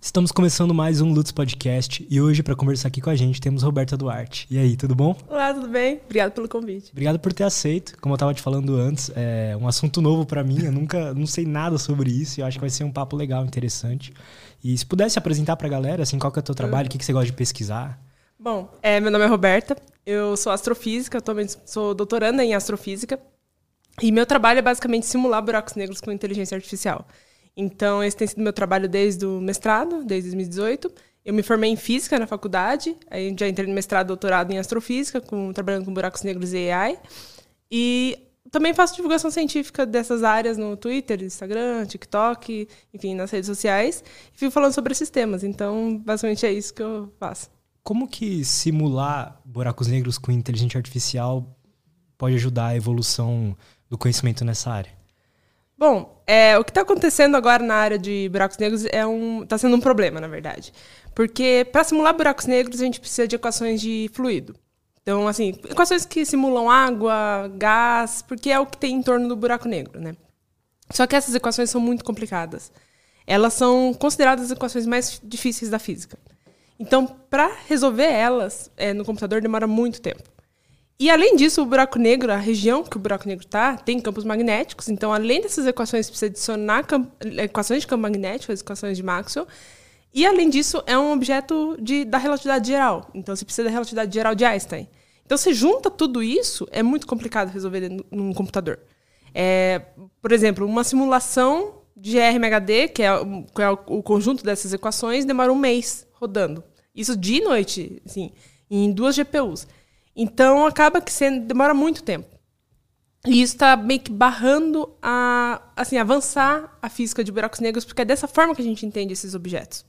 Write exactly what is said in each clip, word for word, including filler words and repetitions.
Estamos começando mais um Lutz Podcast e hoje, para conversar aqui com a gente, temos Roberta Duarte. E aí, tudo bom? Olá, tudo bem? Obrigado pelo convite. Obrigado por ter aceito. Como eu estava te falando antes, é um assunto novo para mim. Eu nunca não sei nada sobre isso e eu acho que vai ser um papo legal, interessante. E se pudesse apresentar para a galera, assim, qual que é o teu trabalho, o que, que você gosta de pesquisar? Bom, é, meu nome é Roberta, eu sou astrofísica, atualmente sou doutoranda em astrofísica. E meu trabalho é basicamente simular buracos negros com inteligência artificial. Então, esse tem sido meu trabalho desde o mestrado, desde dois mil e dezoito. Eu me formei em física na faculdade, aí já entrei no mestrado e doutorado em astrofísica, com, trabalhando com buracos negros e A I. E também faço divulgação científica dessas áreas no Twitter, Instagram, TikTok, enfim, nas redes sociais. E fico falando sobre esses temas. Então, basicamente é isso que eu faço. Como que simular buracos negros com inteligência artificial pode ajudar a evolução do conhecimento nessa área? Bom, é, o que está acontecendo agora na área de buracos negros é um, está sendo um problema, na verdade. Porque para simular buracos negros, a gente precisa de equações de fluido. Então, assim, equações que simulam água, gás, porque é o que tem em torno do buraco negro, né? Só que essas equações são muito complicadas. Elas são consideradas as equações mais difíceis da física. Então, para resolver elas, é, no computador demora muito tempo. E, além disso, o buraco negro, a região que o buraco negro está, tem campos magnéticos. Então, além dessas equações, precisa adicionar camp- equações de campo magnético, as equações de Maxwell. E, além disso, é um objeto de, da relatividade geral. Então, você precisa da relatividade geral de Einstein. Então, você junta tudo isso, é muito complicado resolver num computador. É, por exemplo, uma simulação de R M H D, que é, o, que é o conjunto dessas equações, demora um mês rodando. Isso de noite, assim, em duas G P Us. Então, acaba que você demora muito tempo. E isso está meio que barrando a, assim, avançar a física de buracos negros, porque é dessa forma que a gente entende esses objetos.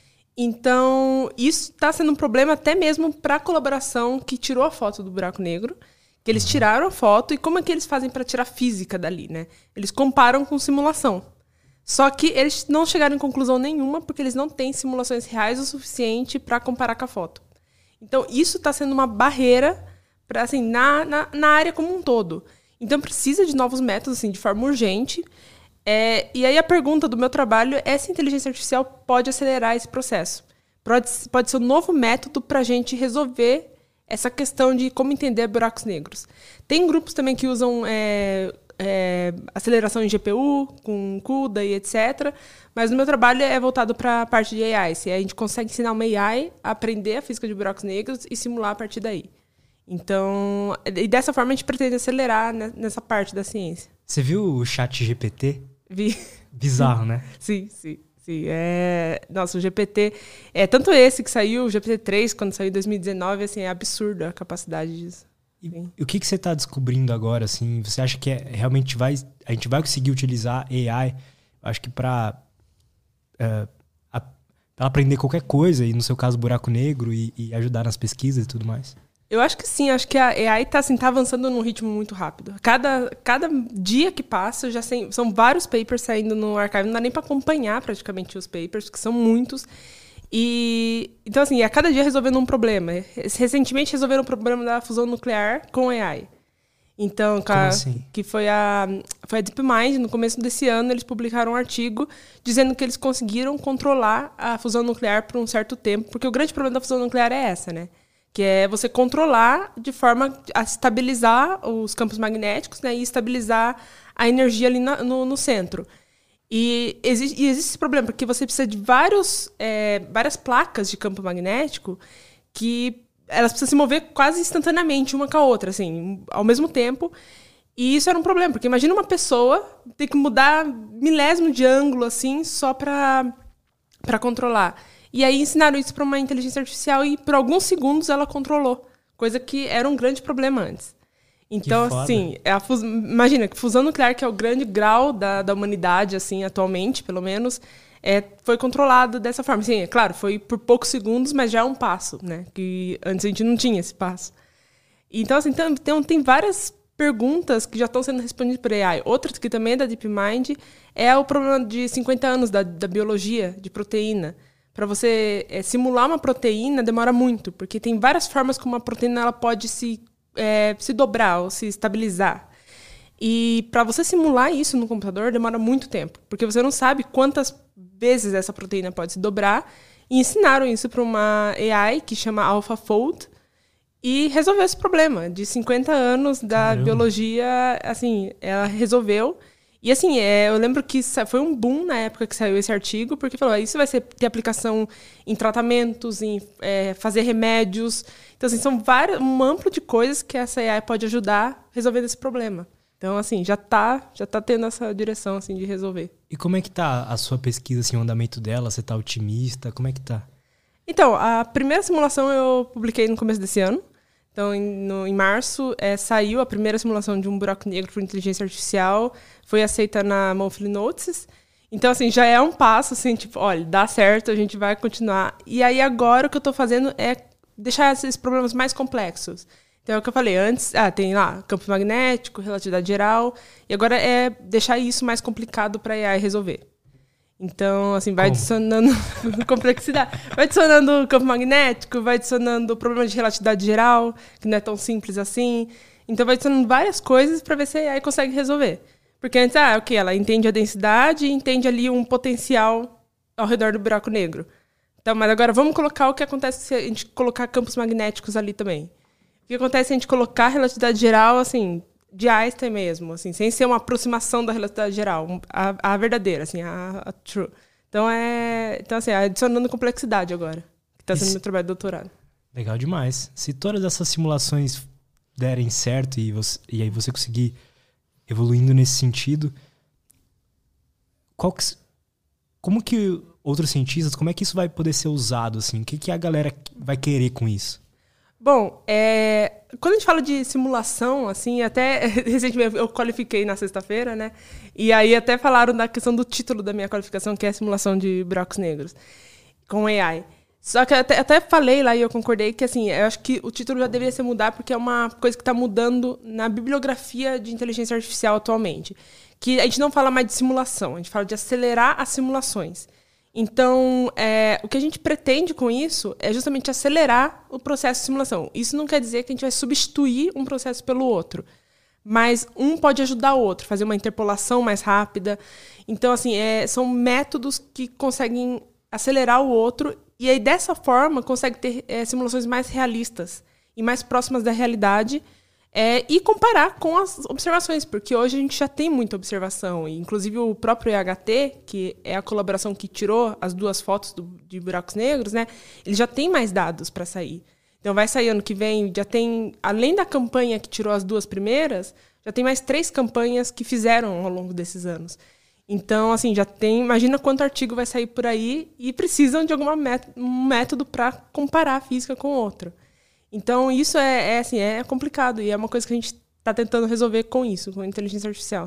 Então, isso está sendo um problema até mesmo para a colaboração que tirou a foto do buraco negro, que eles tiraram a foto, e como é que eles fazem para tirar a física dali, né? Eles comparam com simulação. Só que eles não chegaram em conclusão nenhuma, porque eles não têm simulações reais o suficiente para comparar com a foto. Então, isso está sendo uma barreira pra, assim, na, na, na área como um todo. Então, precisa de novos métodos, assim, de forma urgente. É, e aí, a pergunta do meu trabalho é se a inteligência artificial pode acelerar esse processo. Pode, pode ser um novo método para a gente resolver essa questão de como entender buracos negros. Tem grupos também que usam é, é, aceleração em G P U, com CUDA e etcétera. Mas o meu trabalho é voltado para a parte de A I. Se a gente consegue ensinar uma A I a aprender a física de buracos negros e simular a partir daí. Então, e dessa forma a gente pretende acelerar nessa parte da ciência. Você viu o chat G P T? Vi. Bizarro, né? Sim, sim. sim. É... Nossa, o G P T... É, tanto esse que saiu, o G P T três, quando saiu em dois mil e dezenove, assim, é absurdo a capacidade disso. E, e o que, que você está descobrindo agora? Assim? Você acha que é, realmente vai, a gente vai conseguir utilizar A I? Acho que para... Uh, para aprender qualquer coisa, e no seu caso buraco negro, e, e ajudar nas pesquisas e tudo mais? Eu acho que sim, acho que a A I está assim, tá avançando num ritmo muito rápido. Cada, cada dia que passa, já sem, são vários papers saindo no archive, não dá nem para acompanhar praticamente os papers, porque são muitos. E, então, assim, a cada dia resolvendo um problema. Recentemente resolveram o problema da fusão nuclear com A I. Então, Como a, assim? que foi a, foi a DeepMind, no começo desse ano, eles publicaram um artigo dizendo que eles conseguiram controlar a fusão nuclear por um certo tempo, porque o grande problema da fusão nuclear é essa, né? Que é você controlar de forma a estabilizar os campos magnéticos, né, e estabilizar a energia ali na, no, no centro. E existe, e existe esse problema, porque você precisa de vários, é, várias placas de campo magnético que elas precisam se mover quase instantaneamente uma com a outra, assim, ao mesmo tempo. E isso era um problema, porque imagina uma pessoa ter que mudar milésimo de ângulo, assim, só para para controlar. E aí ensinaram isso para uma inteligência artificial e por alguns segundos ela controlou, coisa que era um grande problema antes. Então, assim, a fus... imagina que fusão nuclear, que é o grande grau da, da humanidade, assim, atualmente, pelo menos, é, foi controlado dessa forma. Sim, é claro, foi por poucos segundos, mas já é um passo, né? Que antes a gente não tinha esse passo. Então, assim, tem, tem, tem várias perguntas que já estão sendo respondidas por A I. Outra que também é da DeepMind é o problema de cinquenta anos da, da biologia, de proteína. Para você é, simular uma proteína demora muito, porque tem várias formas como uma proteína ela pode se, é, se dobrar ou se estabilizar. E para você simular isso no computador demora muito tempo, porque você não sabe quantas vezes essa proteína pode se dobrar. E ensinaram isso para uma A I que chama AlphaFold e resolveu esse problema. De cinquenta anos da Caramba. biologia, assim, ela resolveu. E assim, é, eu lembro que foi um boom na época que saiu esse artigo, porque falou, isso vai ser, ter aplicação em tratamentos, em é, fazer remédios. Então, assim, são vários, um amplo de coisas que essa A I pode ajudar resolvendo esse problema. Então, assim, já está já tá tendo essa direção, assim, de resolver. E como é que tá a sua pesquisa, assim, o andamento dela? Você está otimista? Como é que tá? Então, a primeira simulação eu publiquei no começo desse ano. Então, em, no, em março, é, saiu a primeira simulação de um buraco negro por inteligência artificial. Foi aceita na Monthly Notices. Então, assim, já é um passo, assim, tipo, olha, dá certo, a gente vai continuar. E aí, agora, o que eu estou fazendo é deixar esses problemas mais complexos. Então, é o que eu falei antes. Ah, tem lá campo magnético, relatividade geral. E agora é deixar isso mais complicado para a A I resolver. Então, assim, vai Como? adicionando complexidade. Vai adicionando campo magnético, vai adicionando problema de relatividade geral, que não é tão simples assim. Então, vai adicionando várias coisas para ver se a A I consegue resolver. Porque antes, ah, ok, ela entende a densidade e entende ali um potencial ao redor do buraco negro. Então, mas agora vamos colocar o que acontece se a gente colocar campos magnéticos ali também. O que acontece se a gente colocar a relatividade geral, assim, de Einstein mesmo, assim, sem ser uma aproximação da relatividade geral, a, a verdadeira, assim, a, a true. Então, é, então, assim, adicionando complexidade agora, que está sendo Isso. meu trabalho de doutorado. Legal demais. Se todas essas simulações derem certo e, você, e aí você conseguir evoluindo nesse sentido, qual que, como que outros cientistas, como é que isso vai poder ser usado, assim? O que, que a galera vai querer com isso? Bom, é, quando a gente fala de simulação, assim, até recentemente eu qualifiquei na sexta-feira, né? E aí até falaram da questão do título da minha qualificação, que é simulação de buracos negros, com A I. Só que eu até, até falei lá e eu concordei que, assim, eu acho que o título já deveria ser mudar, porque é uma coisa que está mudando na bibliografia de inteligência artificial atualmente. Que a gente não fala mais de simulação, a gente fala de acelerar as simulações. Então, é, o que a gente pretende com isso é justamente acelerar o processo de simulação. Isso não quer dizer que a gente vai substituir um processo pelo outro, mas um pode ajudar o outro, fazer uma interpolação mais rápida. Então, assim, é, são métodos que conseguem acelerar o outro e aí, dessa forma, consegue ter é, simulações mais realistas e mais próximas da realidade. É, e comparar com as observações, porque hoje a gente já tem muita observação. E, inclusive, o próprio E H T, que é a colaboração que tirou as duas fotos do, de buracos negros, né, ele já tem mais dados para sair. Então, vai sair ano que vem, já tem, além da campanha que tirou as duas primeiras, já tem mais três campanhas que fizeram ao longo desses anos. Então, assim, já tem, imagina quanto artigo vai sair por aí e precisam de algum método para comparar a física com outra. Então, isso é, é, assim, é complicado e é uma coisa que a gente está tentando resolver com isso, com a inteligência artificial.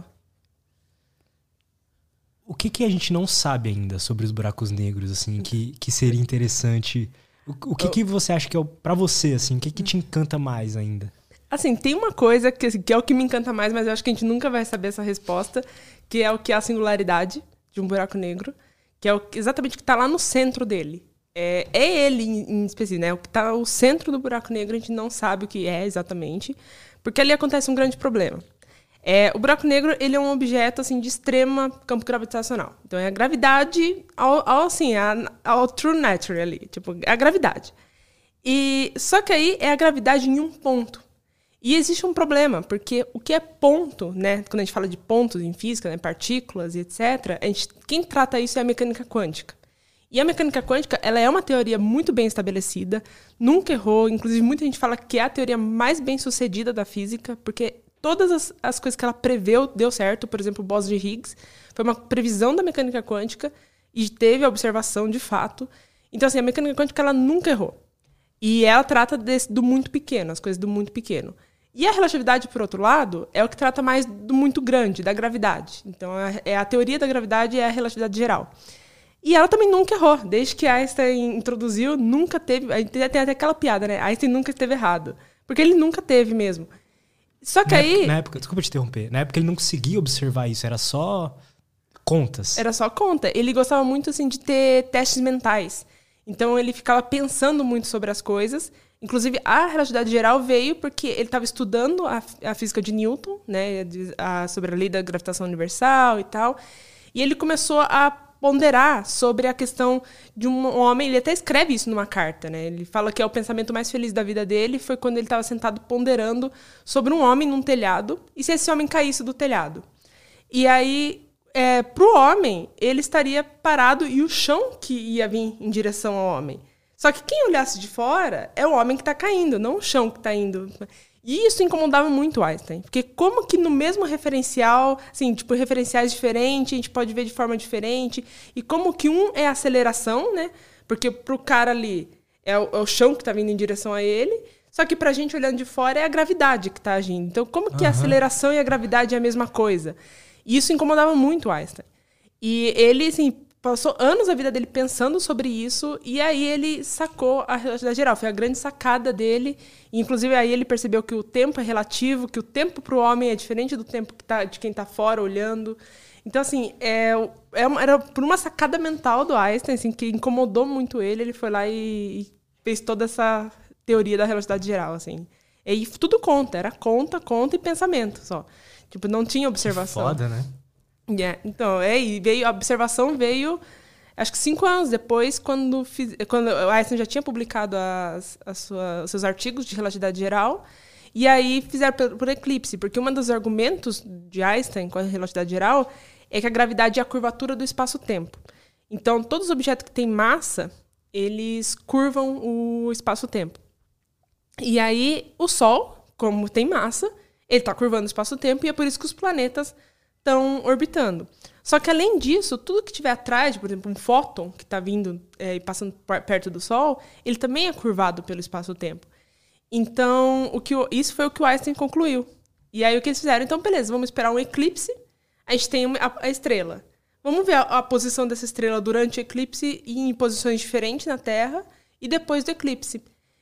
O que, que a gente não sabe ainda sobre os buracos negros, assim, que, que seria interessante? O, o que, que você acha que é, para você, assim, o que, que te encanta mais ainda? Assim, tem uma coisa que, que é o que me encanta mais, mas eu acho que a gente nunca vai saber essa resposta, que é o que é a singularidade de um buraco negro, que é o, exatamente o que está lá no centro dele. É, é ele em específico, né? O que está no centro do buraco negro, a gente não sabe o que é exatamente, porque ali acontece um grande problema. É, o buraco negro ele é um objeto assim, de extrema campo gravitacional. Então, é a gravidade ao, ao, assim, a, ao true nature ali, tipo, é a gravidade. E, só que aí é a gravidade em um ponto. E existe um problema, porque o que é ponto, né? Quando a gente fala de pontos em física, né? Partículas e etcétera, a gente, quem trata isso é a mecânica quântica. E a mecânica quântica, ela é uma teoria muito bem estabelecida, nunca errou, inclusive muita gente fala que é a teoria mais bem sucedida da física, porque todas as, as coisas que ela preveu deu certo. Por exemplo, o bóson de Higgs foi uma previsão da mecânica quântica e teve a observação de fato. Então, assim, a mecânica quântica, ela nunca errou. E ela trata desse, do muito pequeno, as coisas do muito pequeno. E a relatividade, por outro lado, é o que trata mais do muito grande, da gravidade. Então, é a teoria da gravidade e a relatividade geral. E ela também nunca errou. Desde que Einstein introduziu, nunca teve... Tem até aquela piada, né? Einstein nunca esteve errado. Porque ele nunca teve mesmo. Só que na aí... Época, na época, desculpa te interromper. Na época ele não conseguia observar isso. Era só contas. Era só conta. Ele gostava muito, assim, de ter testes mentais. Então, ele ficava pensando muito sobre as coisas. Inclusive, a relatividade geral veio porque ele estava estudando a, a física de Newton, né? A, sobre a lei da gravitação universal e tal. E ele começou a ponderar sobre a questão de um homem. Ele até escreve isso numa carta, né? Ele fala que é o pensamento mais feliz da vida dele foi quando ele estava sentado ponderando sobre um homem num telhado e se esse homem caísse do telhado. E aí, é, para o homem, ele estaria parado e o chão que ia vir em direção ao homem. Só que quem olhasse de fora é o homem que está caindo, não o chão que está indo. E isso incomodava muito o Einstein. Porque como que no mesmo referencial, assim, tipo, referenciais diferentes, a gente pode ver de forma diferente. E como que um é a aceleração, né? Porque pro cara ali é o, é o chão que está vindo em direção a ele. Só que pra gente olhando de fora é a gravidade que está agindo. Então como que uhum. a aceleração e a gravidade é a mesma coisa? E isso incomodava muito o Einstein. E ele, assim, passou anos da vida dele pensando sobre isso, e aí ele sacou a relatividade geral. Foi a grande sacada dele. E, inclusive, aí ele percebeu que o tempo é relativo, que o tempo para o homem é diferente do tempo que tá, de quem está fora olhando. Então, assim, é, é, era por uma sacada mental do Einstein, assim, que incomodou muito ele. Ele foi lá e, e fez toda essa teoria da relatividade geral, assim. E aí tudo conta. Era conta, conta e pensamento só. Tipo, não tinha observação. Que foda, né? Yeah. Então, é, e veio, a observação veio, acho que cinco anos depois, quando, fiz, quando o Einstein já tinha publicado as, as sua, os seus artigos de relatividade geral, e aí fizeram por, por eclipse, porque um dos argumentos de Einstein com a relatividade geral é que a gravidade é a curvatura do espaço-tempo. Então, todos os objetos que têm massa, eles curvam o espaço-tempo. E aí, o Sol, como tem massa, ele está curvando o espaço-tempo, e é por isso que os planetas estão orbitando. Só que, além disso, tudo que estiver atrás, por exemplo, um fóton que está vindo é, e passando perto do Sol, ele também é curvado pelo espaço-tempo. Então, o que o, isso foi o que o Einstein concluiu. E aí, o que eles fizeram? Então, beleza, vamos esperar um eclipse. A gente tem uma, a, a estrela. Vamos ver a, a posição dessa estrela durante o eclipse e em posições diferentes na Terra e depois do eclipse.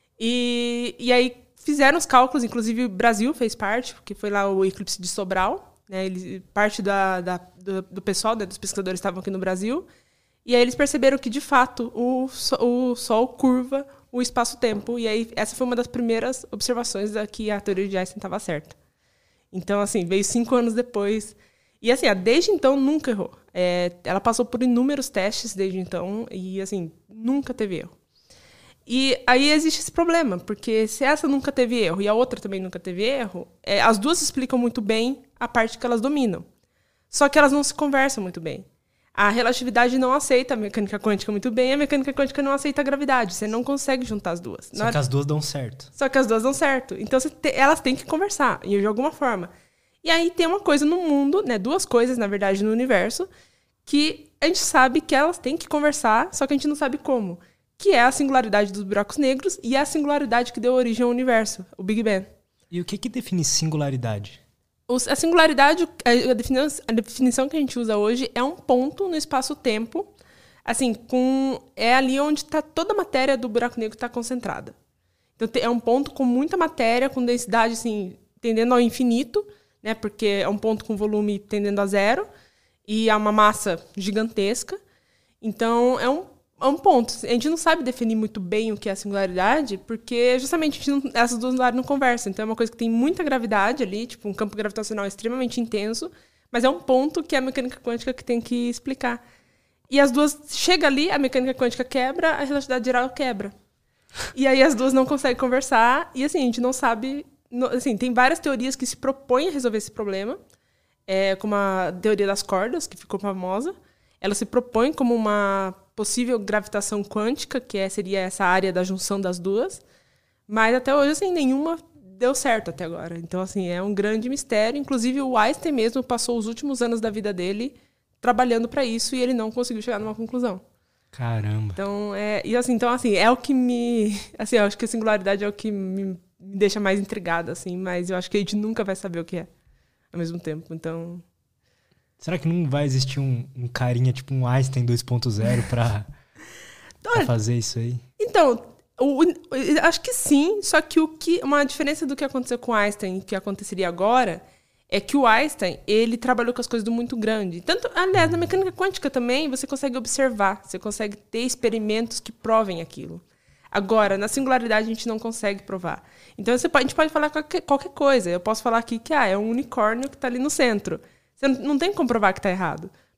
E, e aí, fizeram os cálculos, inclusive o Brasil fez parte, porque foi lá o eclipse de Sobral. Né, eles, parte da, da, do, do pessoal, né, dos pesquisadores estavam aqui no Brasil, e aí eles perceberam que, de fato, o, o Sol curva o espaço-tempo, e aí essa foi uma das primeiras observações da que a teoria de Einstein estava certa. Então, assim, veio cinco anos depois, e assim, desde então nunca errou. É, ela passou por inúmeros testes desde então, e assim, nunca teve erro. E aí existe esse problema, porque se essa nunca teve erro e a outra também nunca teve erro, é, as duas explicam muito bem a parte que elas dominam. Só que elas não se conversam muito bem. A relatividade não aceita a mecânica quântica muito bem, a mecânica quântica não aceita a gravidade. Você não consegue juntar as duas. Só que as duas dão certo. Só que as duas dão certo. Então você te... elas têm que conversar, de alguma forma. E aí tem uma coisa no mundo, né, duas coisas, na verdade, no universo, que a gente sabe que elas têm que conversar, só que a gente não sabe como. Que é a singularidade dos buracos negros e a singularidade que deu origem ao universo, o Big Bang. E o que, que define singularidade? A singularidade, a definição, a definição que a gente usa hoje é um ponto no espaço-tempo, assim, com, é ali onde está toda a matéria do buraco negro está concentrada. Então, é um ponto com muita matéria, com densidade assim, tendendo ao infinito, né, porque é um ponto com volume tendendo a zero, e é uma massa gigantesca. Então, é um É um ponto. A gente não sabe definir muito bem o que é a singularidade, porque justamente a gente não, essas duas áreas não conversam. Então é uma coisa que tem muita gravidade ali, tipo um campo gravitacional extremamente intenso, mas é um ponto que é a mecânica quântica que tem que explicar. E as duas, chega ali, a mecânica quântica quebra, a relatividade geral quebra. E aí as duas não conseguem conversar, e assim, a gente não sabe... Assim, tem várias teorias que se propõem a resolver esse problema, é, como a teoria das cordas, que ficou famosa. Ela se propõe como uma possível gravitação quântica, que é, seria essa área da junção das duas, mas até hoje, assim, nenhuma deu certo até agora. Então, assim, é um grande mistério. Inclusive, o Einstein mesmo passou os últimos anos da vida dele trabalhando para isso e ele não conseguiu chegar numa conclusão. Caramba. Então, é, e assim, então, assim, é o que me... Assim, eu acho que a singularidade é o que me, me deixa mais intrigada, assim, mas eu acho que a gente nunca vai saber o que é ao mesmo tempo, então... Será que não vai existir um, um carinha, tipo um Einstein dois ponto zero pra, pra fazer isso aí? Então, o, o, acho que sim, só que, o que uma diferença do que aconteceu com o Einstein e que aconteceria agora é que o Einstein, ele trabalhou com as coisas do muito grande. Tanto, aliás, na mecânica quântica também, você consegue observar, você consegue ter experimentos que provem aquilo. Agora, na singularidade, a gente não consegue provar. Então, você pode, a gente pode falar qualquer, qualquer coisa. Eu posso falar aqui que ah, é um unicórnio que está ali no centro. Você não tem como provar que está errado.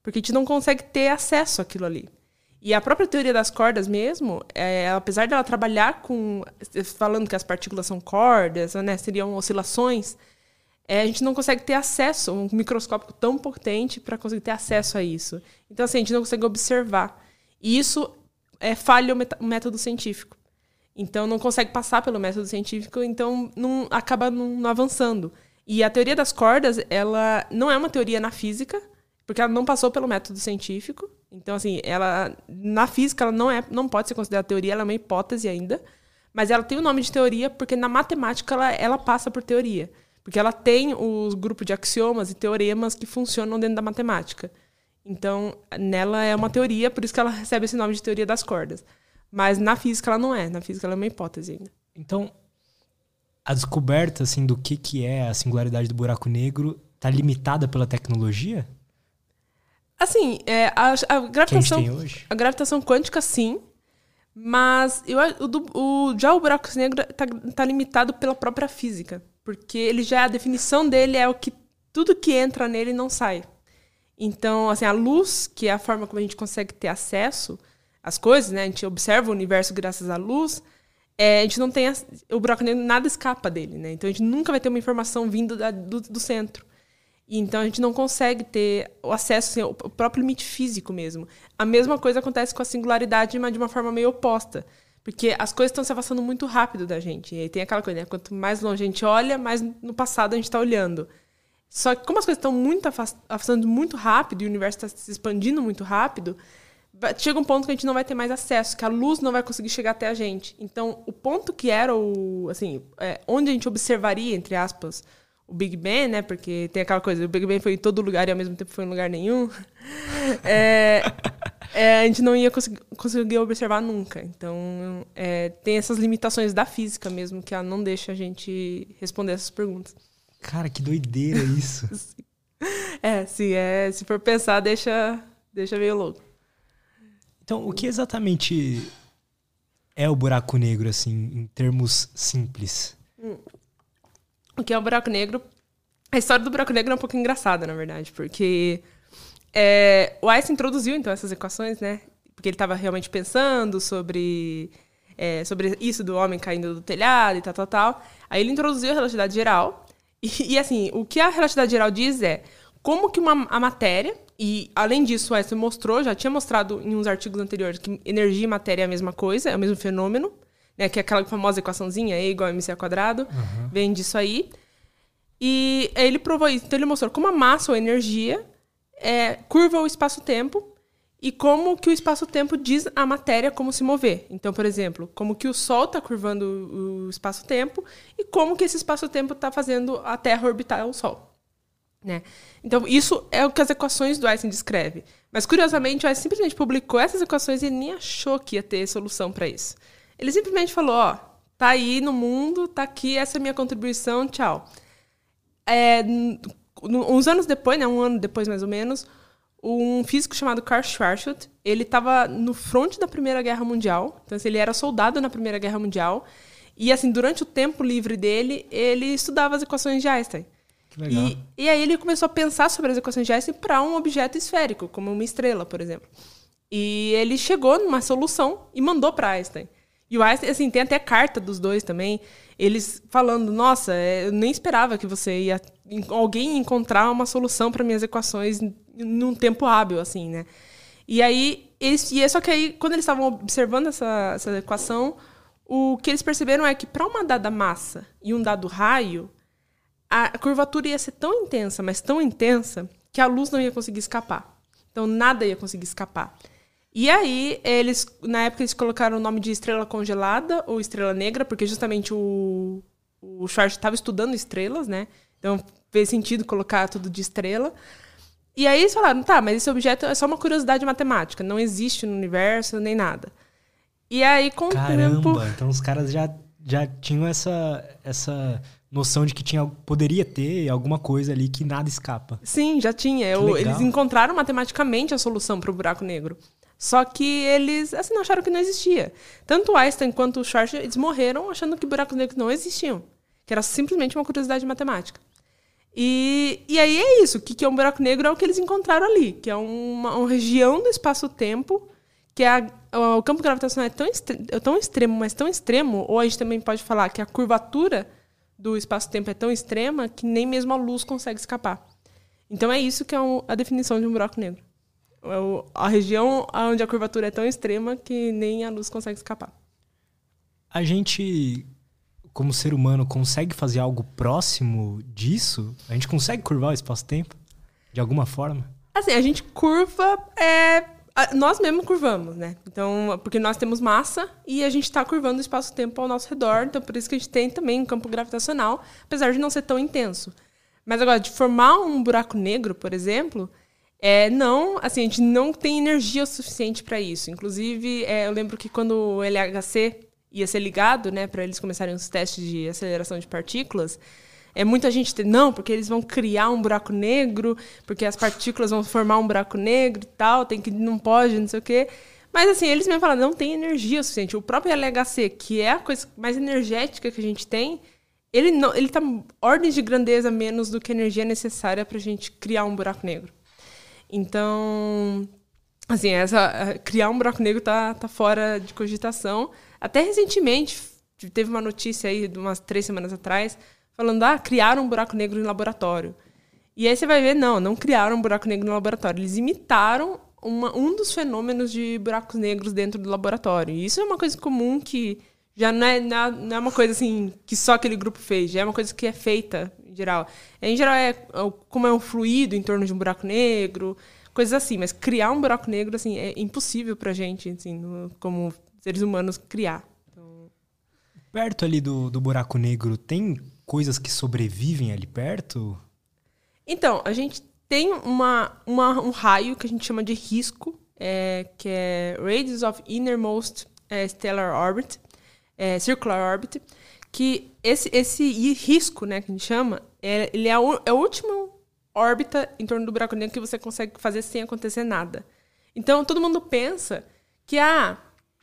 porque a gente não consegue ter acesso àquilo ali. E a própria teoria das cordas mesmo, é, apesar dela trabalhar com... falando que as partículas são cordas, né, seriam oscilações, é, a gente não consegue ter acesso, um microscópio tão potente para conseguir ter acesso a isso. Então, assim, a gente não consegue observar. E isso é, falha o método científico. Então, não consegue passar pelo método científico, então não, acaba não, não avançando. E a teoria das cordas, ela não é uma teoria na física, porque ela não passou pelo método científico. Então, assim, ela, na física, ela não, é, não pode ser considerada teoria, ela é uma hipótese ainda. Mas ela tem o nome de teoria porque na matemática ela, ela passa por teoria. Porque ela tem os grupos de axiomas e teoremas que funcionam dentro da matemática. Então, nela é uma teoria, por isso que ela recebe esse nome de teoria das cordas. Mas na física ela não é. Na física ela é uma hipótese ainda. Então, a descoberta assim, do que, que é a singularidade do buraco negro está limitada pela tecnologia? Assim, é, a, a, gravitação, que a, gente tem hoje? a gravitação quântica, sim. Mas eu, o, do, o, já o buraco negro está tá limitado pela própria física. Porque ele já, a definição dele é o que tudo que entra nele não sai. Então, assim, a luz, que é a forma como a gente consegue ter acesso às coisas, né? A gente observa o universo graças à luz. É, a gente não tem... A, o buraco negro, nada escapa dele, né? Então, a gente nunca vai ter uma informação vindo da, do, do centro. E, então, a gente não consegue ter o acesso, assim, o próprio limite físico mesmo. A mesma coisa acontece com a singularidade, mas de uma forma meio oposta. Porque as coisas estão se afastando muito rápido da gente. E aí tem aquela coisa, né? Quanto mais longe a gente olha, mais no passado a gente está olhando. Só que como as coisas estão muito afastando muito rápido e o universo está se expandindo muito rápido, chega um ponto que a gente não vai ter mais acesso, que a luz não vai conseguir chegar até a gente. Então, o ponto que era o... assim, é, onde a gente observaria, entre aspas, o Big Bang, né? Porque tem aquela coisa, o Big Bang foi em todo lugar e ao mesmo tempo foi em lugar nenhum. É, é, a gente não ia conseguir, conseguir observar nunca. Então, é, tem essas limitações da física mesmo, que ela não deixa a gente responder essas perguntas. Cara, que doideira isso. é, sim, é, se for pensar, deixa, deixa meio louco. Então, o que exatamente é o buraco negro, assim, em termos simples? Hum. O que é o buraco negro? A história do buraco negro é um pouco engraçada, na verdade, porque é, o Einstein introduziu, então, essas equações, né? Porque ele estava realmente pensando sobre, é, sobre isso do homem caindo do telhado e tal, tal, tal. Aí ele introduziu a relatividade geral. E, e assim, o que a relatividade geral diz é como que uma, a matéria... E, além disso, o Einstein mostrou, já tinha mostrado em uns artigos anteriores, que energia e matéria é a mesma coisa, é o mesmo fenômeno, né, que é aquela famosa equaçãozinha, E igual a mc ao quadrado, uhum. Vem disso aí. E ele provou isso. Então, ele mostrou como a massa ou a energia é, curva o espaço-tempo e como que o espaço-tempo diz à matéria como se mover. Então, por exemplo, como que o Sol está curvando o espaço-tempo e como que esse espaço-tempo está fazendo a Terra orbitar o Sol. Né? Então, isso é o que as equações do Einstein descrevem. Mas, curiosamente, o Einstein simplesmente publicou essas equações e ele nem achou que ia ter solução para isso. Ele simplesmente falou, ó, tá aí no mundo, tá aqui, essa é a minha contribuição, tchau. É, uns anos depois, né, um ano depois mais ou menos, um físico chamado Karl Schwarzschild, ele estava no fronte da Primeira Guerra Mundial, então assim, ele era soldado na Primeira Guerra Mundial, e assim, durante o tempo livre dele, ele estudava as equações de Einstein. E, e aí ele começou a pensar sobre as equações de Einstein para um objeto esférico, como uma estrela, por exemplo. E ele chegou numa solução e mandou para Einstein. E o Einstein, assim, tem até carta dos dois também, eles falando, nossa, eu nem esperava que você ia, alguém encontrar uma solução para minhas equações num tempo hábil, assim, né? E aí, eles, e é só que aí, quando eles estavam observando essa, essa equação, o que eles perceberam é que para uma dada massa e um dado raio, a curvatura ia ser tão intensa, mas tão intensa, que a luz não ia conseguir escapar. Então, nada ia conseguir escapar. E aí, eles, na época, eles colocaram o nome de estrela congelada ou estrela negra, porque justamente o, o Schwarz estava estudando estrelas, né? Então, fez sentido colocar tudo de estrela. E aí, eles falaram, tá, mas esse objeto é só uma curiosidade matemática, não existe no universo, nem nada. E aí, com Caramba, o tempo... então os caras já, já tinham essa... essa... noção de que tinha, poderia ter alguma coisa ali que nada escapa. Sim, já tinha. Eu, eles encontraram matematicamente a solução para o buraco negro. Só que eles assim, não acharam que não existia. Tanto Einstein quanto o Schwarzschild, eles morreram achando que buracos negros não existiam. Que era simplesmente uma curiosidade matemática. E, e aí é isso. O que é um buraco negro é o que eles encontraram ali, que é uma, uma região do espaço-tempo, que é a, o campo gravitacional é tão, é tão extremo, mas tão extremo, ou a gente também pode falar que a curvatura do espaço-tempo é tão extrema que nem mesmo a luz consegue escapar. Então é isso que é um, a definição de um buraco negro. É o, a região onde a curvatura é tão extrema que nem a luz consegue escapar. A gente, como ser humano, consegue fazer algo próximo disso? A gente consegue curvar o espaço-tempo? De alguma forma? Assim, a gente curva... É, nós mesmos curvamos, né? Então, porque nós temos massa e a gente está curvando o espaço-tempo ao nosso redor. Então, por isso que a gente tem também um campo gravitacional, apesar de não ser tão intenso. Mas agora, de formar um buraco negro, por exemplo... É, não, assim, a gente não tem energia o suficiente para isso. Inclusive, é, eu lembro que quando o L H C ia ser ligado, né, para eles começarem os testes de aceleração de partículas, é, muita gente tem, não, porque eles vão criar um buraco negro, porque as partículas vão formar um buraco negro e tal, tem que, não pode, não sei o quê. Mas, assim, eles mesmo falam, não tem energia o suficiente. O próprio L H C, que é a coisa mais energética que a gente tem, ele não, ele tá ordens de grandeza menos do que a energia necessária para a gente criar um buraco negro. Então, assim, essa, criar um buraco negro tá, tá fora de cogitação. Até recentemente, teve uma notícia aí, de umas três semanas atrás, falando, ah, criaram um buraco negro em laboratório. E aí você vai ver, não, não criaram um buraco negro no laboratório. Eles imitaram uma, um dos fenômenos de buracos negros dentro do laboratório. E isso é uma coisa comum que já não é, não é uma coisa assim que só aquele grupo fez, já é uma coisa que é feita em geral. Em geral, é como é um fluido em torno de um buraco negro, coisas assim. Mas criar um buraco negro assim, é impossível pra gente, assim, no, como seres humanos, criar. Então... Perto ali do, do buraco negro, tem coisas que sobrevivem ali perto? Então, a gente tem uma, uma, um raio que a gente chama de risco, é, que é Radius of Innermost é, Stellar Orbit, é, Circular Orbit, que esse, esse risco, né, que a gente chama, é, ele é a, é a última órbita em torno do buraco negro que você consegue fazer sem acontecer nada. Então, todo mundo pensa que ah,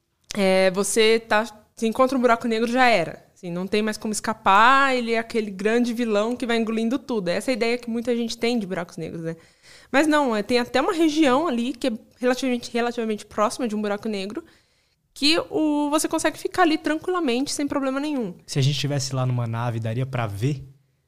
é, você, tá, você encontra um buraco negro, já era. Assim, não tem mais como escapar, ele é aquele grande vilão que vai engolindo tudo. Essa é a ideia que muita gente tem de buracos negros, né? Mas não, é, tem até uma região ali que é relativamente, relativamente próxima de um buraco negro que o, você consegue ficar ali tranquilamente, sem problema nenhum. Se a gente estivesse lá numa nave, daria pra ver?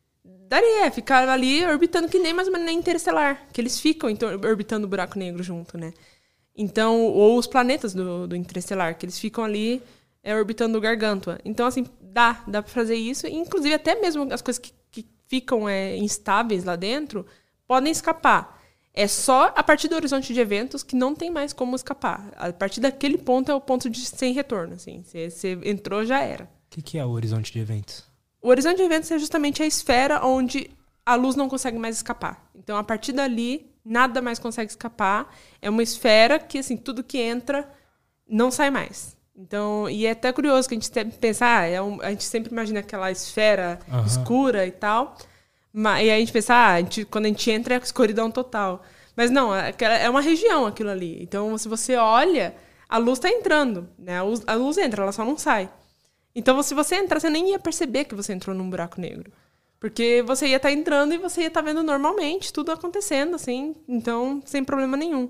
Daria, ficar ali orbitando que nem mais uma nem interestelar, que eles ficam orbitando o buraco negro junto, né? Então, ou os planetas do, do interestelar, que eles ficam ali é, orbitando o Gargantua. Então, assim, dá, dá pra fazer isso. Inclusive, até mesmo as coisas que, que ficam é, instáveis lá dentro podem escapar. É só a partir do horizonte de eventos que não tem mais como escapar. A partir daquele ponto é o ponto de sem retorno. Assim. Você, você entrou, já era. O que, que é o horizonte de eventos? O horizonte de eventos é justamente a esfera onde a luz não consegue mais escapar. Então, a partir dali, nada mais consegue escapar. É uma esfera que, assim, tudo que entra não sai mais. Então, e é até curioso que a gente pensa, ah, é um, a gente sempre imagina aquela esfera uhum. escura e tal. Mas, e aí a gente pensa, ah, a gente, quando a gente entra é escuridão total. Mas não, é uma região aquilo ali. Então, se você olha, a luz está entrando, né? A luz, a luz entra, ela só não sai. Então, se você entrar, você nem ia perceber que você entrou num buraco negro. Porque você ia estar entrando e você ia estar vendo normalmente tudo acontecendo, assim. Então, sem problema nenhum.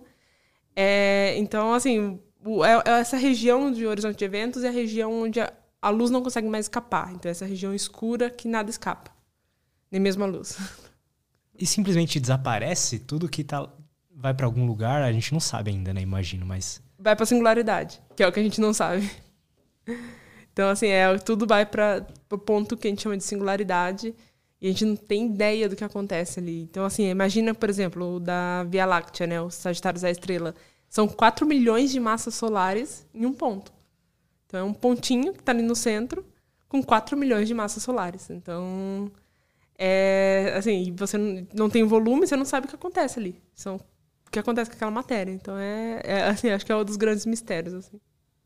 É, então, assim, essa região de horizonte de eventos é a região onde a, a luz não consegue mais escapar. Então, essa região escura que nada escapa. Nem mesmo a luz. E simplesmente desaparece? Tudo que tá, vai para algum lugar, a gente não sabe ainda, né? Imagino, mas... Vai pra singularidade, que é o que a gente não sabe. Então, assim, é, tudo vai para o ponto que a gente chama de singularidade e a gente não tem ideia do que acontece ali. Então, assim, imagina, por exemplo, o da Via Láctea, né? O Sagitários da Estrela. São quatro milhões de massas solares em um ponto. Então, é um pontinho que está ali no centro com quatro milhões de massas solares. Então... É, assim, você não tem volume, você não sabe o que acontece ali. São, o que acontece com aquela matéria. Então, é, é assim, acho que é um dos grandes mistérios. Assim.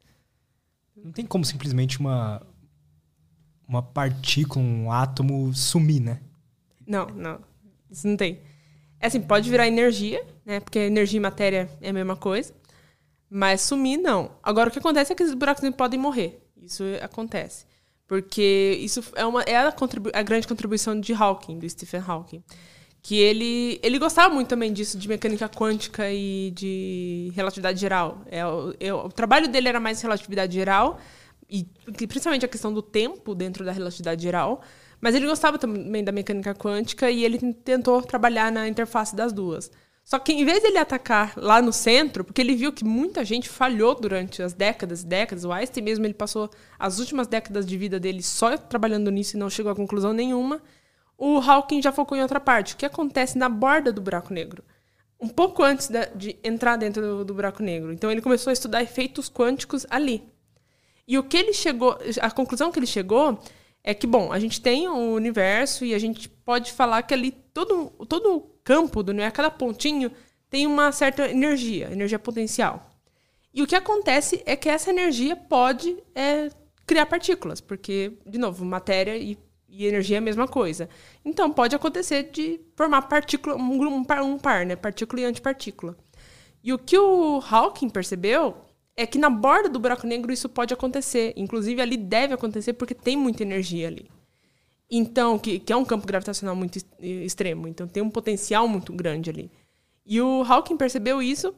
Não tem como simplesmente uma, uma partícula, um átomo sumir, né? Não, não. Isso não tem. É assim, pode virar energia, né? Porque energia e matéria é a mesma coisa. Mas sumir, não. Agora, o que acontece é que esses buracos podem morrer. Isso acontece. Porque isso é, uma, é a, contribu- a grande contribuição de Hawking, do Stephen Hawking. Que ele, ele gostava muito também disso, de mecânica quântica e de relatividade geral. É, é, o trabalho dele era mais relatividade geral, e principalmente a questão do tempo dentro da relatividade geral. Mas ele gostava também da mecânica quântica e ele tentou trabalhar na interface das duas. Só que, em vez de ele atacar lá no centro, porque ele viu que muita gente falhou durante as décadas e décadas, o Einstein mesmo ele passou as últimas décadas de vida dele só trabalhando nisso e não chegou a conclusão nenhuma, o Hawking já focou em outra parte. O que acontece na borda do buraco negro? Um pouco antes de entrar dentro do, do buraco negro. Então, ele começou a estudar efeitos quânticos ali. E o que ele chegou... A conclusão que ele chegou é que, bom, a gente tem o universo e a gente pode falar que ali todo, todo o campo do universo, cada pontinho, tem uma certa energia, energia potencial. E o que acontece é que essa energia pode é, criar partículas, porque, de novo, matéria e, e energia é a mesma coisa. Então, pode acontecer de formar partícula, um, um, par, um par, né? Partícula e antipartícula. E o que o Hawking percebeu é que na borda do buraco negro isso pode acontecer. Inclusive, ali deve acontecer porque tem muita energia ali. Então, que, que é um campo gravitacional muito extremo. Então, tem um potencial muito grande ali. E o Hawking percebeu isso,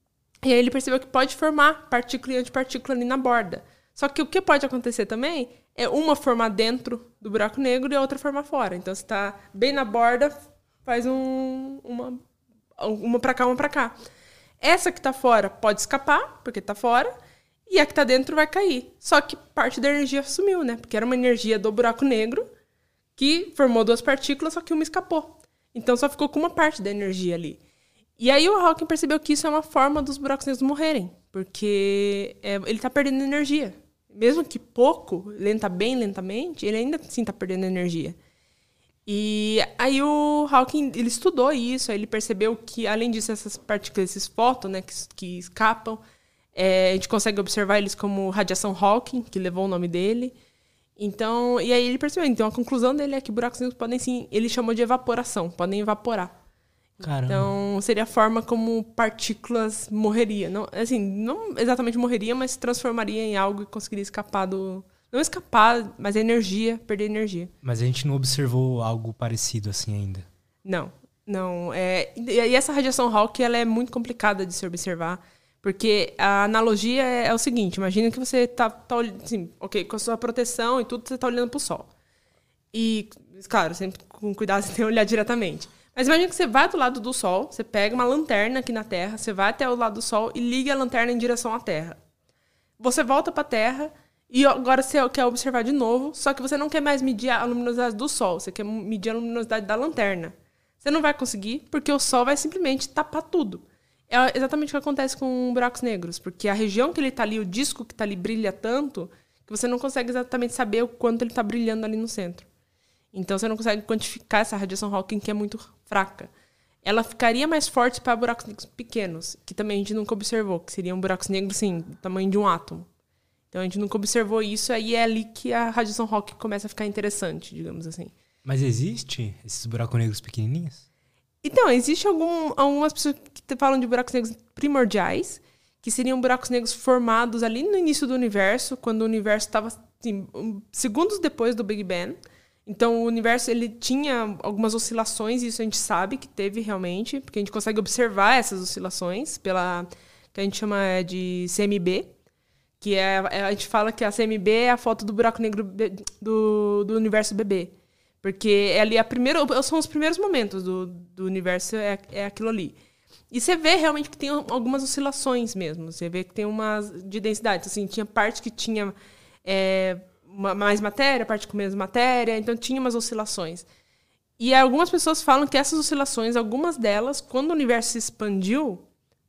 e aí ele percebeu que pode formar partícula e antipartícula ali na borda. Só que o que pode acontecer também é uma formar dentro do buraco negro e a outra formar fora. Então, se está bem na borda, faz um, uma, uma para cá, uma para cá. Essa que está fora pode escapar, porque está fora, e a que está dentro vai cair. Só que parte da energia sumiu, né? Porque era uma energia do buraco negro, que formou duas partículas, só que uma escapou. Então, só ficou com uma parte da energia ali. E aí o Hawking percebeu que isso é uma forma dos buracos negros morrerem, porque é, ele está perdendo energia. Mesmo que pouco, lenta, bem lentamente, ele ainda assim está perdendo energia. E aí o Hawking ele estudou isso, aí ele percebeu que, além disso, essas partículas, esses fótons, né, que, que escapam, é, a gente consegue observar eles como radiação Hawking, que levou o nome dele. Então, e aí ele percebeu. Então, a conclusão dele é que buracos negros podem, sim, ele chamou de evaporação, podem evaporar. Caramba. Então, seria a forma como partículas morreria. Não, assim, não exatamente morreria, mas se transformaria em algo e conseguiria escapar do... Não escapar, mas a energia, perder energia. Mas a gente não observou algo parecido assim ainda. Não, não. É, e essa radiação Hawking, ela é muito complicada de se observar. Porque a analogia é, é o seguinte, imagina que você tá, tá assim, ok, com a sua proteção e tudo, você tá olhando pro sol. E, claro, sempre com cuidado, você tem que olhar diretamente. Mas imagina que você vai do lado do sol, você pega uma lanterna aqui na Terra, você vai até o lado do sol e liga a lanterna em direção à Terra. Você volta pra Terra e agora você quer observar de novo, só que você não quer mais medir a luminosidade do sol, você quer medir a luminosidade da lanterna. Você não vai conseguir, porque o sol vai simplesmente tapar tudo. É exatamente o que acontece com buracos negros, porque a região que ele está ali, o disco que está ali brilha tanto, que você não consegue exatamente saber o quanto ele está brilhando ali no centro. Então, você não consegue quantificar essa radiação Hawking, que é muito fraca. Ela ficaria mais forte para buracos negros pequenos, que também a gente nunca observou, que seriam buracos negros, assim, do tamanho de um átomo. Então, a gente nunca observou isso, aí é ali que a radiação Hawking começa a ficar interessante, digamos assim. Mas existe esses buracos negros pequenininhos? Então, existe algum, algumas pessoas que falam de buracos negros primordiais, que seriam buracos negros formados ali no início do universo, quando o universo estava assim, segundos depois do Big Bang. Então, o universo ele tinha algumas oscilações, e isso a gente sabe que teve realmente, porque a gente consegue observar essas oscilações pela que a gente chama de C M B, que é, a gente fala que a C M B é a foto do buraco negro do, do universo bebê. Porque é ali a primeira, são os primeiros momentos do, do universo, é, é aquilo ali. E você vê realmente que tem algumas oscilações mesmo. Você vê que tem umas de densidade. Assim, tinha parte que tinha é, mais matéria, parte com menos matéria. Então, tinha umas oscilações. E algumas pessoas falam que essas oscilações, algumas delas, quando o universo se expandiu,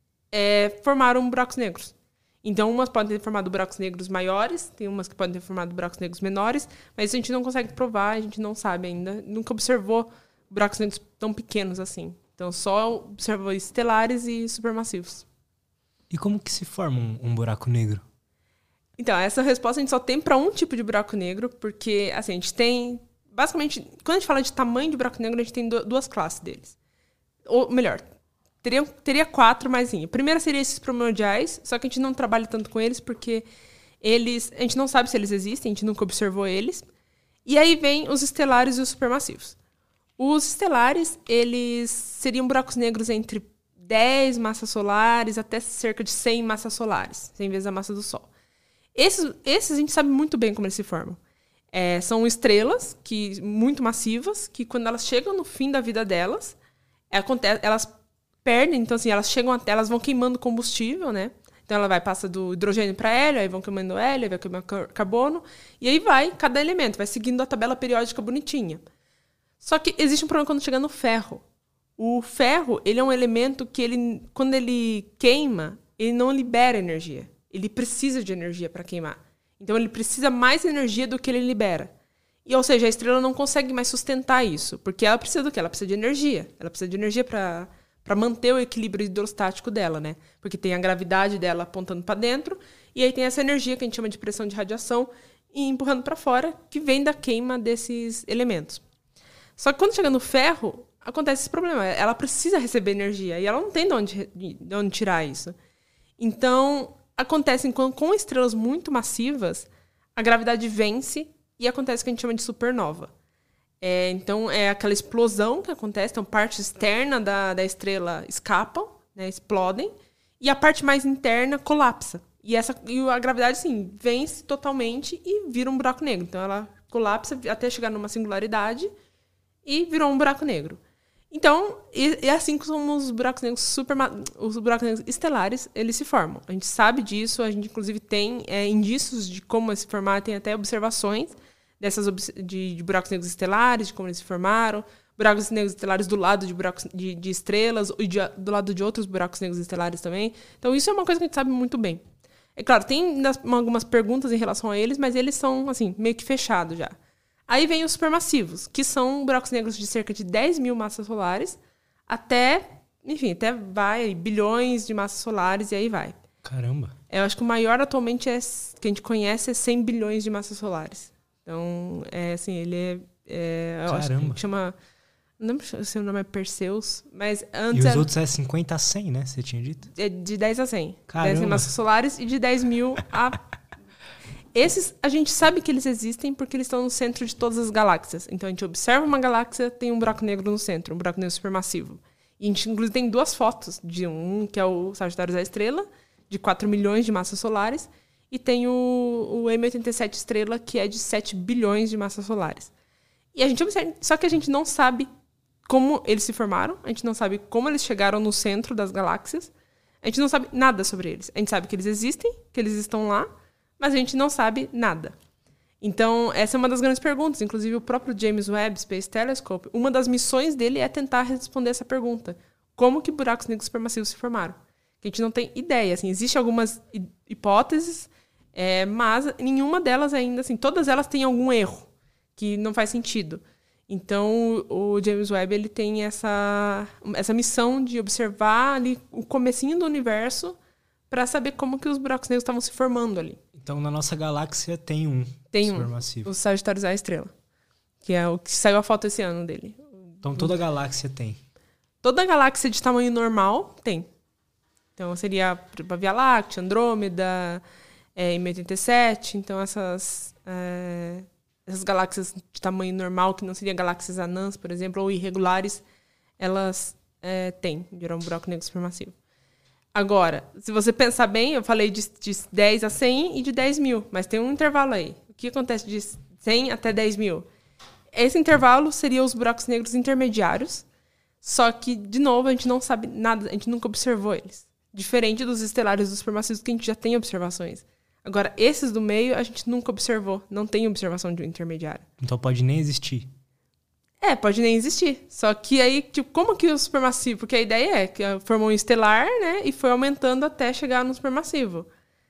é, formaram buracos negros. Então, umas podem ter formado buracos negros maiores, tem umas que podem ter formado buracos negros menores, mas a gente não consegue provar, a gente não sabe ainda. Nunca observou buracos negros tão pequenos assim. Então, só observou estelares e supermassivos. E como que se forma um, um buraco negro? Então, essa resposta a gente só tem para um tipo de buraco negro, porque, assim, a gente tem... Basicamente, quando a gente fala de tamanho de buraco negro, a gente tem duas classes deles. Ou, melhor... Teria, teria quatro, mas sim. A primeira seria esses primordiais, só que a gente não trabalha tanto com eles porque Eles, a gente não sabe se eles existem, a gente nunca observou eles. E aí vem os estelares e os supermassivos. Os estelares, eles seriam buracos negros entre dez massas solares até cerca de cem massas solares, cem vezes a massa do Sol. Esses, esses a gente sabe muito bem como eles se formam. É, são estrelas que, muito massivas, que quando elas chegam no fim da vida delas, acontece, elas perdem, então assim, elas chegam até, elas vão queimando combustível, né? Então ela vai, passa do hidrogênio para hélio, aí vão queimando hélio, aí vai queimando carbono, e aí vai, cada elemento, vai seguindo a tabela periódica bonitinha. Só que existe um problema quando chega no ferro. O ferro, ele é um elemento que, ele, quando ele queima, ele não libera energia. Ele precisa de energia para queimar. Então ele precisa mais energia do que ele libera. E, ou seja, a estrela não consegue mais sustentar isso, porque ela precisa do quê? Ela precisa de energia. Ela precisa de energia para... para manter o equilíbrio hidrostático dela, né? Porque tem a gravidade dela apontando para dentro, e aí tem essa energia que a gente chama de pressão de radiação, e empurrando para fora, que vem da queima desses elementos. Só que quando chega no ferro, acontece esse problema. Ela precisa receber energia, e ela não tem de onde, de onde tirar isso. Então, acontece com, com estrelas muito massivas, a gravidade vence, e acontece o que a gente chama de supernova. É, então, é aquela explosão que acontece, então parte externa da, da estrela escapam, né, explodem, e a parte mais interna colapsa. E, essa, e a gravidade, sim, vence totalmente e vira um buraco negro. Então, ela colapsa até chegar numa singularidade e virou um buraco negro. Então, e, e assim como os buracos negros super, os buracos negros estelares, eles se formam. A gente sabe disso, a gente, inclusive, tem é, indícios de como eles se formaram, tem até observações dessas de, de buracos negros estelares, de como eles se formaram, buracos negros estelares do lado de buracos de, de estrelas e de, do lado de outros buracos negros estelares também. Então, isso é uma coisa que a gente sabe muito bem. É claro, tem algumas perguntas em relação a eles, mas eles são, assim, meio que fechados já. Aí vem os supermassivos, que são buracos negros de cerca de dez mil massas solares até, enfim, até vai bilhões de massas solares e aí vai. Caramba! Eu acho que o maior atualmente é, que a gente conhece é cem bilhões de massas solares. Então, é assim, ele é... é eu acho que chama... Não lembro se o nome é Perseus, mas antes... E os era, outros é cinquenta a cem, né? Você tinha dito? É de dez a cem. Caramba! dez mil massas solares e de dez mil a... Esses, a gente sabe que eles existem porque eles estão no centro de todas as galáxias. Então, a gente observa uma galáxia, tem um buraco negro no centro, um buraco negro supermassivo. E a gente, inclusive, tem duas fotos. De um, que é o Sagitário da Estrela, de quatro milhões de massas solares. E tem o, o M oitenta e sete Estrela, que é de sete bilhões de massas solares. E a gente observa, só que a gente não sabe como eles se formaram. A gente não sabe como eles chegaram no centro das galáxias. A gente não sabe nada sobre eles. A gente sabe que eles existem, que eles estão lá, mas a gente não sabe nada. Então, essa é uma das grandes perguntas. Inclusive, o próprio James Webb Space Telescope, uma das missões dele é tentar responder essa pergunta. Como que buracos negros supermassivos se formaram? Que a gente não tem ideia. Assim, existem algumas hipóteses, é, mas nenhuma delas ainda, assim, todas elas têm algum erro, que não faz sentido. Então, o James Webb ele tem essa, essa missão de observar ali o comecinho do universo para saber como que os buracos negros estavam se formando ali. Então, na nossa galáxia tem um tem supermassivo. Um, o Sagitário da Estrela, que é o que saiu a foto esse ano dele. Então, toda a galáxia tem? Toda a galáxia de tamanho normal tem. Então, seria a Via Láctea, Andrômeda, é, M oitenta e sete. Então, essas, é, essas galáxias de tamanho normal, que não seriam galáxias anãs, por exemplo, ou irregulares, elas é, têm, viram um buraco negro supermassivo. Agora, se você pensar bem, eu falei de, de dez a cem e de dez mil, mas tem um intervalo aí. O que acontece de cem até dez mil? Esse intervalo seria os buracos negros intermediários, só que, de novo, a gente não sabe nada, a gente nunca observou eles. Diferente dos estelares dos supermassivos, que a gente já tem observações. Agora, esses do meio, a gente nunca observou, não tem observação de um intermediário. Então pode nem existir. É, pode nem existir. Só que aí, tipo, como que o supermassivo... Porque a ideia é que formou um estelar, né? E foi aumentando até chegar no supermassivo.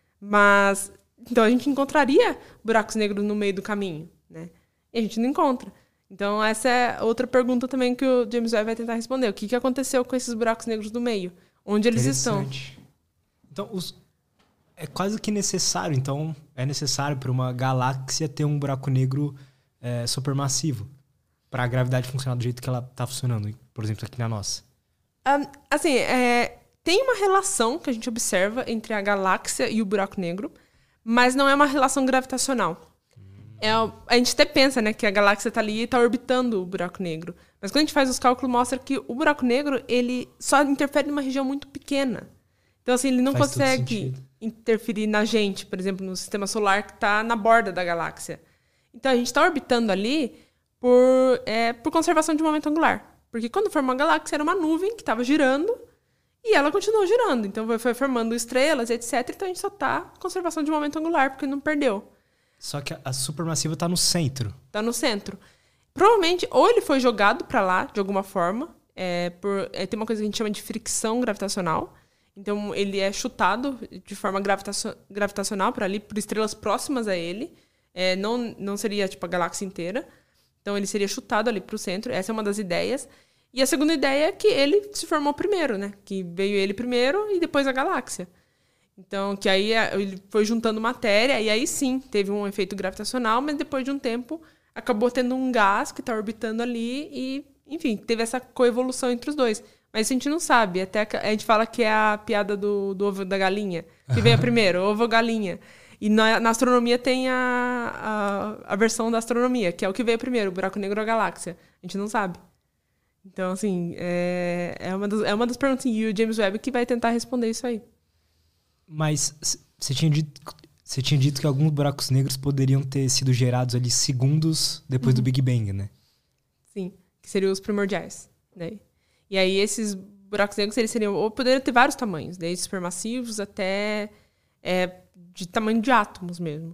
Mas... Então, a gente encontraria buracos negros no meio do caminho, né? E a gente não encontra. Então, essa é outra pergunta também que o James Webb vai tentar responder. O que, que aconteceu com esses buracos negros do meio? Onde eles estão? Então, os... é quase que necessário. Então, é necessário para uma galáxia ter um buraco negro é, supermassivo. Para a gravidade funcionar do jeito que ela está funcionando, por exemplo, aqui na nossa? Um, assim, é, tem uma relação que a gente observa entre a galáxia e o buraco negro, mas não é uma relação gravitacional. É, a gente até pensa, né, que a galáxia está ali e está orbitando o buraco negro. Mas quando a gente faz os cálculos, mostra que o buraco negro ele só interfere numa região muito pequena. Então, assim, ele não faz consegue interferir na gente, por exemplo, no sistema solar que está na borda da galáxia. Então, a gente está orbitando ali por, é, por conservação de momento angular. Porque quando formou a galáxia, era uma nuvem que estava girando e ela continuou girando. Então, foi formando estrelas, etcétera. Então, a gente só está conservação de momento angular, porque não perdeu. Só que a supermassiva está no centro. Está no centro. Provavelmente, ou ele foi jogado para lá, de alguma forma. É, por, é, tem uma coisa que a gente chama de fricção gravitacional. Então, ele é chutado de forma gravitacio, gravitacional para ali, por estrelas próximas a ele. É, não, não seria, tipo, a galáxia inteira. Então, ele seria chutado ali para o centro. Essa é uma das ideias. E a segunda ideia é que ele se formou primeiro, né? Que veio ele primeiro e depois a galáxia. Então, que aí ele foi juntando matéria, e aí sim, teve um efeito gravitacional, mas depois de um tempo acabou tendo um gás que está orbitando ali e, enfim, teve essa coevolução entre os dois. Mas a gente não sabe, até a gente fala que é a piada do, do ovo da galinha, que veio primeiro, ovo ou galinha. E na, na astronomia tem a, a, a versão da astronomia, que é o que veio primeiro, o buraco negro ou a galáxia. A gente não sabe. Então, assim, é, é, uma, das, é uma das perguntas, e o James Webb que vai tentar responder isso aí. Mas você tinha dito, você tinha dito que alguns buracos negros poderiam ter sido gerados ali segundos depois uhum. do Big Bang, né? Sim, que seriam os primordiais, né? E aí esses buracos negros eles seriam, ou poderiam ter vários tamanhos, desde supermassivos até é, de tamanho de átomos mesmo.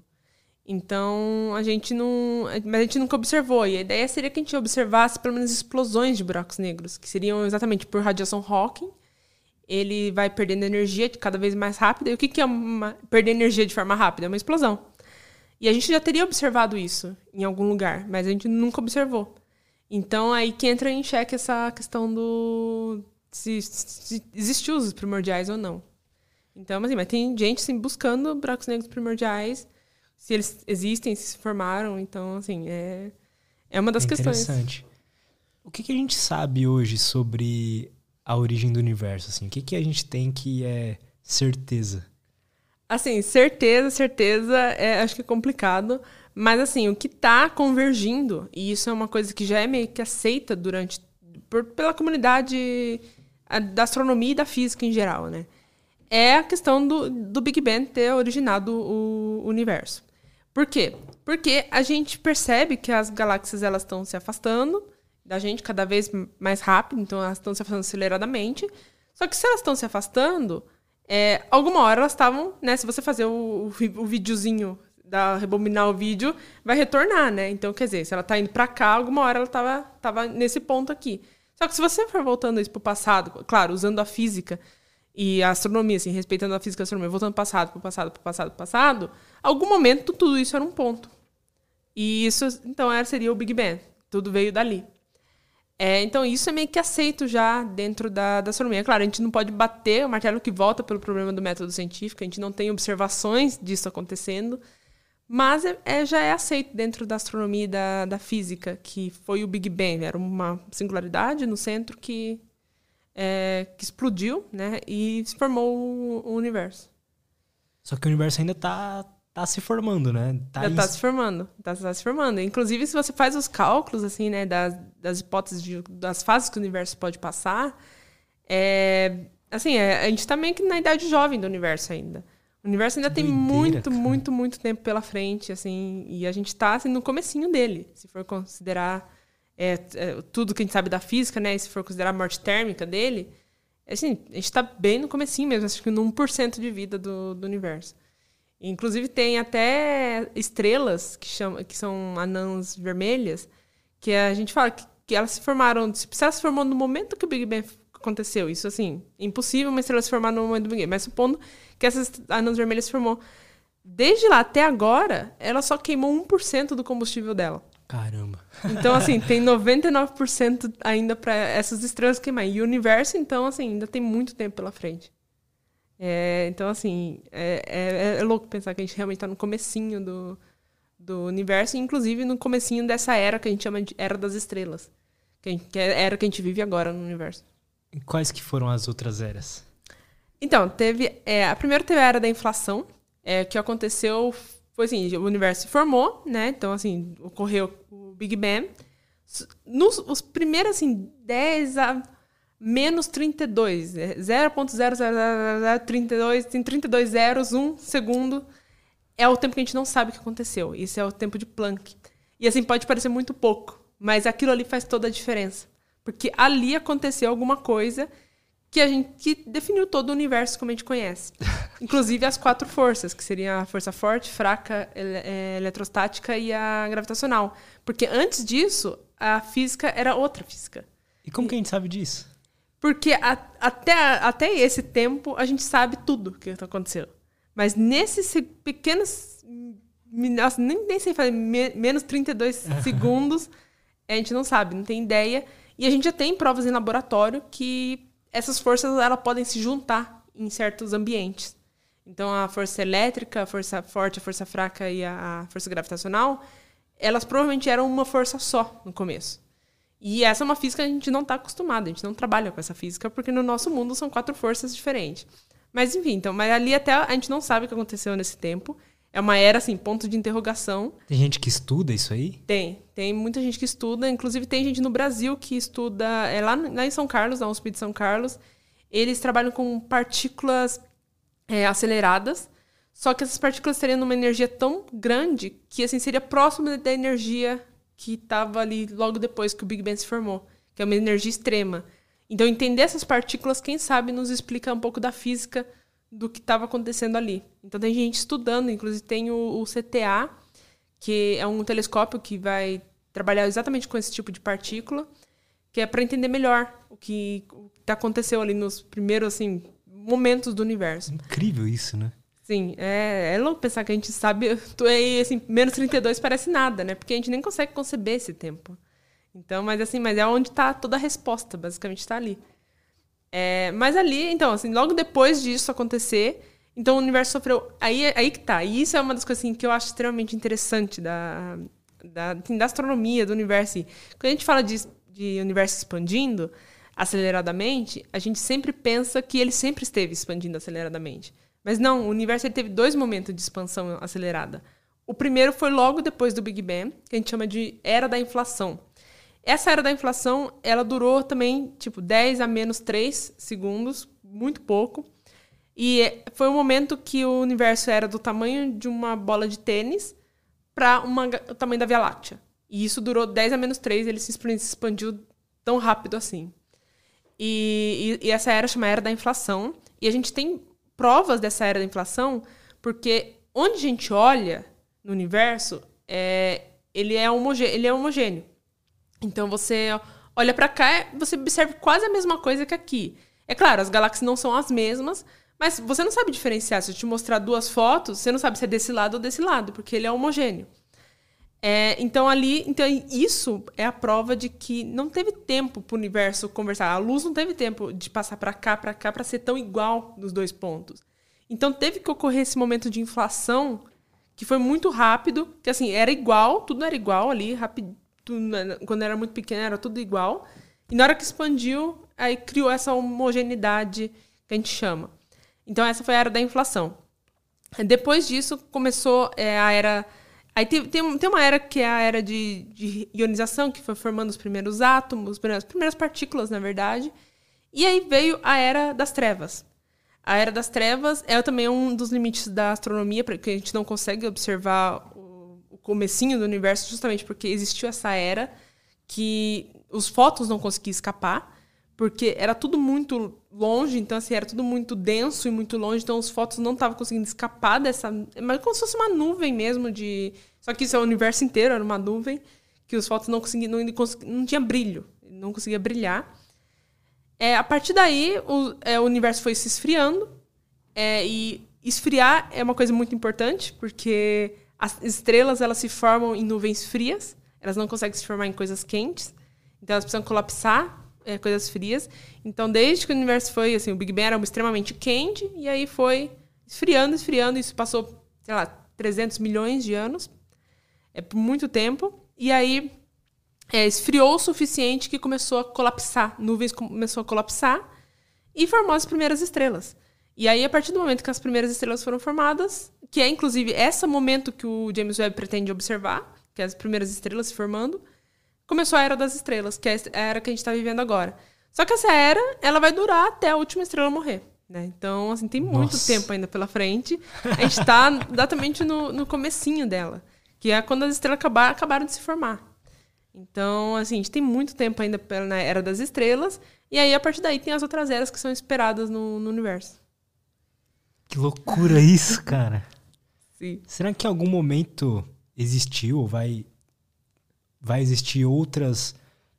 Então a gente não, mas a gente nunca observou. E a ideia seria que a gente observasse pelo menos explosões de buracos negros, que seriam exatamente por radiação Hawking. Ele vai perdendo energia cada vez mais rápido. E o que, que é uma, perder energia de forma rápida? É uma explosão. E a gente já teria observado isso em algum lugar, mas a gente nunca observou. Então, aí que entra em xeque essa questão do se, se existiu os primordiais ou não. Então, assim, mas tem gente assim, buscando buracos negros primordiais, se eles existem, se se formaram. Então, assim, é, é uma das é questões. Interessante. O que, que a gente sabe hoje sobre a origem do universo, assim? O que, que a gente tem que é certeza? Assim, certeza, certeza, é, acho que é complicado. Mas, assim, o que está convergindo, e isso é uma coisa que já é meio que aceita durante, por, pela comunidade da astronomia e da física em geral, né? É a questão do, do Big Bang ter originado o universo. Por quê? Porque a gente percebe que as galáxias elas estão se afastando da gente cada vez mais rápido, então elas estão se afastando aceleradamente. Só que se elas estão se afastando, é, alguma hora elas estavam, né? Se você fazer o, o, o videozinho, da, rebobinar o vídeo, vai retornar, né? Então, quer dizer, se ela está indo para cá, alguma hora ela estava tava nesse ponto aqui. Só que se você for voltando isso para o passado, claro, usando a física e a astronomia, assim, respeitando a física e a astronomia, voltando para o passado, para o passado, para o passado, para o passado, algum momento tudo isso era um ponto. E isso, então, era, seria o Big Bang. Tudo veio dali. É, então, isso é meio que aceito já dentro da, da astronomia. Claro, a gente não pode bater o martelo que volta pelo problema do método científico, a gente não tem observações disso acontecendo, mas é, é, já é aceito dentro da astronomia e da, da física, que foi o Big Bang. Era uma singularidade no centro que, é, que explodiu, né, e se formou o, o universo. Só que o universo ainda está... Tá se formando, né? Tá Já tá se formando. Tá, tá se formando. Inclusive, se você faz os cálculos, assim, né, das, das hipóteses, de, das fases que o universo pode passar, é, assim, é, a gente tá meio que na idade jovem do universo ainda. O universo ainda tem Doideira, muito, cara. muito, muito tempo pela frente, assim, e a gente tá, assim, no comecinho dele, se for considerar é, é, tudo que a gente sabe da física, né, e se for considerar a morte térmica dele, assim, a gente tá bem no comecinho mesmo, acho que no um por cento de vida do, do universo. Inclusive, tem até estrelas, que, chama, que são anãs vermelhas, que a gente fala que, que elas se formaram... Se elas se formou no momento que o Big Bang aconteceu, isso, assim, é impossível uma estrela se formar no momento do Big Bang. Mas supondo que essas anãs vermelhas se formou desde lá até agora, ela só queimou um por cento do combustível dela. Caramba. Então, assim, tem noventa e nove por cento ainda para essas estrelas queimar. E o universo, então, assim, ainda tem muito tempo pela frente. É, então, assim, é, é, é louco pensar que a gente realmente está no comecinho do, do universo, inclusive no comecinho dessa era que a gente chama de Era das Estrelas, que, a gente, que é a era que a gente vive agora no universo. E quais que foram as outras eras? Então, teve, é, a primeira teve a Era da Inflação, É, o que aconteceu foi assim, o universo se formou, né? Então, assim, ocorreu o Big Bang. Nos os primeiros, assim, dez a menos trinta e dois, zero ponto zero zero zero zero trinta e dois, tem trinta e dois zeros, um segundo, é o tempo que a gente não sabe o que aconteceu. Isso é o tempo de Planck. E, assim, pode parecer muito pouco, mas aquilo ali faz toda a diferença. Porque ali aconteceu alguma coisa que a gente que definiu todo o universo como a gente conhece. Inclusive as quatro forças, que seriam a força forte, fraca, ele, é, eletrostática e a gravitacional. Porque antes disso, a física era outra física. E como e, que a gente sabe disso? Porque a, até, até esse tempo, a gente sabe tudo o que aconteceu. Mas nesses pequenos... Nossa, nem, nem sei fazer, me, menos trinta e dois segundos, a gente não sabe, não tem ideia. E a gente já tem provas em laboratório que essas forças elas podem se juntar em certos ambientes. Então, a força elétrica, a força forte, a força fraca e a força gravitacional, elas provavelmente eram uma força só no começo. E essa é uma física que a gente não está acostumado, a gente não trabalha com essa física, porque no nosso mundo são quatro forças diferentes. Mas, enfim, então, mas ali até a gente não sabe o que aconteceu nesse tempo. É uma era, assim, ponto de interrogação. Tem gente que estuda isso aí? Tem. Tem muita gente que estuda. Inclusive, tem gente no Brasil que estuda... É lá, lá em São Carlos, na U S P de São Carlos. Eles trabalham com partículas é, aceleradas. Só que essas partículas teriam uma energia tão grande que, assim, seria próximo da energia que estava ali logo depois que o Big Bang se formou. Que é uma energia extrema. Então, entender essas partículas, quem sabe, nos explica um pouco da física do que estava acontecendo ali. Então, tem gente estudando, inclusive tem o, o C T A, que é um telescópio que vai trabalhar exatamente com esse tipo de partícula, que é para entender melhor o que, o que aconteceu ali nos primeiros, assim, momentos do universo. Incrível isso, né? Sim, é, é louco pensar que a gente sabe... Assim, menos trinta e dois parece nada, né? Porque a gente nem consegue conceber esse tempo. Então, mas assim, mas é onde está toda a resposta, basicamente está ali. É, mas ali, então, assim, logo depois disso acontecer, então o universo sofreu... Aí, aí que tá. E isso é uma das coisas assim, que eu acho extremamente interessante da, da, assim, da astronomia, do universo. Quando a gente fala de, de universo expandindo aceleradamente, a gente sempre pensa que ele sempre esteve expandindo aceleradamente. Mas não, o universo ele teve dois momentos de expansão acelerada. O primeiro foi logo depois do Big Bang, que a gente chama de Era da Inflação. Essa era da inflação, ela durou também, tipo, dez a menos três segundos, muito pouco. E foi um momento que o universo era do tamanho de uma bola de tênis para o tamanho da Via Láctea. E isso durou dez a menos três, ele se expandiu tão rápido assim. E, e, e essa era chama Era da Inflação. E a gente tem provas dessa Era da Inflação, porque onde a gente olha no universo, é, ele, é homogê- ele é homogêneo. Então, você olha para cá, você observa quase a mesma coisa que aqui. É claro, as galáxias não são as mesmas, mas você não sabe diferenciar. Se eu te mostrar duas fotos, você não sabe se é desse lado ou desse lado, porque ele é homogêneo. É, então, ali, então, isso é a prova de que não teve tempo para o universo conversar. A luz não teve tempo de passar para cá, para cá, para ser tão igual nos dois pontos. Então, teve que ocorrer esse momento de inflação, que foi muito rápido, que assim, era igual, tudo era igual ali, rápido. Quando era muito pequeno, era tudo igual. E na hora que expandiu, aí criou essa homogeneidade que a gente chama. Então, essa foi a era da inflação. Depois disso, começou é, a era... Aí tem, tem, tem uma era que é a era de, de ionização, que foi formando os primeiros átomos, as primeiras partículas, na verdade. E aí veio a era das trevas. A era das trevas é também um dos limites da astronomia, porque a gente não consegue observar o comecinho do universo, justamente porque existiu essa era que os fótons não conseguiam escapar, porque era tudo muito longe, então assim, era tudo muito denso e muito longe, então os fótons não estavam conseguindo escapar dessa... Mas como se fosse uma nuvem mesmo de... Só que isso é o universo inteiro, era uma nuvem, que os fótons não conseguiam... Não, não tinha brilho, não conseguia brilhar. É, a partir daí, o, é, o universo foi se esfriando, é, e esfriar é uma coisa muito importante, porque as estrelas elas se formam em nuvens frias, elas não conseguem se formar em coisas quentes, então elas precisam colapsar é, coisas frias. Então, desde que o universo foi, assim, o Big Bang era extremamente quente, e aí foi esfriando, esfriando, isso passou, sei lá, trezentos milhões de anos, é por muito tempo, e aí é, esfriou o suficiente que começou a colapsar, nuvens começou a colapsar, e formou as primeiras estrelas. E aí, a partir do momento que as primeiras estrelas foram formadas, que é, inclusive, esse momento que o James Webb pretende observar, que é as primeiras estrelas se formando, começou a Era das Estrelas, que é a era que a gente está vivendo agora. Só que essa era, ela vai durar até a última estrela morrer. Né? Então, assim, tem muito Nossa. tempo ainda pela frente. A gente está exatamente no, no comecinho dela, que é quando as estrelas acabar, acabaram de se formar. Então, assim, a gente tem muito tempo ainda na Era das Estrelas, e aí, a partir daí, tem as outras eras que são esperadas no, no universo. Que loucura isso, cara. Sim. Será que em algum momento existiu, vai, vai existir outras,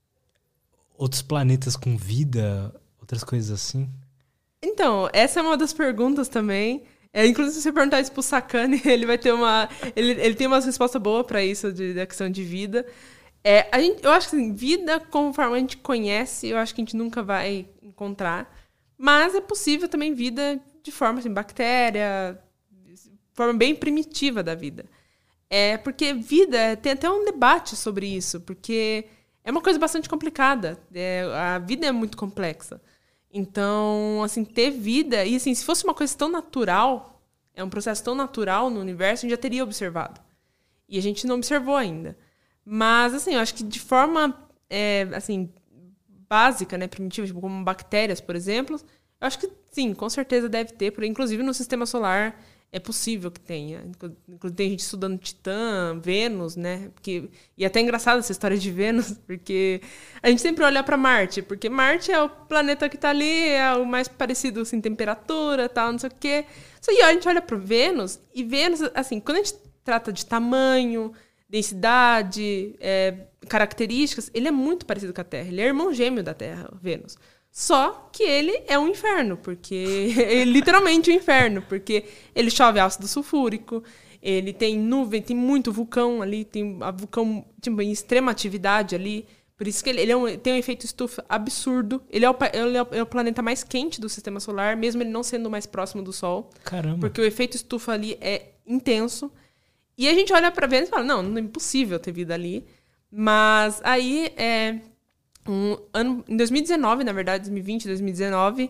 outros planetas com vida, outras coisas assim? Então, essa é uma das perguntas também. É, inclusive, se você perguntar isso pro Sakane, ele vai ter uma... Ele, ele tem uma resposta boa para isso, de, da questão de vida. É, a gente, eu acho que assim, vida, conforme a gente conhece, eu acho que a gente nunca vai encontrar. Mas é possível também vida de forma, assim, bactéria, forma bem primitiva da vida. É, porque vida, tem até um debate sobre isso, porque é uma coisa bastante complicada. É, a vida é muito complexa. Então, assim, ter vida... E, assim, se fosse uma coisa tão natural, é um processo tão natural no universo, a gente já teria observado. E a gente não observou ainda. Mas, assim, eu acho que de forma, é, assim, básica, né, primitiva, tipo, como bactérias, por exemplo, eu acho que, sim, com certeza deve ter. Porque, inclusive, no sistema solar é possível que tenha. Inclusive, tem gente estudando Titã, Vênus, né? Porque, e é até engraçado essa história de Vênus, porque a gente sempre olha para Marte, porque Marte é o planeta que está ali, é o mais parecido, assim, temperatura, tal, não sei o quê. Só que a gente olha para Vênus, e Vênus, assim, quando a gente trata de tamanho, densidade, é, características, ele é muito parecido com a Terra. Ele é irmão gêmeo da Terra, Vênus. Só que ele é um inferno, porque é literalmente um inferno, porque ele chove ácido sulfúrico, ele tem nuvem, tem muito vulcão ali, tem a vulcão tipo, em extrema atividade ali, por isso que ele, ele é um, tem um efeito estufa absurdo. Ele é, o, ele é o planeta mais quente do sistema solar, mesmo ele não sendo mais próximo do Sol. Caramba. Porque o efeito estufa ali é intenso. E a gente olha para Vênus e fala, não, não é impossível ter vida ali. Mas aí, é, um ano, em dois mil e dezenove, na verdade, dois mil e vinte, dois mil e dezenove,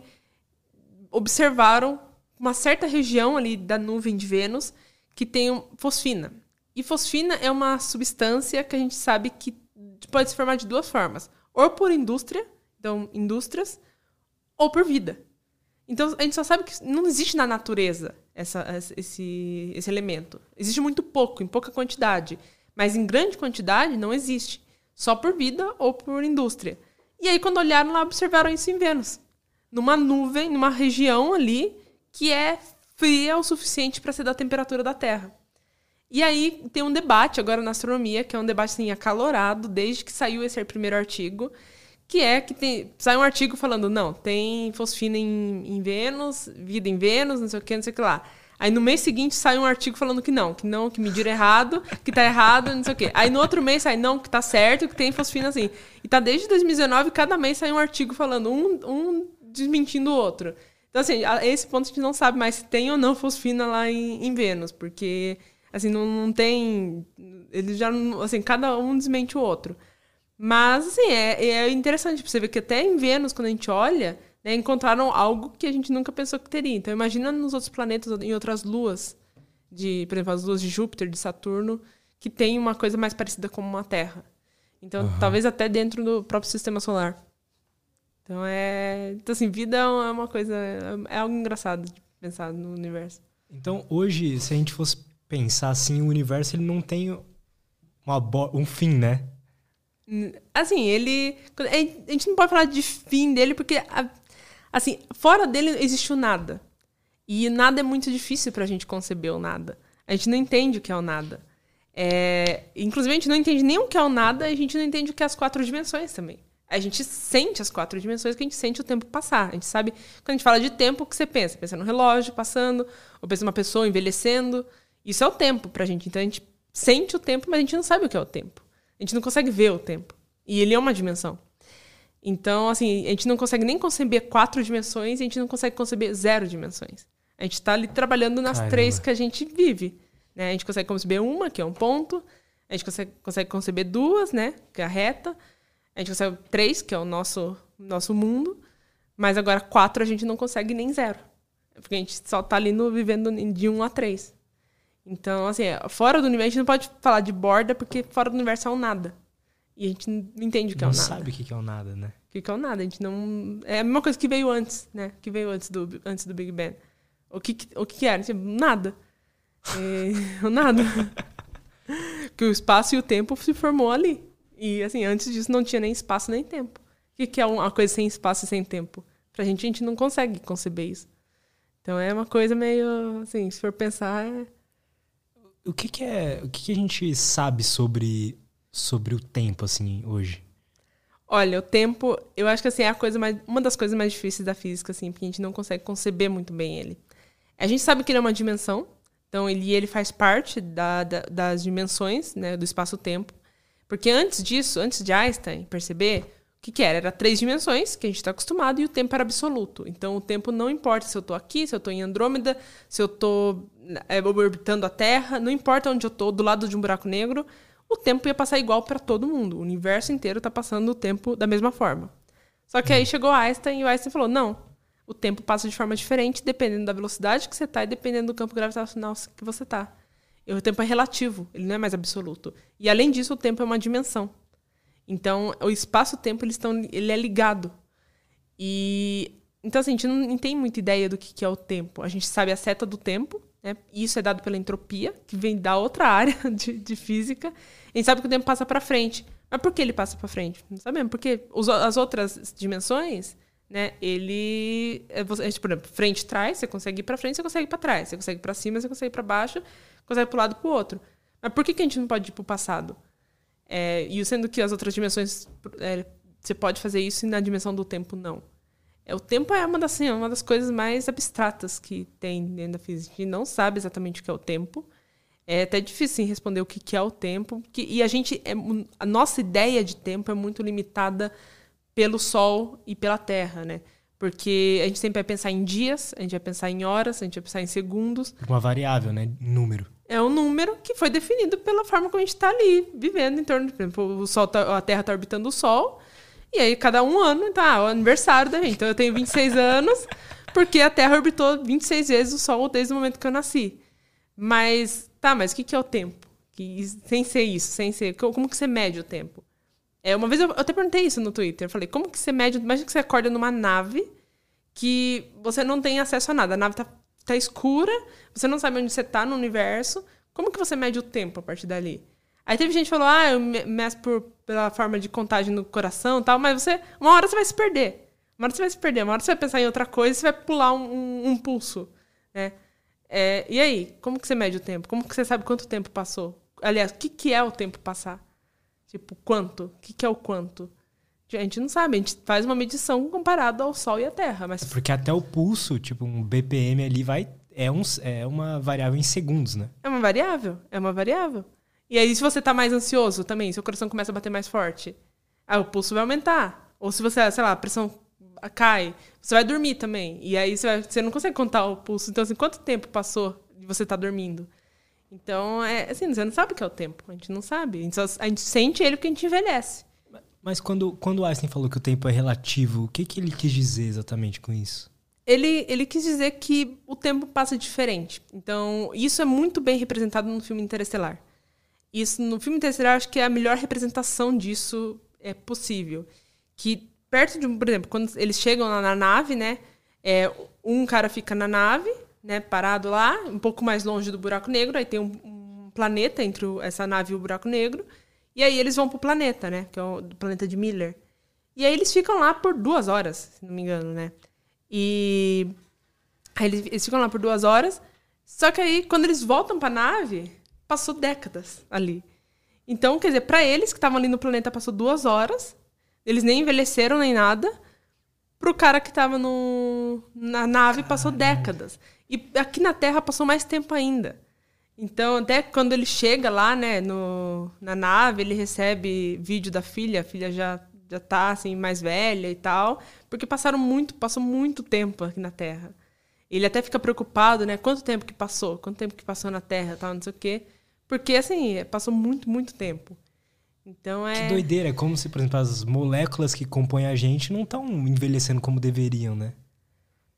observaram uma certa região ali da nuvem de Vênus que tem fosfina. E fosfina é uma substância que a gente sabe que pode se formar de duas formas. Ou por indústria, então indústrias, ou por vida. Então, a gente só sabe que não existe na natureza essa, esse, esse elemento. Existe muito pouco, em pouca quantidade. Mas em grande quantidade não existe. Só por vida ou por indústria. E aí, quando olharam lá, observaram isso em Vênus. Numa nuvem, numa região ali que é fria o suficiente para ser da temperatura da Terra. E aí tem um debate agora na astronomia, que é um debate assim, acalorado, desde que saiu esse primeiro artigo, que é que tem, sai um artigo falando, não, tem fosfina em, em Vênus, vida em Vênus, não sei o que, não sei o que lá. Aí no mês seguinte sai um artigo falando que não, que não, que mediram errado, que tá errado, não sei o quê. Aí no outro mês sai, não, que tá certo, que tem fosfina assim. E tá desde dois mil e dezenove, cada mês sai um artigo falando, um, um desmentindo o outro. Então, assim, a esse ponto a gente não sabe mais se tem ou não fosfina lá em, em Vênus, porque, assim, não, não tem... Eles já, assim, cada um desmente o outro. Mas, assim, é, é interessante pra você ver que até em Vênus, quando a gente olha, né, encontraram algo que a gente nunca pensou que teria. Então, imagina nos outros planetas, em outras luas, de, por exemplo, as luas de Júpiter, de Saturno, que tem uma coisa mais parecida com uma Terra. Então, uhum. talvez até dentro do próprio sistema solar. Então, é... Então, assim, vida é uma coisa... É algo engraçado de pensar no universo. Então, hoje, se a gente fosse pensar assim, o universo, ele não tem uma bo... um fim, né? Assim, ele... A gente não pode falar de fim dele, porque, assim, fora dele existe o nada. E nada é muito difícil pra gente conceber o nada. A gente não entende o que é o nada. É... Inclusive, a gente não entende nem o que é o nada, a gente não entende o que é as quatro dimensões também. A gente sente as quatro dimensões, que a gente sente o tempo passar. A gente sabe, quando a gente fala de tempo, o que você pensa? Pensa no relógio passando, ou pensa numa pessoa envelhecendo. Isso é o tempo pra gente. Então, a gente sente o tempo, mas a gente não sabe o que é o tempo. A gente não consegue ver o tempo. E ele é uma dimensão. Então, assim, a gente não consegue nem conceber quatro dimensões e a gente não consegue conceber zero dimensões. A gente está ali trabalhando nas Caramba. três que a gente vive. Né? A gente consegue conceber uma, que é um ponto. A gente consegue, consegue conceber duas, né? Que é a reta. A gente consegue três, que é o nosso, nosso mundo. Mas agora quatro a gente não consegue nem zero. Porque a gente só tá ali no, vivendo de um a três. Então, assim, fora do universo, a gente não pode falar de borda, porque fora do universo é um nada. E a gente não entende o que não é o nada. Não sabe o que é o nada, né? O que é o nada, a gente não... É a mesma coisa que veio antes, né? Que veio antes do, antes do Big Bang. O que, o que era? Tipo, nada. É, o nada. Que o espaço e o tempo se formou ali. E, assim, antes disso não tinha nem espaço nem tempo. O que, que é uma coisa sem espaço e sem tempo? Pra gente, a gente não consegue conceber isso. Então é uma coisa meio, assim, se for pensar... É... O que, que é... O que, que a gente sabe sobre, sobre o tempo, assim, hoje? Olha, o tempo, eu acho que, assim, é a coisa mais, uma das coisas mais difíceis da física, assim, porque a gente não consegue conceber muito bem ele. A gente sabe que ele é uma dimensão, então ele, ele faz parte da, da, das dimensões, né, do espaço-tempo. Porque antes disso, antes de Einstein perceber, o que, que era? Era três dimensões, que a gente está acostumado, e o tempo era absoluto. Então, o tempo não importa se eu estou aqui, se eu estou em Andrômeda, se eu estou é, orbitando a Terra, não importa onde eu estou, do lado de um buraco negro, o tempo ia passar igual para todo mundo. O universo inteiro está passando o tempo da mesma forma. Só que aí chegou Einstein, e o Einstein falou, não, o tempo passa de forma diferente, dependendo da velocidade que você está e dependendo do campo gravitacional que você está. O tempo é relativo, ele não é mais absoluto. E, além disso, o tempo é uma dimensão. Então, o espaço-tempo, eles estão, ele é ligado. E, então, assim, a gente não tem muita ideia do que é o tempo. A gente sabe a seta do tempo, né? E isso é dado pela entropia, que vem da outra área de, de física. A gente sabe que o tempo passa para frente. Mas por que ele passa para frente? Não sabemos. Porque os, as outras dimensões, né? Ele... É, por exemplo, frente e trás, você consegue ir para frente, você consegue ir para trás. Você consegue ir para cima, você consegue ir para baixo, consegue ir para um lado e para o outro. Mas por que, que a gente não pode ir para o passado? É, e sendo que as outras dimensões, é, você pode fazer isso e na dimensão do tempo não. É, o tempo é uma das, assim, uma das coisas mais abstratas que tem dentro da física. A gente não sabe exatamente o que é o tempo. É até difícil assim, responder o que é o tempo. Que, e a gente, é, a nossa ideia de tempo é muito limitada pelo Sol e pela Terra, né? Porque a gente sempre vai pensar em dias, a gente vai pensar em horas, a gente vai pensar em segundos. Uma variável, né? Número. É um número que foi definido pela forma como a gente está ali, vivendo em torno de... Por exemplo, o Sol tá, a Terra está orbitando o Sol, e aí cada um ano, tá, é o aniversário da gente. Então eu tenho vinte e seis anos, porque a Terra orbitou vinte e seis vezes o Sol desde o momento que eu nasci. Mas, tá, mas o que, que é o tempo? Que, sem ser isso, sem ser... Como que você mede o tempo? É, uma vez eu, eu até perguntei isso no Twitter, eu falei, como que você mede... Imagina que você acorda numa nave que você não tem acesso a nada, a nave tá... tá escura, você não sabe onde você tá no universo, como que você mede o tempo a partir dali? Aí teve gente que falou, ah, eu meço por, pela forma de contagem no coração e tal, mas você, uma hora você vai se perder. Uma hora você vai se perder, uma hora você vai pensar em outra coisa e você vai pular um, um, um pulso, né? É, e aí, como que você mede o tempo? Como que você sabe quanto tempo passou? Aliás, o que, que é o tempo passar? Tipo, quanto? O que, que é o quanto? A gente não sabe, a gente faz uma medição comparada ao Sol e à Terra. Mas... Porque até o pulso, tipo, um B P M ali vai... É, um, é uma variável em segundos, né? É uma variável, é uma variável. E aí, se você tá mais ansioso também, seu coração começa a bater mais forte, aí o pulso vai aumentar. Ou se você, sei lá, a pressão cai, você vai dormir também. E aí você, vai, você não consegue contar o pulso. Então, assim, quanto tempo passou de você estar tá dormindo? Então, é assim, você não sabe o que é o tempo. A gente não sabe. A gente, só, a gente sente ele porque a gente envelhece. Mas quando, quando o Einstein falou que o tempo é relativo, o que, que ele quis dizer exatamente com isso? Ele, ele quis dizer que o tempo passa diferente. Então, isso é muito bem representado no filme Interestelar. Isso, no filme Interestelar, acho que é a melhor representação disso é possível. Que perto de um... Por exemplo, quando eles chegam lá na nave, né? É, um cara fica na nave, né? Parado lá, um pouco mais longe do buraco negro. Aí tem um, um planeta entre o, essa nave e o buraco negro. E aí eles vão pro planeta, né? Que é o planeta de Miller. E aí eles ficam lá por duas horas, se não me engano, né? E aí eles, eles ficam lá por duas horas. Só que aí, quando eles voltam pra nave, passou décadas ali. Então, quer dizer, pra eles que estavam ali no planeta, passou duas horas. Eles nem envelheceram nem nada. Pro cara que tava no, na nave, passou décadas. E aqui na Terra passou mais tempo ainda. Então, até quando ele chega lá, né, no, na nave, ele recebe vídeo da filha, a filha já, já tá, assim, mais velha e tal, porque passaram muito, passou muito tempo aqui na Terra. Ele até fica preocupado, né, quanto tempo que passou, quanto tempo que passou na Terra, tal, não sei o quê, porque, assim, passou muito, muito tempo. Então, é... Que doideira, é como se, por exemplo, as moléculas que compõem a gente não estão envelhecendo como deveriam, né?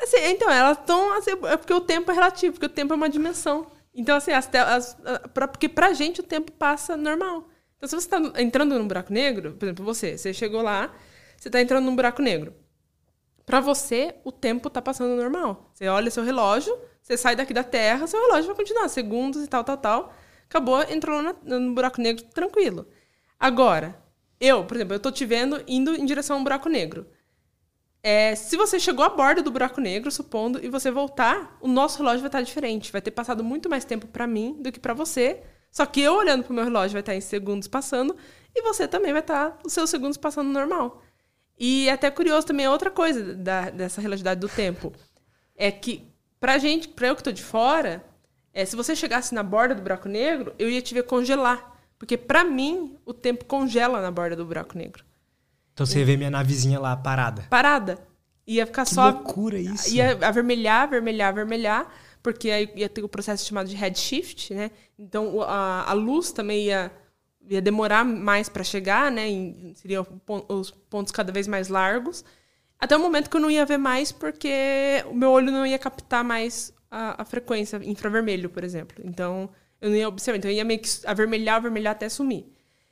Assim, então, elas estão... Assim, é porque o tempo é relativo, porque o tempo é uma dimensão. Então, assim, as, as, pra, porque pra gente o tempo passa normal. Então, se você está entrando num buraco negro, por exemplo, você, você chegou lá, você está entrando num buraco negro. Para você, o tempo está passando normal. Você olha seu relógio, você sai daqui da Terra, seu relógio vai continuar, segundos e tal, tal, tal. Acabou, entrou na, no buraco negro, tranquilo. Agora, eu, por exemplo, eu estou te vendo indo em direção a um buraco negro. É, se você chegou à borda do buraco negro, supondo, e você voltar, o nosso relógio vai estar diferente. Vai ter passado muito mais tempo para mim do que para você. Só que eu, olhando para o meu relógio, vai estar em segundos passando, e você também vai estar os seus segundos passando normal. E até curioso também, outra coisa da, dessa relatividade do tempo, é que, pra gente, pra eu que estou de fora, é, se você chegasse na borda do buraco negro, eu ia te ver congelar. Porque, pra mim, o tempo congela na borda do buraco negro. Então você ia ver minha navezinha lá parada. Parada. Ia ficar que só... Que loucura isso. Ia avermelhar, avermelhar, avermelhar, porque aí ia ter o processo chamado de redshift, né? Então, a, a luz também ia, ia demorar mais para chegar, né? E seriam os pontos cada vez mais largos. Até o momento que eu não ia ver mais, porque o meu olho não ia captar mais a, a frequência infravermelho, por exemplo. Então, eu não ia observar. Então, eu ia meio que avermelhar, avermelhar até sumir.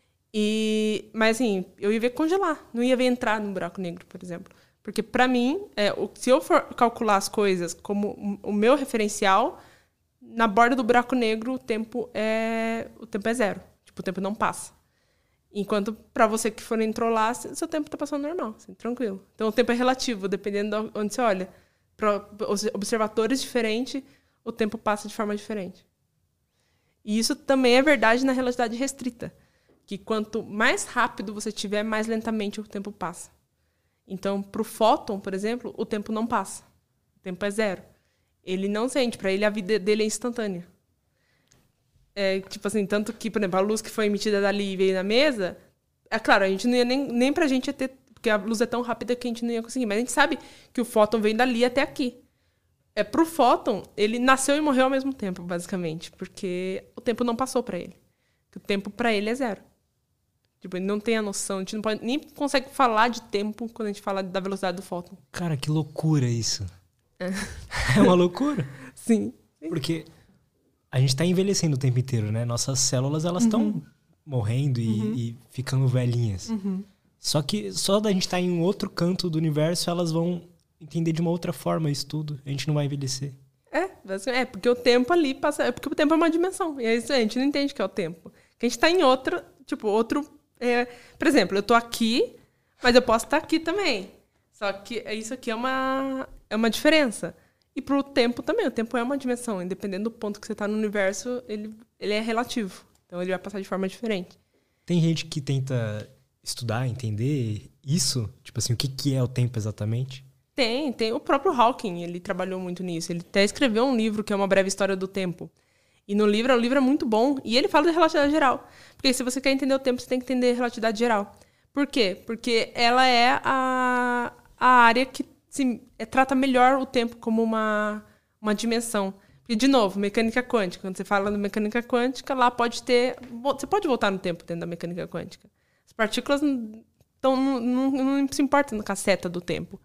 E, mas, assim, eu ia ver congelar. Não ia ver entrar no buraco negro, por exemplo. Porque, para mim, é, se eu for calcular as coisas como o meu referencial, na borda do buraco negro, o tempo é, o tempo é zero. Tipo, o tempo não passa. Enquanto, para você que for entrou lá, seu tempo está passando normal, assim, tranquilo. Então, o tempo é relativo, dependendo de onde você olha. Para observatórios diferentes, o tempo passa de forma diferente. E isso também é verdade na relatividade restrita. Que quanto mais rápido você tiver, mais lentamente o tempo passa. Então, para o fóton, por exemplo, o tempo não passa. O tempo é zero. Ele não sente. Para ele, a vida dele é instantânea. É, tipo assim, tanto que, por exemplo, a luz que foi emitida dali e veio na mesa, é claro, a gente não ia nem, nem pra gente ia ter, porque a luz é tão rápida que a gente não ia conseguir. Mas a gente sabe que o fóton vem dali até aqui. É, pro fóton, ele nasceu e morreu ao mesmo tempo, basicamente. Porque o tempo não passou para ele. O tempo para ele é zero. Tipo, ele não tem a noção, a gente não pode, nem consegue falar de tempo quando a gente fala da velocidade do fóton. Cara, que loucura isso. É, é uma loucura. Sim. Porque a gente tá envelhecendo o tempo inteiro, né? Nossas células, elas estão uhum. morrendo e, uhum. e ficando velhinhas. Uhum. Só que só da gente estar tá em um outro canto do universo, elas vão entender de uma outra forma isso tudo. A gente não vai envelhecer. É, é porque o tempo ali passa... É porque o tempo é uma dimensão. E é isso, a gente não entende o que é o tempo. Que a gente tá em outra, tipo, outro... É, por exemplo, eu tô aqui, mas eu posso estar aqui também. Só que isso aqui é uma, é uma diferença. E pro tempo também. O tempo é uma dimensão. Independendo do ponto que você está no universo, ele, ele é relativo. Então, ele vai passar de forma diferente. Tem gente que tenta estudar, entender isso? Tipo assim, o que, que é o tempo exatamente? Tem. Tem o próprio Hawking, ele trabalhou muito nisso. Ele até escreveu um livro que é Uma Breve História do Tempo. E no livro, o livro é muito bom. E ele fala de relatividade geral. Porque se você quer entender o tempo, você tem que entender a relatividade geral. Por quê? Porque ela é a, a área que assim, é, trata melhor o tempo como uma, uma dimensão. E, de novo, mecânica quântica. Quando você fala de mecânica quântica, lá pode ter... Você pode voltar no tempo dentro da mecânica quântica. As partículas tão, não, não, não se importam com a seta do tempo.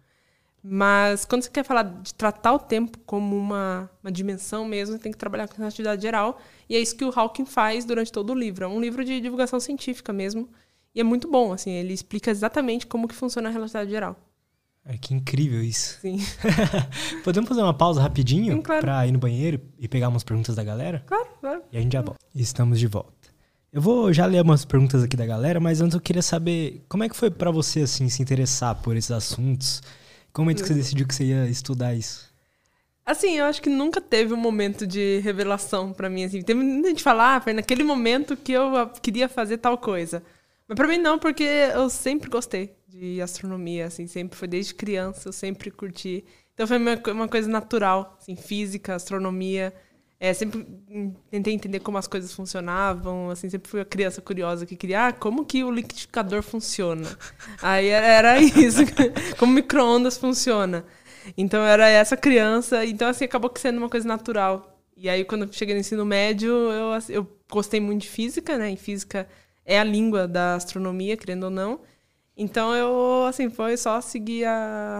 Mas quando você quer falar de tratar o tempo como uma, uma dimensão mesmo, você tem que trabalhar com relatividade geral. E é isso que o Hawking faz durante todo o livro. É um livro de divulgação científica mesmo. E é muito bom, assim. Ele explica exatamente como que funciona a relatividade geral. É que incrível isso. Sim. Podemos fazer uma pausa rapidinho? Sim, claro. Pra ir no banheiro e pegar umas perguntas da galera? Claro, claro. E a gente já volta. Estamos de volta. Eu vou já ler umas perguntas aqui da galera, mas antes eu queria saber como é que foi pra você, assim, se interessar por esses assuntos. Como é que você decidiu que você ia estudar isso? Assim, eu acho que nunca teve um momento de revelação pra mim. Assim. Teve muita gente que fala, ah, foi naquele momento que eu queria fazer tal coisa. Mas pra mim não, porque eu sempre gostei de astronomia, assim, sempre foi desde criança, eu sempre curti. Então foi uma coisa natural, assim, física, astronomia. É, sempre tentei entender como as coisas funcionavam, assim, sempre fui uma criança curiosa que queria, ah, como que o liquidificador funciona? Aí era isso, como micro-ondas funciona. Então era essa criança, então assim, acabou sendo uma coisa natural. E aí quando eu cheguei no ensino médio, eu, assim, eu gostei muito de física, né, e física é a língua da astronomia, querendo ou não. Então eu, assim, foi só seguir a...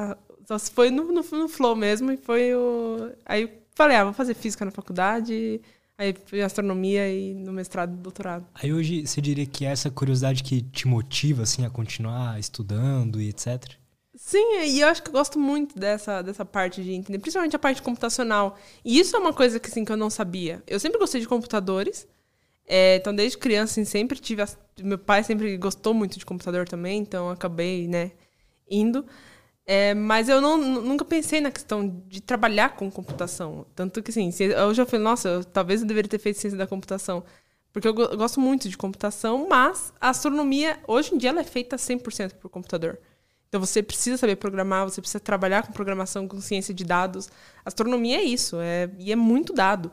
Só se foi no, no, no flow mesmo. E foi o... Aí eu falei, ah, vou fazer física na faculdade. Aí fui astronomia e no mestrado e doutorado. Aí hoje você diria que é essa curiosidade que te motiva, assim, a continuar estudando e etcétera? Sim, e eu acho que eu gosto muito dessa, dessa parte de entender, principalmente a parte computacional. E isso é uma coisa que, assim, que eu não sabia. Eu sempre gostei de computadores. É, então, desde criança, assim, sempre tive... A... Meu pai sempre gostou muito de computador também, então eu acabei, né, indo. É, mas eu não, nunca pensei na questão de trabalhar com computação. Tanto que, assim, hoje eu falei, nossa, eu, talvez eu deveria ter feito ciência da computação. Porque eu, eu gosto muito de computação, mas a astronomia, hoje em dia, ela é feita cem por cento por computador. Então, você precisa saber programar, você precisa trabalhar com programação, com ciência de dados. Astronomia é isso, é, e é muito dado.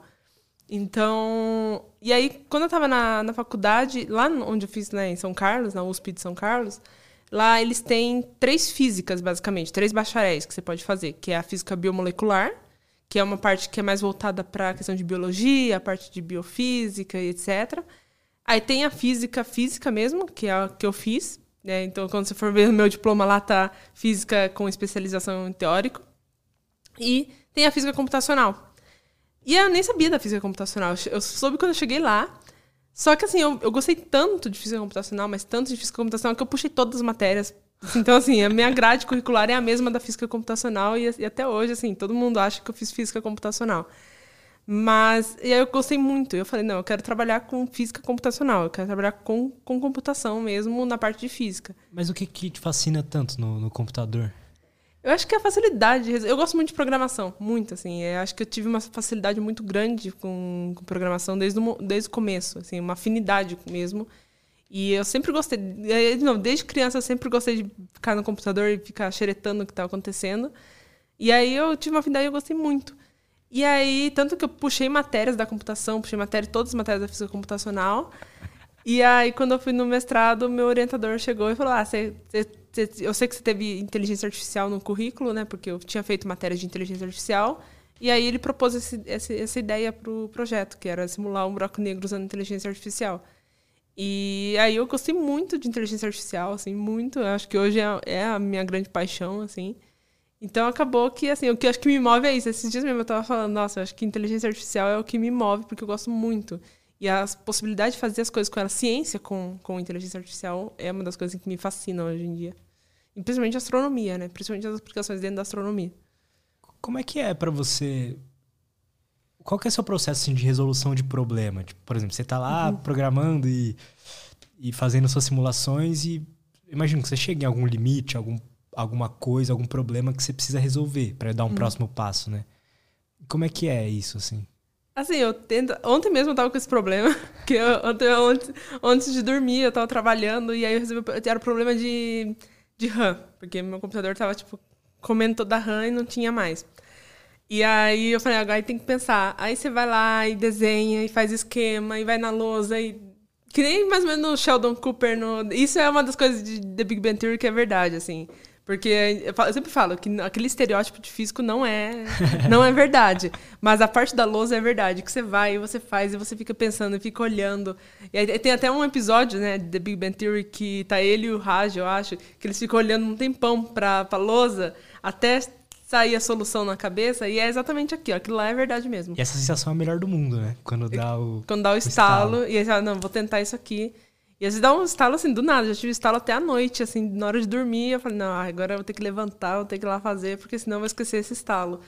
Então, e aí, quando eu estava na, na faculdade, lá onde eu fiz, né, em São Carlos, na U S P de São Carlos, lá eles têm três físicas, basicamente, três bacharéis que você pode fazer, que é a física biomolecular, que é uma parte que é mais voltada para a questão de biologia, a parte de biofísica e etcétera. Aí tem a física física mesmo, que é a que eu fiz. Né? Então, quando você for ver o meu diploma, lá tá física com especialização em teórico. E tem a física computacional. E eu nem sabia da física computacional. Eu soube quando eu cheguei lá. Só que, assim, eu, eu gostei tanto de física computacional, mas tanto de física computacional, que eu puxei todas as matérias. Então, assim, a minha grade curricular é a mesma da física computacional. E, e até hoje, assim, todo mundo acha que eu fiz física computacional. Mas, e aí eu gostei muito. Eu falei, não, eu quero trabalhar com física computacional. Eu quero trabalhar com, com computação mesmo na parte de física. Mas o que, que te fascina tanto no, no computador? Eu acho que é a facilidade de resol... Eu gosto muito de programação, muito, assim. Eu acho que eu tive uma facilidade muito grande com, com programação desde o, desde o começo, assim, uma afinidade mesmo. E eu sempre gostei... Não, desde criança eu sempre gostei de ficar no computador e ficar xeretando o que estava acontecendo. E aí eu tive uma afinidade e eu gostei muito. E aí, tanto que eu puxei matérias da computação, puxei matéria, todas as matérias da física computacional. E aí, quando eu fui no mestrado, meu orientador chegou e falou, ah, você, você, eu sei que você teve inteligência artificial no currículo, né? Porque eu tinha feito matérias de inteligência artificial. E aí ele propôs esse, esse, essa ideia para o projeto, que era simular um buraco negro usando inteligência artificial. E aí eu gostei muito de inteligência artificial, assim, muito. Eu acho que hoje é, é a minha grande paixão, assim. Então, acabou que, assim, o que eu acho que me move é isso. Esses dias mesmo eu estava falando, nossa, eu acho que inteligência artificial é o que me move, porque eu gosto muito. E a possibilidade de fazer as coisas com ela, ciência com, com inteligência artificial, é uma das coisas que me fascinam hoje em dia. E principalmente a astronomia, né? Principalmente as aplicações dentro da astronomia. Como é que é para você... Qual que é o seu processo, assim, de resolução de problema? Tipo, por exemplo, você está lá uhum. programando e, e fazendo suas simulações e imagino que você chegue em algum limite, algum alguma coisa, algum problema que você precisa resolver para dar um uhum. próximo passo, né? Como é que é isso, assim? Assim, eu tento... Ontem mesmo eu tava com esse problema, que eu, ontem, antes, antes de dormir eu tava trabalhando e aí eu resolvi... Era problema de, de RAM, porque meu computador tava, tipo, comendo toda a RAM e não tinha mais. E aí eu falei, agora tem que pensar. Aí você vai lá e desenha e faz esquema e vai na lousa e... Que nem mais ou menos no Sheldon Cooper. No... Isso é uma das coisas de The Big Bang Theory que é verdade, assim... Porque eu sempre falo que aquele estereótipo de físico não é, não é verdade. Mas a parte da lousa é verdade. Que você vai e você faz e você fica pensando e fica olhando. E aí tem até um episódio, né, de The Big Bang Theory que tá ele e o Raj, eu acho, que eles ficam olhando um tempão pra, pra lousa até sair a solução na cabeça. E é exatamente aqui, ó. Aquilo lá é verdade mesmo. E essa sensação é a melhor do mundo, né? Quando dá o Quando dá o, o estalo, estalo. E aí você fala, não, vou tentar isso aqui. E às vezes dá um estalo assim, do nada. Já tive estalo até à noite, assim, na hora de dormir. Eu falei, não, agora eu vou ter que levantar, vou ter que ir lá fazer, porque senão eu vou esquecer esse estalo.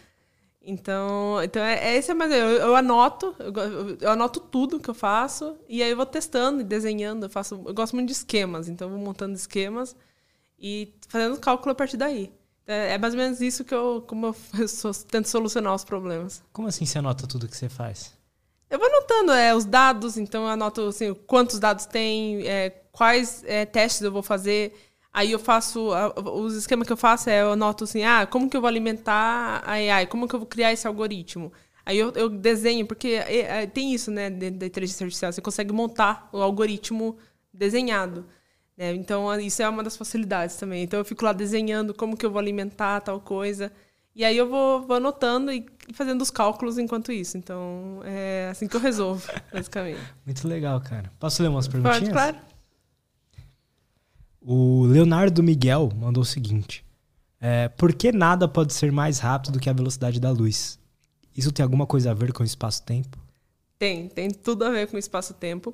Então, então é, é esse é mais. Eu, eu anoto, eu, eu anoto tudo que eu faço, e aí eu vou testando e desenhando. Eu, faço, eu gosto muito de esquemas, então eu vou montando esquemas e fazendo cálculo a partir daí. É, é mais ou menos isso que eu, como eu, eu sou, tento solucionar os problemas. Como assim você anota tudo que você faz? Eu vou anotando é, os dados, então eu anoto assim, quantos dados tem, é, quais é, testes eu vou fazer. Aí eu faço, a, os esquemas que eu faço é, eu anoto assim, ah, como que eu vou alimentar a A I? Como que eu vou criar esse algoritmo? Aí eu, eu desenho, porque é, é, tem isso, né, dentro da inteligência artificial, você consegue montar o algoritmo desenhado. Né? Então, isso é uma das facilidades também. Então, eu fico lá desenhando como que eu vou alimentar tal coisa. E aí eu vou, vou anotando e fazendo os cálculos enquanto isso. Então, é assim que eu resolvo, basicamente. Muito legal, cara. Posso ler umas perguntinhas? Pode, claro. O Leonardo Miguel mandou o seguinte. É, por que nada pode ser mais rápido do que a velocidade da luz? Isso tem alguma coisa a ver com o espaço-tempo? Tem, tem tudo a ver com o espaço-tempo.